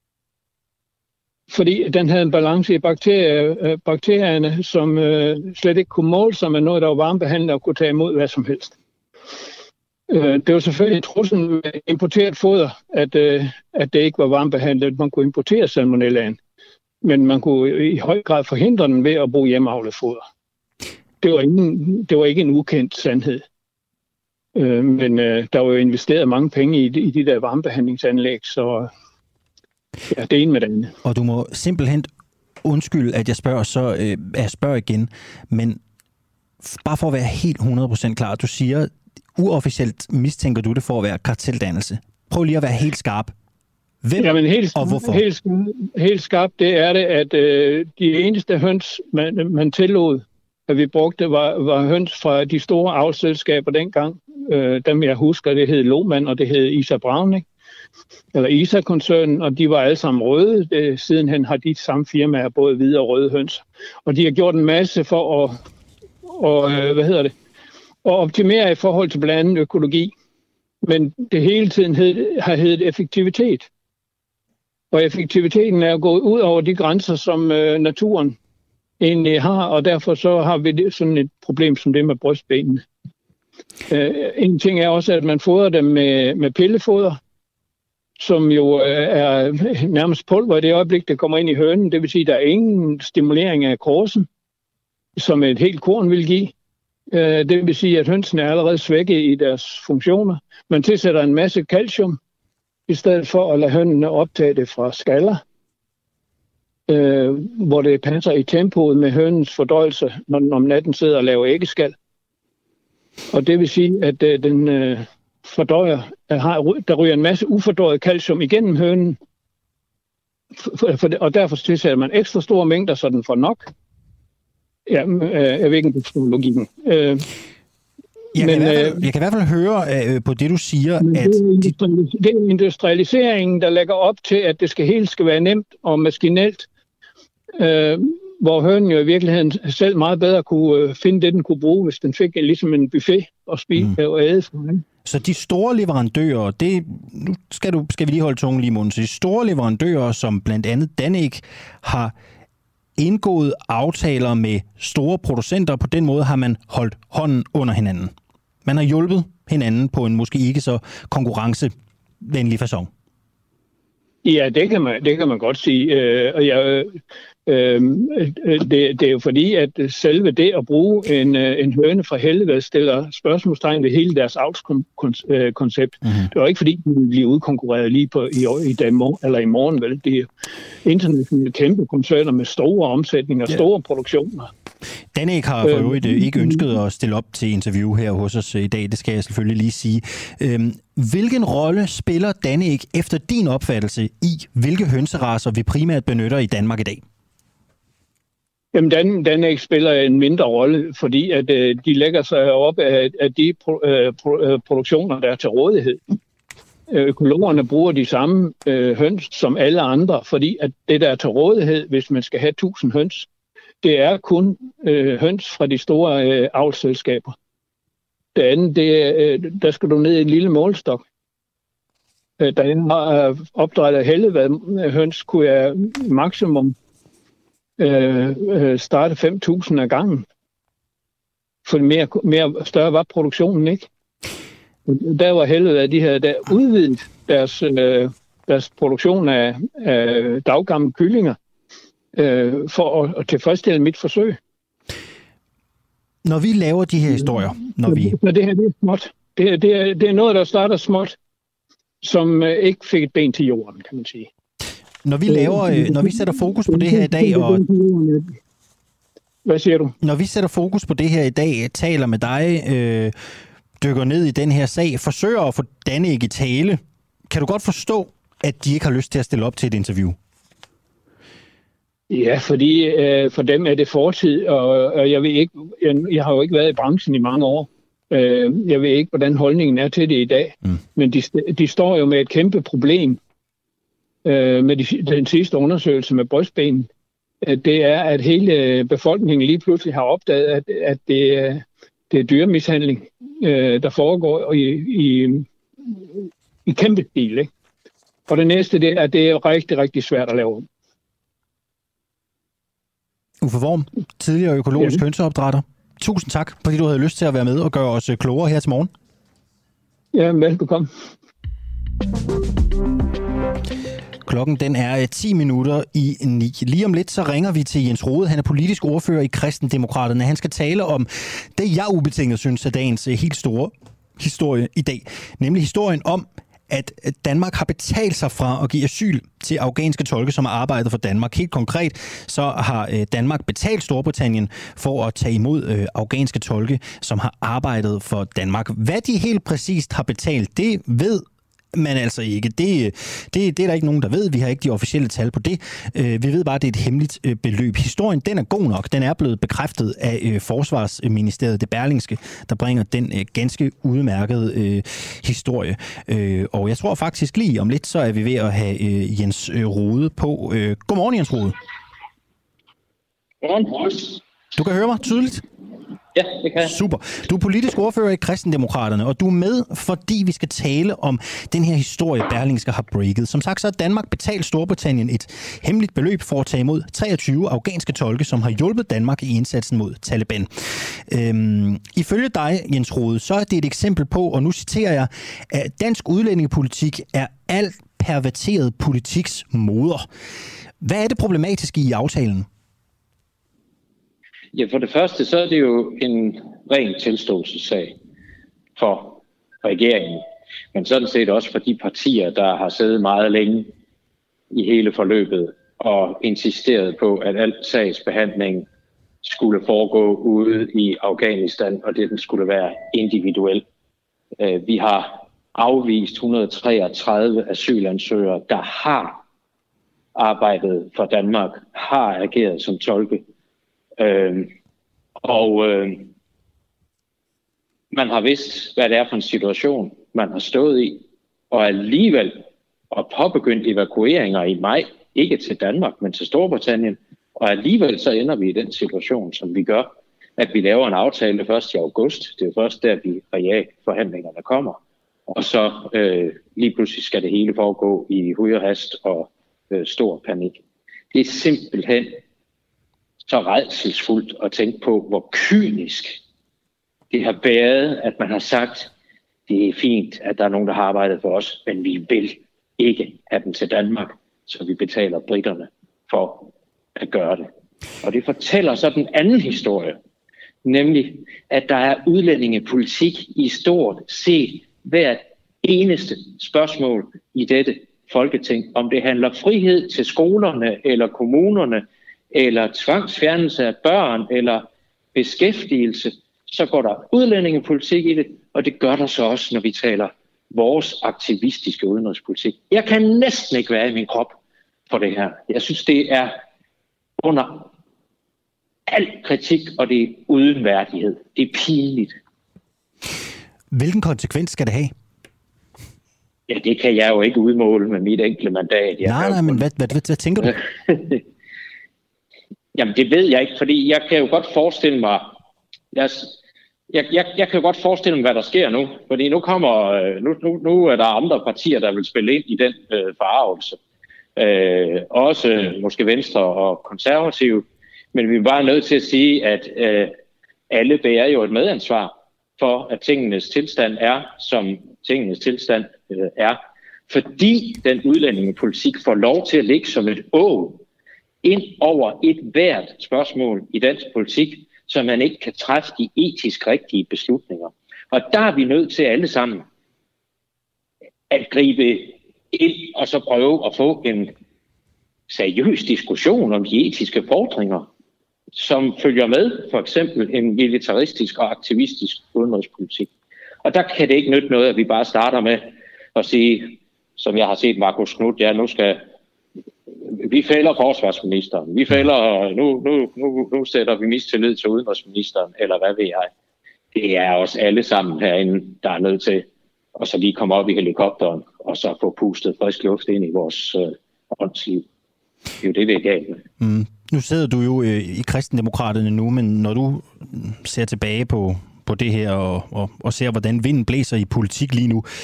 Fordi den havde en balance i bakterierne, som slet ikke kunne måle sig med noget, der var varmebehandlet og kunne tage imod hvad som helst. Det var selvfølgelig et trussel med importeret foder, at det ikke var varmebehandlet. Man kunne importere salmonellaen, men man kunne i høj grad forhindre den ved at bruge hjemmeavlet foder. Det var ikke en ukendt sandhed. Men der var jo investeret mange penge i de der varmebehandlingsanlæg, så ja, det er en med det andet. Og du må simpelthen undskylde, at jeg spørger igen, men bare for at være helt 100% klar, du siger, uofficielt mistænker du det for at være karteldannelse. Prøv lige at være helt skarp. Hvem og hvorfor? Helt skarpt, det er det, at de eneste høns, man tillod, at vi brugte, var høns fra de store avlsselskaber dengang. Dem jeg husker, det hed Lohmann, og det hed Isa Braun, eller Isa-koncernen, og de var alle sammen røde. Sidenhen har de samme firmaer, både hvide og røde høns. Og de har gjort en masse for at optimere i forhold til blandt andet økologi. Men det hele tiden har heddet effektivitet. Og effektiviteten er gået ud over de grænser, som naturen egentlig har, og derfor så har vi sådan et problem som det med brystbenene. En ting er også, at man fodrer dem med pillefoder, som jo er nærmest pulver i det øjeblik, det kommer ind i hønen. Det vil sige, at der er ingen stimulering af kråsen, som et helt korn vil give. Det vil sige, at hønsene er allerede svækket i deres funktioner. Man tilsætter en masse calcium, i stedet for at lade hønene optage det fra skaller, hvor det passer i tempoet med hønens fordøjelse, når den om natten sidder og laver æggeskal. Og det vil sige, at den fordøjer, der ryger en masse ufordøjet calcium igennem hønen, og derfor tilsætter man ekstra store mængder, så den får nok. Ja, jeg ved ikke, teknologien. Jeg kan i hvert fald høre på det, du siger, at det er industrialiseringen, der lægger op til, at det hele skal være nemt og maskinelt, hvor hønen jo i virkeligheden selv meget bedre kunne finde det, den kunne bruge, hvis den fik ligesom en buffet og spise og æde for den. Så de store leverandører, nu skal vi lige holde tungen lige i munden, så de store leverandører, som blandt andet Danæg, har indgået aftaler med store producenter. På den måde har man holdt hånden under hinanden. Man har hjulpet hinanden på en måske ikke så konkurrencevenlig facon. Ja, det kan man godt sige. Det er jo fordi, at selve det at bruge en høne fra helvede stiller spørgsmålstegn ved hele deres avlskoncept. Det var ikke fordi, de bliver udkonkurreret lige i dag eller i morgen, vel? Det er internationale kæmpe koncerner med store omsætninger, store produktioner. Danæg har for øvrigt ikke ønsket at stille op til interview her hos os i dag, det skal jeg selvfølgelig lige sige. Hvilken rolle spiller Danæg efter din opfattelse i, hvilke hønseracer vi primært benytter i Danmark i dag? Jamen, Danæg spiller en mindre rolle, fordi at de lægger sig op af de produktioner, der er til rådighed. Økologerne bruger de samme høns som alle andre, fordi at det, der er til rådighed, hvis man skal have 1000 høns, det er kun høns fra de store avlsselskaber. Det andet, der skal du ned i en lille målstok. Derinde har opdrættet hellevad høns, kunne jeg maksimum starte 5.000 af gangen. For mere større var produktionen ikke. Der var hellevad, de havde der udvidet deres produktion af daggamle kyllinger for at tilfredsstille mit forsøg. Når vi laver de her historier, Når det her det er småt. Det er noget, der starter småt, som ikke fik et ben til jorden, kan man sige. Når vi sætter fokus på det her i dag, og hvad siger du? Når vi sætter fokus på det her i dag, taler med dig, dykker ned i den her sag, forsøger at få Danæg i tale, kan du godt forstå, at de ikke har lyst til at stille op til et interview? Ja, fordi for dem er det fortid, og jeg har jo ikke været i branchen i mange år. Jeg ved ikke, hvordan holdningen er til det i dag. Men de står jo med et kæmpe problem med den sidste undersøgelse med brystbenen. Det er, at hele befolkningen lige pludselig har opdaget, at det er dyremishandling, der foregår i kæmpe stil. Ikke? Og det næste, det er, at det er rigtig, rigtig svært at lave om. Uffe Worm, tidligere økologisk hønseopdrætter. Tusind tak, fordi du havde lyst til at være med og gøre os klogere her til morgen. Ja, velbekomme. Klokken den er 10 minutter i 9. Lige om lidt så ringer vi til Jens Rohde. Han er politisk ordfører i Kristendemokraterne. Han skal tale om det, jeg ubetinget synes er dagens helt store historie i dag. Nemlig historien om, at Danmark har betalt sig fra at give asyl til afghanske tolke, som har arbejdet for Danmark. Helt konkret, så har Danmark betalt Storbritannien for at tage imod afghanske tolke, som har arbejdet for Danmark. Hvad de helt præcist har betalt, det ved man altså ikke. Det er der ikke nogen, der ved. Vi har ikke de officielle tal på det. Vi ved bare, at det er et hemmeligt beløb. Historien, den er god nok. Den er blevet bekræftet af Forsvarsministeriet, det Berlingske, der bringer den ganske udmærkede historie. Og jeg tror faktisk lige om lidt, så er vi ved at have Jens Rohde på. Godmorgen, Jens Rohde. Godmorgen. Du kan høre mig tydeligt? Ja, det kan jeg. Super. Du er politisk ordfører i Kristendemokraterne, og du er med, fordi vi skal tale om den her historie, Berlingske har breaket. Som sagt, så har Danmark betalt Storbritannien et hemmeligt beløb for at tage imod 23 afghanske tolke, som har hjulpet Danmark i indsatsen mod Taliban. Ifølge dig, Jens Rohde, så er det et eksempel på, og nu citerer jeg, at dansk udlændingepolitik er alt perverteret politiks moder. Hvad er det problematiske i aftalen? Ja, for det første, så er det jo en ren tilståelsessag for regeringen, men sådan set også for de partier, der har siddet meget længe i hele forløbet og insisteret på, at al sagsbehandling skulle foregå ude i Afghanistan, og det den skulle være individuel. Vi har afvist 133 asylansøgere, der har arbejdet for Danmark, har ageret som tolke. Man har vidst, hvad det er for en situation, man har stået i, og alligevel og påbegyndt evakueringer i maj, ikke til Danmark, men til Storbritannien, og alligevel så ender vi i den situation, som vi gør, at vi laver en aftale først i august. Det er først der, de realforhandlingerne kommer, og så lige pludselig skal det hele foregå i huj og hast og stor panik. Det er simpelthen så rædselsfuldt at tænke på, hvor kynisk det har været, at man har sagt, det er fint, at der er nogen, der har arbejdet for os, men vi vil ikke have dem til Danmark, så vi betaler briterne for at gøre det. Og det fortæller så den anden historie, nemlig at der er udlændingepolitik i stort set hvert eneste spørgsmål i dette Folketing. Om det handler frihed til skolerne eller kommunerne, eller tvangsfjernelse af børn, eller beskæftigelse, så går der udlændingepolitik i det, og det gør der så også, når vi taler vores aktivistiske udenrigspolitik. Jeg kan næsten ikke være i min krop for det her. Jeg synes, det er under al kritik, og det er uden værdighed. Det er pinligt. Hvilken konsekvens skal det have? Ja, det kan jeg jo ikke udmåle med mit enkle mandat. Nej, men hvad tænker du? Jamen, det ved jeg ikke, fordi jeg kan jo godt forestille mig... Jeg kan jo godt forestille mig, hvad der sker nu. Fordi nu er der andre partier, der vil spille ind i den forarvelse. Også måske Venstre og Konservative. Men vi er bare nødt til at sige, at alle bærer jo et medansvar for, at tingenes tilstand er, som tingenes tilstand er. Fordi den udlændingepolitik får lov til at ligge som et åg ind over et hvert spørgsmål i dansk politik, så man ikke kan træffe de etisk rigtige beslutninger. Og der er vi nødt til alle sammen at gribe ind og så prøve at få en seriøs diskussion om de etiske fordringer, som følger med for eksempel en militaristisk og aktivistisk udenrigspolitik. Og der kan det ikke nytte noget, at vi bare starter med at sige, som jeg har set Marcus Knudt, ja, nu skal vi fælder forsvarsministeren, nu sætter vi mistillid til udenrigsministeren, eller hvad ved jeg. Det er os alle sammen herinde, der er nødt til at så lige komme op i helikopteren, og så få pustet frisk luft ind i vores åndsliv. Det er jo det, vi er galt med. Nu sidder du jo i Kristendemokraterne nu, men når du ser tilbage på det her, og ser, hvordan vinden blæser i politik lige nu,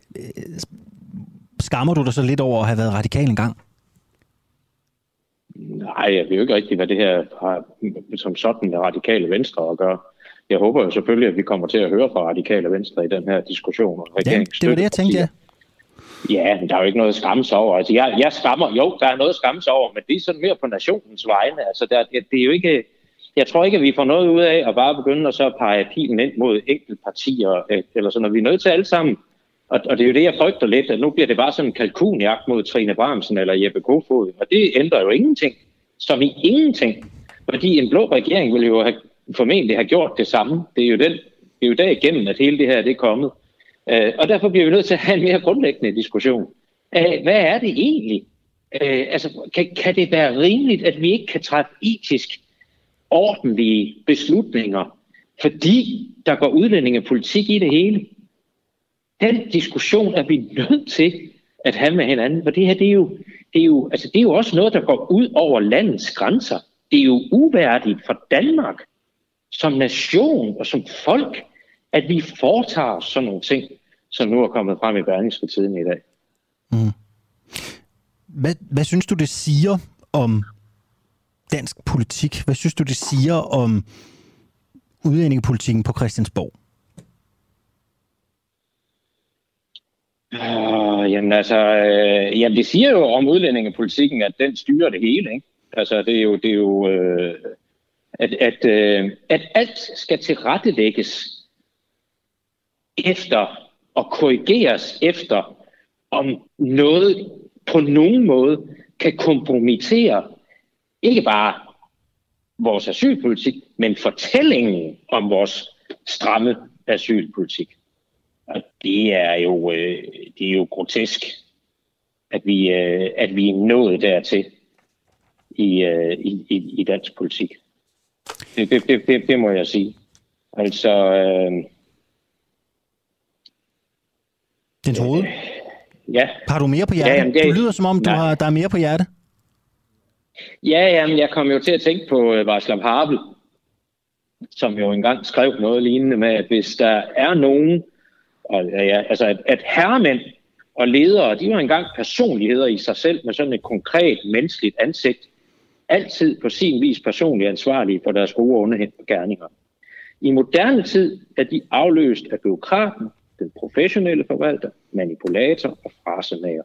skammer du dig så lidt over at have været radikal engang? Nej, jeg ved jo ikke rigtigt, hvad det her har som sådan med radikale venstre at gøre. Jeg håber jo selvfølgelig, at vi kommer til at høre fra radikale venstre i den her diskussion. Ja, det var det, jeg tænkte, ja. Ja, men der er jo ikke noget at skamme sig over. Altså, jeg skammer, jo, der er noget at skamme sig over, men det er sådan mere på nationens vegne. Altså, det er jo ikke, jeg tror ikke, at vi får noget ud af at bare begynde at så pege pilen ind mod enkeltpartier, eller sådan noget. Vi er nødt til alle sammen. Og det er jo det, jeg frygter lidt, at nu bliver det bare sådan en kalkunjagt mod Trine Bramsen eller Jeppe Kofod, og det ændrer jo ingenting, som i ingenting. Fordi en blå regering ville jo formentlig have gjort det samme. Det er jo derigennem, at hele det her det er kommet. Og derfor bliver vi nødt til at have en mere grundlæggende diskussion. Hvad er det egentlig? Altså, kan det være rimeligt, at vi ikke kan træffe etisk ordentlige beslutninger, fordi der går udlændingepolitik i det hele? Den diskussion er vi nødt til at have med hinanden, for det her det er jo også noget, der går ud over landets grænser. Det er jo uværdigt for Danmark som nation og som folk, at vi foretager sådan nogle ting, som nu er kommet frem i Berlingske Tidende i dag. Hvad synes du, det siger om dansk politik? Hvad synes du, det siger om udlændingepolitikken på Christiansborg? Jamen det siger jo om udlændingepolitikken, at den styrer det hele, ikke? Altså det er jo at alt skal tilrettelægges efter og korrigeres efter, om noget på nogen måde kan kompromittere ikke bare vores asylpolitik, men fortællingen om vores stramme asylpolitik. Og det er jo grotesk, at vi er nået dertil i dansk politik. Det må jeg sige. Altså Jens Rohde? Ja. Har du mere på hjertet? Ja, jamen, du lyder som om, der er mere på hjertet. Ja, jamen, jeg kom jo til at tænke på Václav Havel, som jo engang skrev noget lignende med, at hvis der er nogen, at herremænd og ledere, de var engang personligheder i sig selv med sådan et konkret menneskeligt ansigt, altid på sin vis personligt ansvarlige for deres gode og onde gerninger. I moderne tid er de afløst af bureaukraten, den professionelle forvalter, manipulator og frasemager.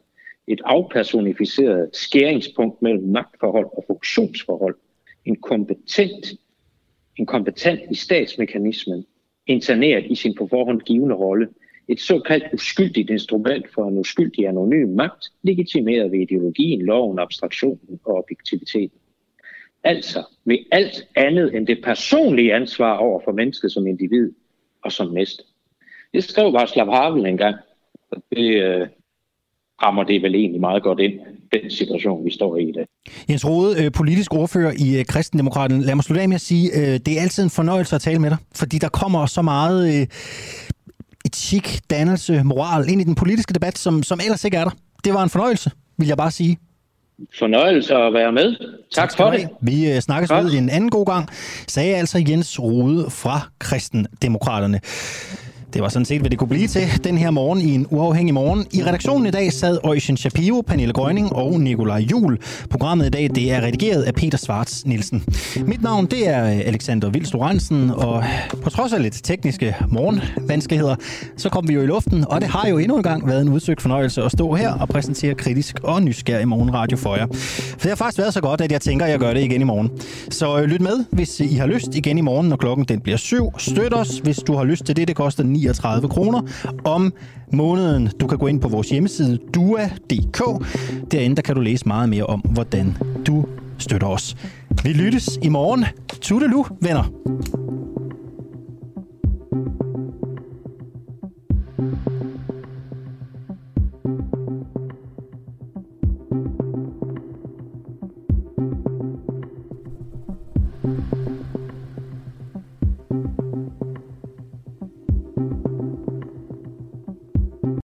et afpersonificeret skæringspunkt mellem magtforhold og funktionsforhold, en kompetent i statsmekanismen, interneret i sin på forhånd givende rolle, et såkaldt uskyldigt instrument for en uskyldig anonym magt, legitimeret ved ideologien, loven, abstraktionen og objektiviteten. Altså ved alt andet end det personlige ansvar over for mennesket som individ og som næste. Det skrev Václav Havel engang, og det rammer det vel egentlig meget godt ind, den situation, vi står i dag. Jens Rohde, politisk ordfører i Kristendemokraterne. Lad mig slutte af med at sige, det er altid en fornøjelse at tale med dig, fordi der kommer så meget etik, dannelse, moral ind i den politiske debat, som ellers ikke er der. Det var en fornøjelse, vil jeg bare sige. Fornøjelse at være med. Tak for det. Vi snakkes ved en anden god gang, sagde altså Jens Rohde fra Kristendemokraterne. Det var sådan set, hvad det kunne blive til den her morgen i en uafhængig morgen. I redaktionen i dag sad Øjsjen Shapiro, Pernille Grønning og Nikolaj Juhl. Programmet i dag det er redigeret af Peter Schwartz Nielsen. Mit navn det er Alexander Vilds Lorentzen, og på trods af lidt tekniske morgenvanskeligheder, så kom vi jo i luften, og det har jo endnu en gang været en udsøgt fornøjelse at stå her og præsentere kritisk og nysgerrig morgenradio for jer. For det har faktisk været så godt, at jeg tænker, at jeg gør det igen i morgen. Så lyt med, hvis I har lyst igen i morgen, når klokken den bliver 7. Støt os, hvis du har lyst til det. Det koster 39 kroner om måneden. Du kan gå ind på vores hjemmeside dua.dk. Derinde der kan du læse meget mere om, hvordan du støtter os. Vi lyttes i morgen. Tudelu, venner.